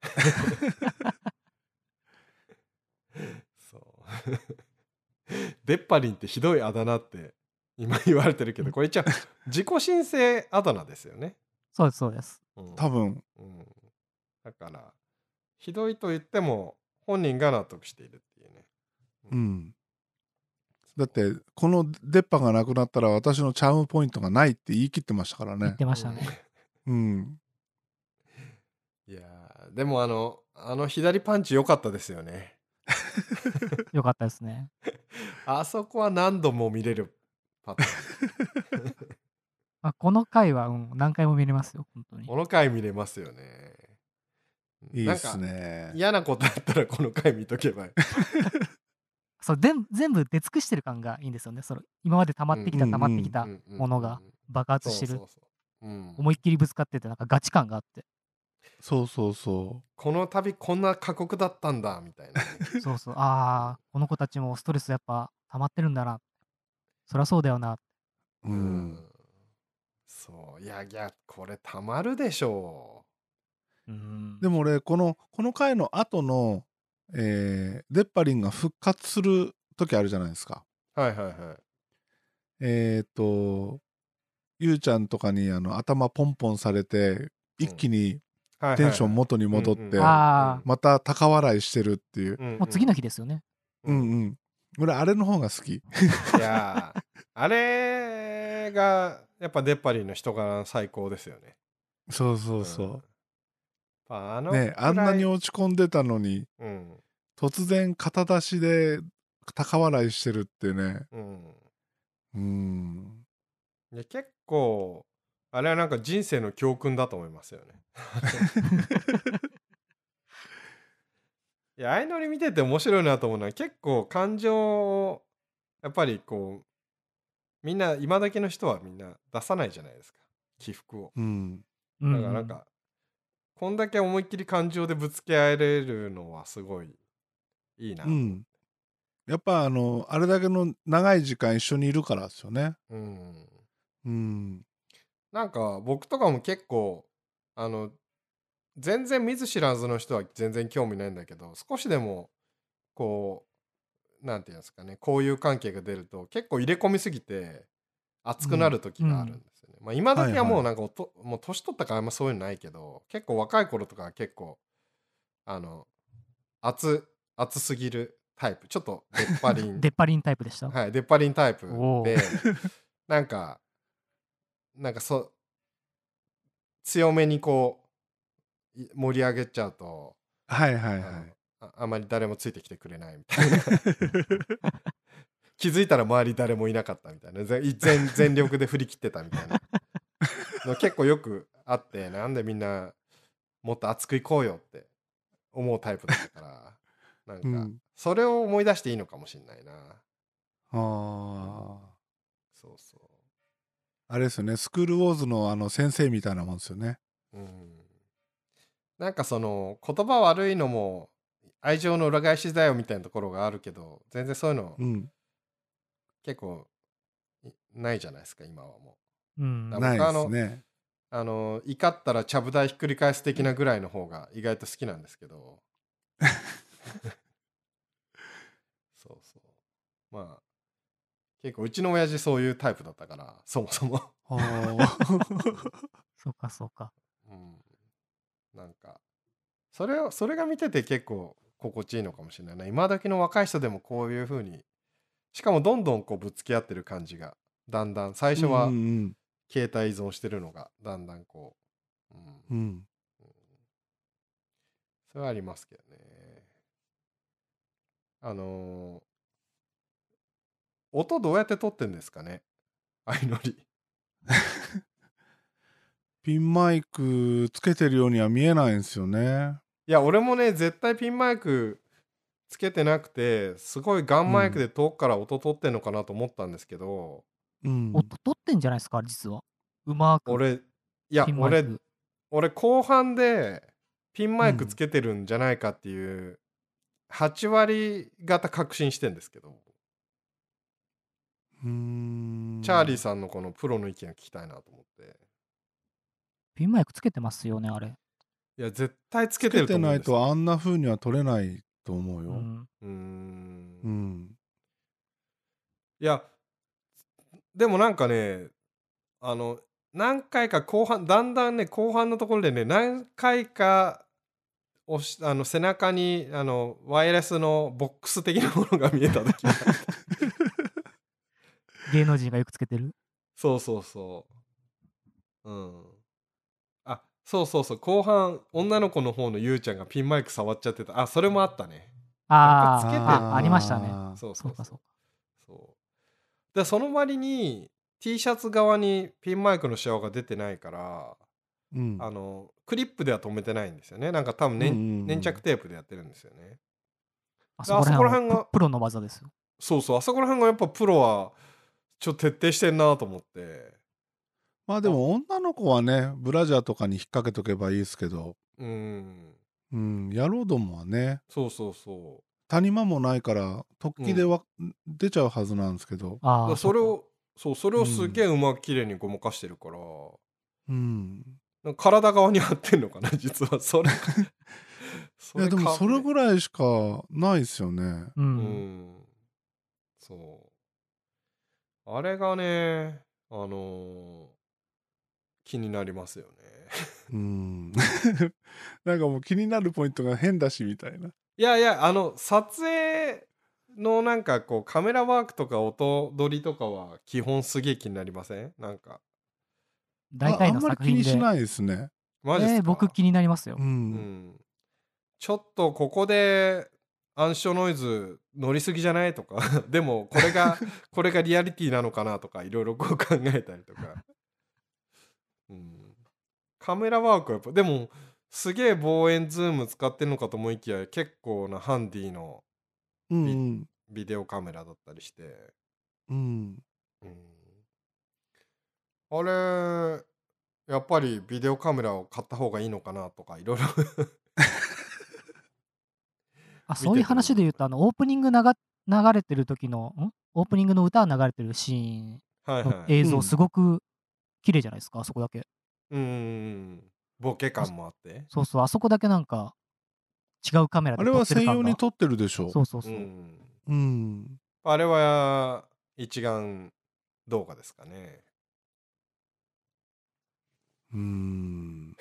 そうデッパリンってひどいあだ名って今言われてるけど、これ一応自己申請あだ名ですよね。 そうですそうです、 うん、多分、 うん、だからひどいと言っても本人が納得しているっていうね。 うん、うん、だってこの出っ歯がなくなったら私のチャームポイントがないって言い切ってましたからね。 言ってましたね。 うん。 いやでもあのあの左パンチ良かったですよね。 良かったですね。 あそこは何度も見れるパターン。 あこの回は、うん、何回も見れますよ本当に。 この回見れますよね。 いいですね。 嫌なことあったらこの回見とけばいい。 そう全全部出尽くしてる感がいいんですよね。その今まで溜まってきた溜まってきたものが爆発してる。思いっきりぶつかっててなんかガチ感があって。 そうそうそう。 この旅こんな過酷だったんだみたいな、ね。 そうそう。ああこの子たちもストレスやっぱ溜まってるんだな。そりゃそうだよな。 うん。うん、 そういやいやこれたまるでしょう。うん、でも俺このこの回の後の、えー、デッパリンが復活する時あるじゃないですか。 はいはいはい。 えっ、ー、とゆうちゃんとかにあの頭ポンポンされて一気にテンション元に戻ってまた高笑いしてるっていう、 もう次の日ですよね。 うんうん。俺あれの方が好き。いやあれがやっぱデッパリンの人柄最高ですよね。 そうそうそう。うん、 あのねあんなに落ち込んでたのに、うん、突然肩出しで高笑いしてるってね。うん。 うん。いや結構あれはなんか人生の教訓だと思いますよね。いや相乗り見てて面白いなと思うのは結構感情をやっぱりこうみんな今時の人はみんな出さないじゃないですか起伏を、うん、だからなんか、うん、こんだけ思いっきり感情でぶつけ合えれるのはすごいいいなと思って、うん、 やっぱあのあれだけの長い時間一緒にいるからですよね。うん、 うん、なんか僕とかも結構あの全然見ず知らずの人は全然興味ないんだけど少しでもこうなんていうんですかね交友関係が出ると結構入れ込みすぎて熱くなる時があるんですよね、うん、まあ今時はもうなんか、はいはい、もう年取ったからあんまそういうのないけど結構若い頃とかは結構あの熱熱すぎるタイプちょっと出っ張りん出っ張りんタイプでした。 はい出っ張りんタイプでなんかなんかそ強めにこう盛り上げちゃうとはいはいはいあ, あまり誰もついてきてくれないみたいな気づいたら周り誰もいなかったみたいな 全, 全力で振り切ってたみたいなの結構よくあってなんでみんなもっと熱くいこうよって思うタイプだったからなんか、うん、それを思い出していいのかもしれないな。ああ、うん、 そうそうあれですよねスクールウォーズのあの先生みたいなもんですよね。うんなんかその言葉悪いのも愛情の裏返しだよみたいなところがあるけど全然そういうの、うん、結構ないじゃないですか今はもう。うん、 ないですね。 あの怒ったらちゃぶ台ひっくり返す的なぐらいの方が意外と好きなんですけどそうそう。まあ結構うちの親父そういうタイプだったからそもそもそうかそうか。 うん、なんかそれをそれが見てて結構心地いいのかもしれないな。今時の若い人でもこういう風に、しかもどんどんこうぶつけ合ってる感じがだんだん、最初は携帯依存してるのがだんだんこう、うんうん、それはありますけどね。あのー音どうやって撮ってんですかね、相乗りピンマイクつけてるようには見えないんですよね。 いや俺もね絶対ピンマイクつけてなくて、すごいガンマイクで遠くから音取ってんのかなと思ったんですけど、 うん、音取ってんじゃないですか実は。うまく。 俺いや俺俺後半でピンマイクつけてるんじゃないかっていうはち割方確信してんですけど、 うーんチャーリーさんのこのプロの意見を聞きたいなと思って。 ピンマイクつけてますよねあれ。 いや絶対つけてると思うんです。 つけてないとあんな風には取れないと思うよ。 うんうんうんいやでもなんかね、あの何回か後半だんだんね後半のところでね何回か押しあの背中にあのワイヤレスのボックス的なものが見えた時があった芸能人がよくつけてる。 そうそうそううんあそうそうそう後半女の子の方のゆうちゃんがピンマイク触っちゃってた。あそれもあったね。 ああ、あ、ありましたね。 そうそうそうそうかそうか。 そうでその割に T シャツ側にピンマイクのシワが出てないから、うん、あのクリップでは止めてないんですよね。なんか多分、ねうんうんうん、粘着テープでやってるんですよね。 あそこら辺がプロの技ですよ。 そうそうあそこら辺がやっぱプロはちょっと徹底してんなと思って。 まあでも女の子はねブラジャーとかに引っ掛けとけばいいですけど、うんうん野郎どもはね、 そうそうそう谷間もないから突起でわ、うん、出ちゃうはずなんですけど、 あそれをそうそれをすげえうまく綺麗にごまかしてるから、うん、なんか体側に合ってんのかな実はそれそれいやでもそれぐらいしかないですよね。 うん、うん、 そうあれがねあのー、気になりますよねうんなんかもう気になるポイントが変だしみたいな。 いやいやあの撮影のなんかこうカメラワークとか音撮りとかは基本すげえ気になりません？なんか大体の作品であ, あんまり気にしないですね。 マジっすか？ えー、僕気になりますよ、 うん、うん、ちょっとここで暗証ノイズ乗りすぎじゃないとかでもこれがこれがリアリティなのかなとかいろいろこう考えたりとか、うん、カメラワークはやっぱでもすげえ望遠ズーム使ってるのかと思いきや結構なハンディの ビ,、うんうん、ビデオカメラだったりして、うんうん、あれやっぱりビデオカメラを買った方がいいのかなとかいろいろあそういう話で言うとあのオープニング流れてる時のんオープニングの歌流れてるシーンの映像すごく綺麗じゃないですか、あそこだけ。 うん、ボケ感もあって。 そうそう、あそこだけなんか違うカメラで撮ってる感が。 あれは専用に撮ってるでしょ。 そうそうそう。うん。うん、あれは一眼動画ですかね。 うーん。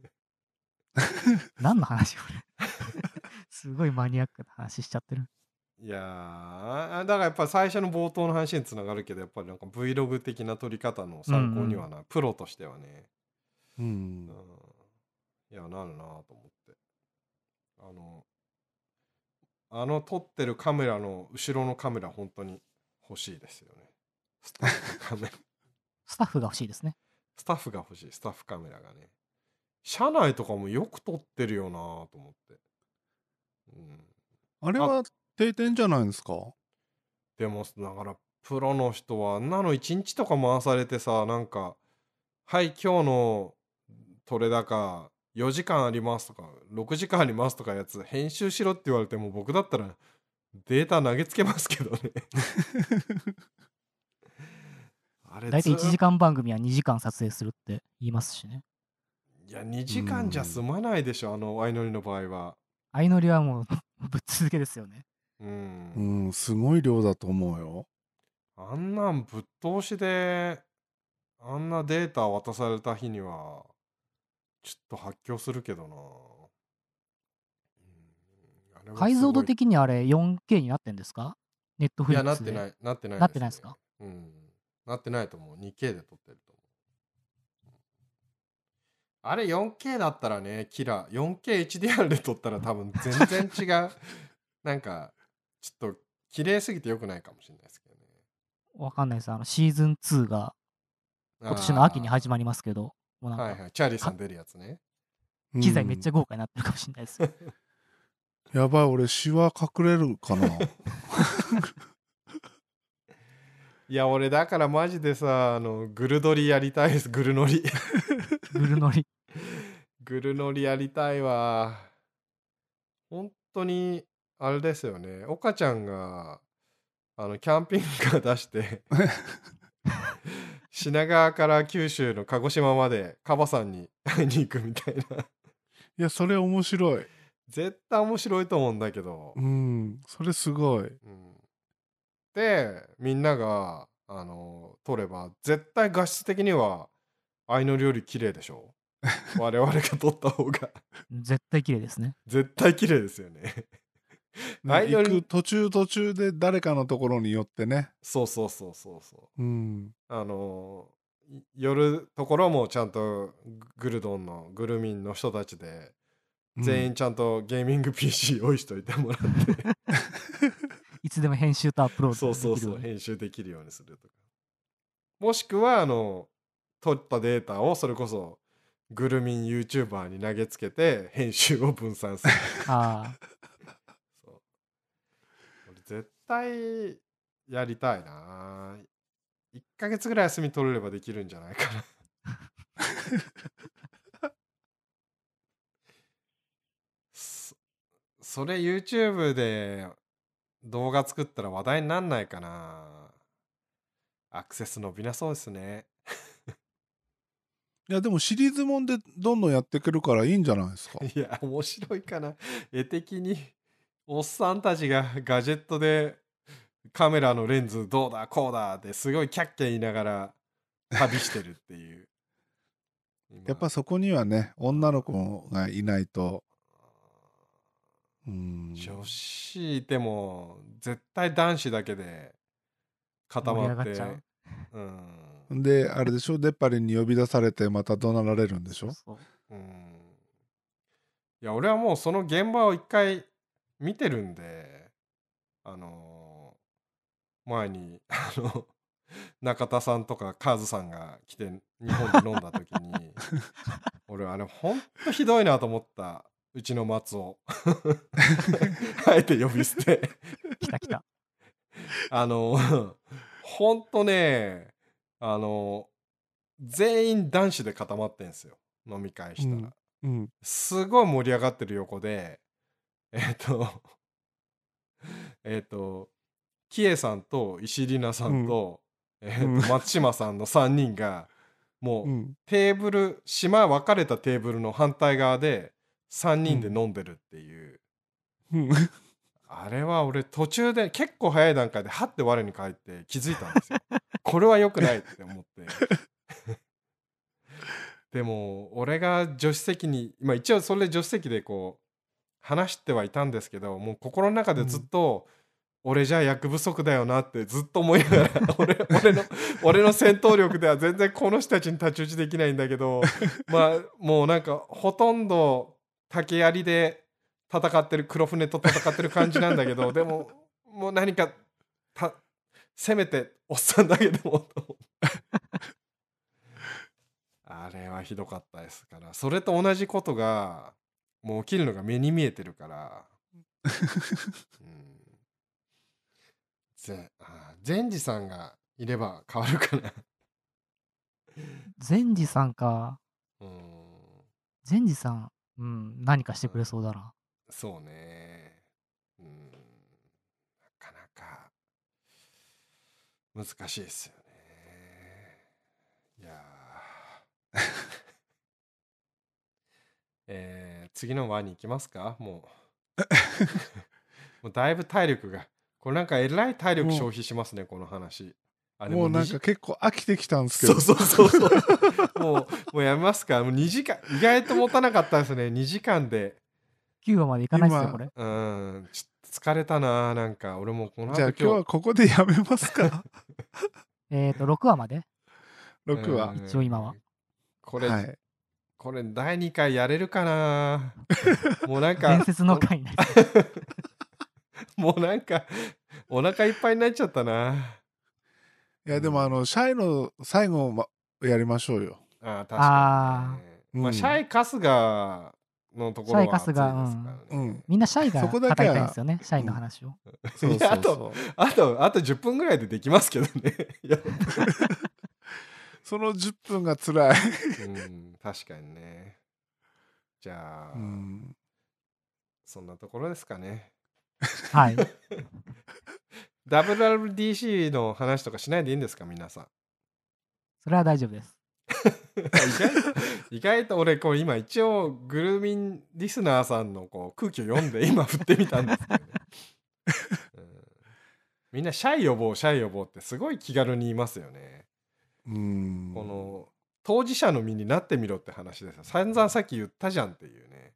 何の話これすごいマニアックな話しちゃってる。 いやーだからやっぱ最初の冒頭の話につながるけどやっぱりなんか Vlog 的な撮り方の参考にはな、うんうん、プロとしてはね、うん、うん、いやなるなと思ってあのあの撮ってるカメラの後ろのカメラ本当に欲しいですよね。スタッフカメラスタッフが欲しいですね。 スタッフが欲しいスタッフカメラがね。車内とかもよく撮ってるよなと思って、 うん、あれは定点じゃないですか？ でもだからプロの人はあんなのいちにちとか回されてさ、なんかはい今日の撮れ高よじかんありますとかろくじかんありますとかやつ編集しろって言われても僕だったらデータ投げつけますけどねあれ大体ずいちじかん番組はにじかん撮影するって言いますしね。 いや、にじかんじゃ済まないでしょ、あの、相乗りの場合は。 相乗りはもうぶっ続けですよね。 う。 うんん、すごい量だと思うよ。 あんなんぶっ通しで、あんなデータ渡された日には、ちょっと発狂するけどな。うん、あれは解像度すごい。 的にあれ よんケー になってんですか？ネットフいや、 リックスで。 なってない、なってないなっですね。 てないですか？ うん。なってないと思う。にケー で撮ってると思う。あれ よんケー だったらね、キラー、よんケーエイチディーアール で撮ったら多分全然違う。なんか、ちょっと綺麗すぎて良くないかもしれないですけどね。 わかんないです。あの、シーズンツーが今年の秋に始まりりますけど、もうなんか、 はいはい。チャーリーさかん出るやつね。 機材めっちゃ。 ゃ豪華になってるかもしれないですよ。 やばい、俺、シワ隠れるかな。 いや、俺だからマジでさ、あの、グルドリやりたいです。グルノリ。 グルノリ。 グルノリやりたいわ。本当に、あれですよね。岡ちゃんが、あの、キャンピングカー出して、品川から九州の鹿児島までカバさんに会いに行くみたいな。 いや、それ面白い。 絶対面白いと思うんだけど。 うん、それすごい。 うん、で、みんなが、あの、撮れば、絶対画質的には、相乗りより綺麗でしょ。我々が撮った方が。 絶対綺麗ですね。 絶対綺麗ですよね。 ね、 相乗り、 行く途中途中で誰かのところに寄ってね。 そうそうそうそうそう。 うん。 あのー、い寄るところもちゃんとグルドンのグルミンの人たちで、全員ちゃんとゲーミング ピーシー 用意しといてもらって、 いつでも編集とアップローそうドできるように。 そうそう、編集できるようにするとか。もしくは、あの、取ったデータをそれこそグルミン YouTuber に投げつけて編集を分散する。 ああ、 そう。俺絶対やりたいな。いっかげつぐらい休み取れればできるんじゃないかな。そ、それ YouTube で動画作ったら話題になんないかな。アクセス伸びなそうですね。 いや、でもシリーズもんでどんどんやっていけるからいいんじゃないですか。 いや、面白いかな。絵的に、おっさんたちがガジェットでカメラのレンズどうだこうだってすごいキャッキャ言いながら旅してるっていう。 やっぱそこにはね、女の子がいないと。うん。 女子いても絶対男子だけで固まって。 盛り上がっちゃう。 うん。 で、あれでしょ、出っ張りに呼び出されてまた怒鳴られるんでしょ。 そうそう。 うん。いや、俺はもうその現場を一回見てるんで、あのー前に、あの、中田さんとかカズさんが来て日本で飲んだ時に、俺あれほんとひどいなと思った。うちの松尾。あえて呼び捨て。 来た来た。 あの、ほんとね、あの、全員男子で固まってんすよ。飲み会したら。 うんうん、 すごい盛り上がってる横で、えっと、えっと、キエさんと石里奈さんと、うん、えっと、松島さんのさんにんが、もう、うん、テーブル、島分かれたテーブルの反対側でさんにんで飲んでるっていう。うん、あれは俺途中で結構早い段階ではって我に返って気づいたんですよ。これは良くないって思って。でも俺が助手席に、まあ一応それで助手席でこう話してはいたんですけど、もう心の中でずっと、うん、俺じゃ役不足だよなってずっと思いながら俺, 俺, の俺の戦闘力では全然この人たちに太刀打ちできないんだけどまあもうなんかほとんど竹槍で戦ってる、黒船と戦ってる感じなんだけどでももう何かたせめておっさんだけでもとあれはひどかったですから、それと同じことがもう起きるのが目に見えてるからうんぜあ善治さんがいれば変わるかな善治さんか。うん。善治さん、うん、何かしてくれそうだな。うん、 そうね。うん。なかなか難しいですよね。 次の輪に行きますかもう。もうだいぶ体力が。これなんかえらい体力消費しますね、この話。 あもうなんか結構飽きてきたんですけど。 そうそうそうそうもう。もうやめますかもうにじかん、意外と持たなかったですね。にじかんで。 きゅうわまでいかないっすよ、これ。 うん。ちょっと疲れたな、なんか。俺もこの後じゃあ今日はここでやめますかえっと、ろくわまでろくわ。 一応今は。 これ、 はい、 これだいにかいやれるかなもうなんか。 伝説の回になりもうなんか、お腹いっぱいになっちゃったな。 いやでもあの、シャイの最後まやりましょうよ。 ああ、確かに、ね。 うん、 まあ、シャイ春日のところは熱いですからね。 うん、みんなシャイが語りたいんですよね、シャイの話を。 そうそうそう。あと、あと、あとじゅっぷんぐらいでできますけどね。 そのじゅっぷんがつらい。 うん、確かにね。じゃあ、うん、そんなところですかね。 はい。 ダブリューダブリューディーシー の話とかしないでいいんですか、皆さん。 それは大丈夫です。 意外と、意外と俺これ今一応グルミンリスナーさんのこう空気を読んで今振ってみたんですけどね、うん、みんなシャイ予防シャイ予防ってすごい気軽に言いますよね。 うんこの当事者の身になってみろって話ですよ。散々さっき言ったじゃんっていうね。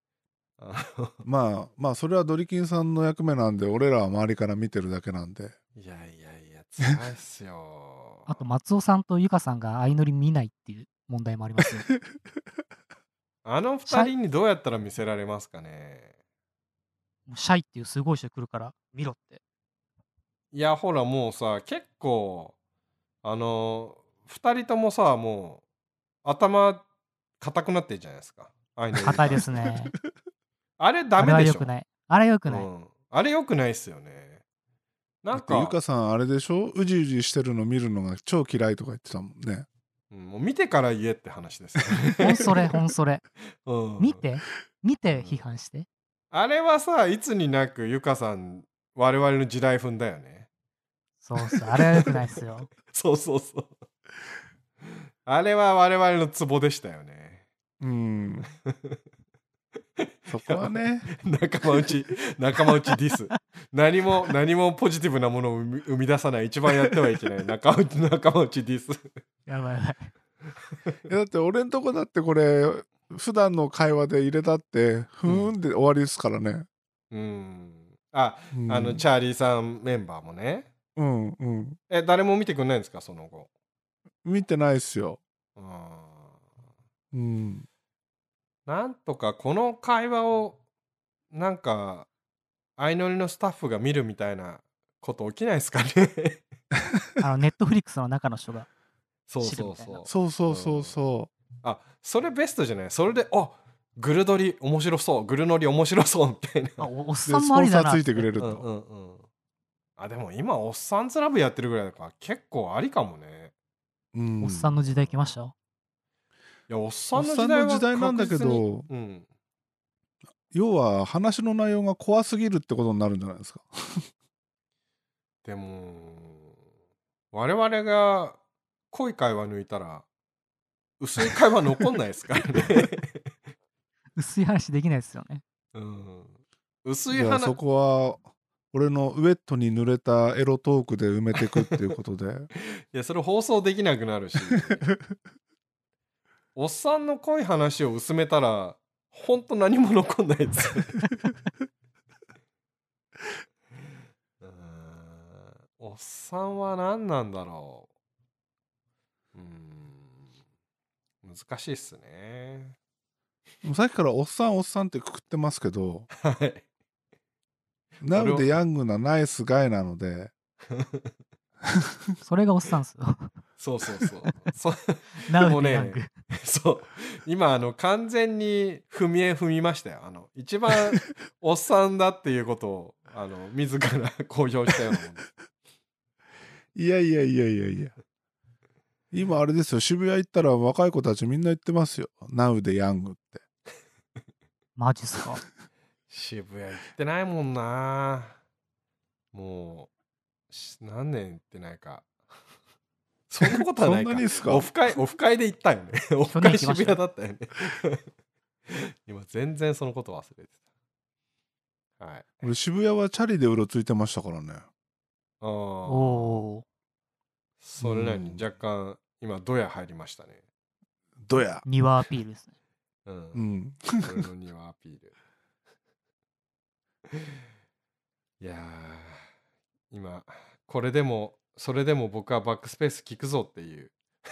まあまあそれはドリキンさんの役目なんで俺らは周りから見てるだけなんで。 いやいやいや辛いっすよ。 あと松尾さんとゆかさんが相乗り見ないっていう問題もありますよ。 あの二人にどうやったら見せられますかね。 シャイっていうすごい人来るから見ろって。 いやほらもうさ結構あの二人ともさもう頭硬くなってるじゃないですか。 硬いですね。 あれダメでしょ。あれは良くない。あれ良くない、うん。 あれ良くないっすよね。 なんかゆかさんあれでしょ、うじうじしてるの見るのが超嫌いとか言ってたもんね。 うん、もう見てから言えって話ですよね。 ほんそれほんそれ、 うん、 見て見て批判して、うん、 あれはさいつになくゆかさん我々の地雷踏んだよね。 そうそうあれは良くないっすよ。 そうそうそうあれは我々のツボでしたよね。 うんそこはね仲間内仲間内ディス何も何もポジティブなものを生み出さない一番やってはいけない仲間内仲間内ディスやばいやばいいやだって俺んとこだってこれ普段の会話で入れたってふーんで終わりですからね。 うん、うん、あ、うん、あのチャーリーさんメンバーもね。 うんうん。 え誰も見てくんないんですかその後。 見てないっすよ。 あうん。 なんとかこの会話をなんか相乗りのスタッフが見るみたいなこと起きないですかね。 あのネットフリックスの中の人がそうそうそうそうそうそうそう、 うん、あそれベストじゃない。それであグルドリ面白そうグルノリ面白そうみたいな。 あ お, おっさんもありだなってスポンサーついてくれると、 うんうんうん、あでも今おっさんずラブやってるぐらいだから結構ありかもね、 うん、おっさんの時代来ました。いやおっさんの時代はおっさんの時代なんだけど、 うん、 要は話の内容が怖すぎるってことになるんじゃないですか。 でも我々が濃い会話抜いたら薄い会話残んないですからね。 薄い話できないですよね。 うん、薄い話。じゃあそこは俺のウェットに濡れたエロトークで埋めていくっていうことで。 いやそれ放送できなくなるし。おっさんの濃い話を薄めたらほんと何も残んないです。うーんおっさんは何なんだろう。うーん難しいっすね。 さっきからおっさんおっさんってくくってますけど、 はい。 ナウでヤングなナイスガイなので。 それがおっさんっすよ。 そうそうそう。そでもね、そう今あの完全に踏み絵踏みましたよ。あの一番おっさんだっていうことをあの自ら公表したようなもんです。 いやいやいやいやいや。今あれですよ、渋谷行ったら若い子たちみんな言ってますよ。ナウでヤングって。 マジっすか。 渋谷行ってないもんな。もう何年行ってないか。そんなことはないか。 そんなにですか。 オフ会オフ会で行ったよね。オフ会渋谷だったよね。 今全然そのこと忘れてた。はい。 俺渋谷はチャリでうろついてましたからね。 ああ。 おー。 それなりに若干、今、ドヤ入りましたね。 ドヤ。 庭アピールですね。 う。 うんん。 俺の庭アピール。いやー、今、これでも、それでも僕はバックスペース聞くぞっていう。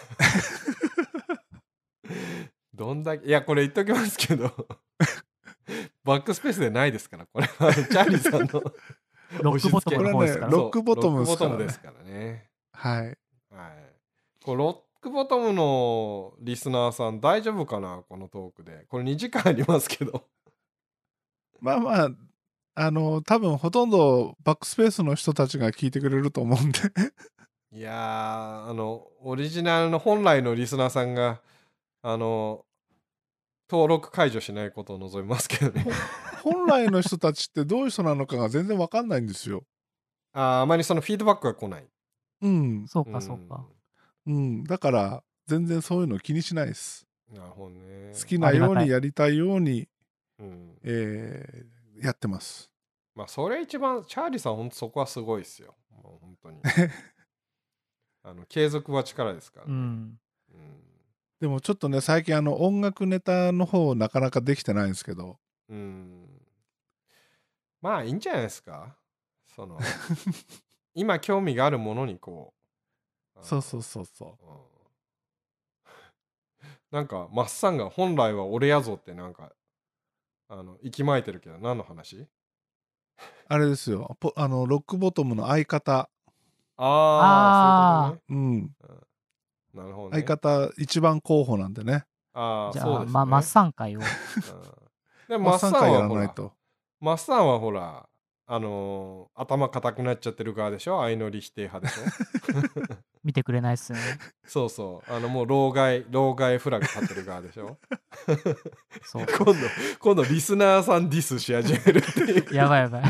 どんだけ、いや、これ言っときますけど、バックスペースでないですから、これはチャーリーさんのロックボトムの方ですから。 これねロックボトムロックボですからねトムですからね。 はい。 はい。こうロックボトムのリスナーさん大丈夫かなこのトークで。これにじかんありますけど。 まあまあ、あの、多分ほとんどバックスペースの人たちが聞いてくれると思うんで。 いやー、あの、オリジナルの本来のリスナーさんが、あの、登録解除しないことを望みますけどね。 本来の人たちってどういう人なのかが全然わかんないんですよ。 あーあまりそのフィードバックが来ない。 うん。 そうか、そうか。 うん。だから、全然そういうの気にしないです。 なるほどね。 好きなようありがたいにやりたいように、 うん。 えーやってます。 まあ、それ一番、チャーリーさん、ほんとそこはすごいですよ。もう本当に。あの、継続は力ですからね。 うん。 うんでもちょっとね、最近あの音楽ネタの方なかなかできてないんですけど。 うん。まあいいんじゃないですか。その今興味があるものにこう。 そうそうそうそうん。なんかマッサンが本来は俺やぞってなんかあの息巻いてるけど何の話？ う。あれですよ。ポあのロックボトムの相方。 ああ、そういううん。 ことね。うん、なるほどね。 相方一番候補なんでね。 ああ、 じゃあ、 そうですね。 ま、マッサン会を。 うん、でもマッサンマッサン会やはほら、 らないと。 マッサンはほら、あのー頭固くなっちゃってる側でしょ。相乗り否定派でしょ。 見てくれないっすね。 そうそう。あのもう老害、老害フラグ立ってる側でしょ。 そう。 今度、今度リスナーさんディスし始めるっていう。 やばいやばい。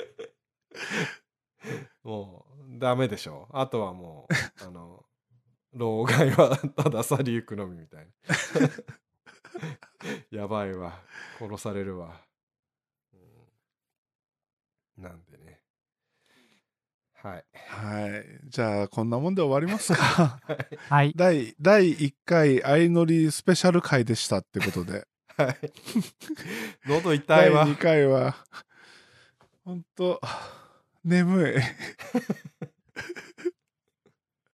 もう、ダメでしょ。あとはもう、あの、老害はただ去りゆくのみみたいな。やばいわ。殺されるわ。うん、なんでね。はい。 はい。じゃあ、こんなもんで終わりますか。 はい。 第、第いっかい相乗りスペシャル回でしたってことで。 はい。喉痛いわ。 だいにかいは、ほんと、眠い。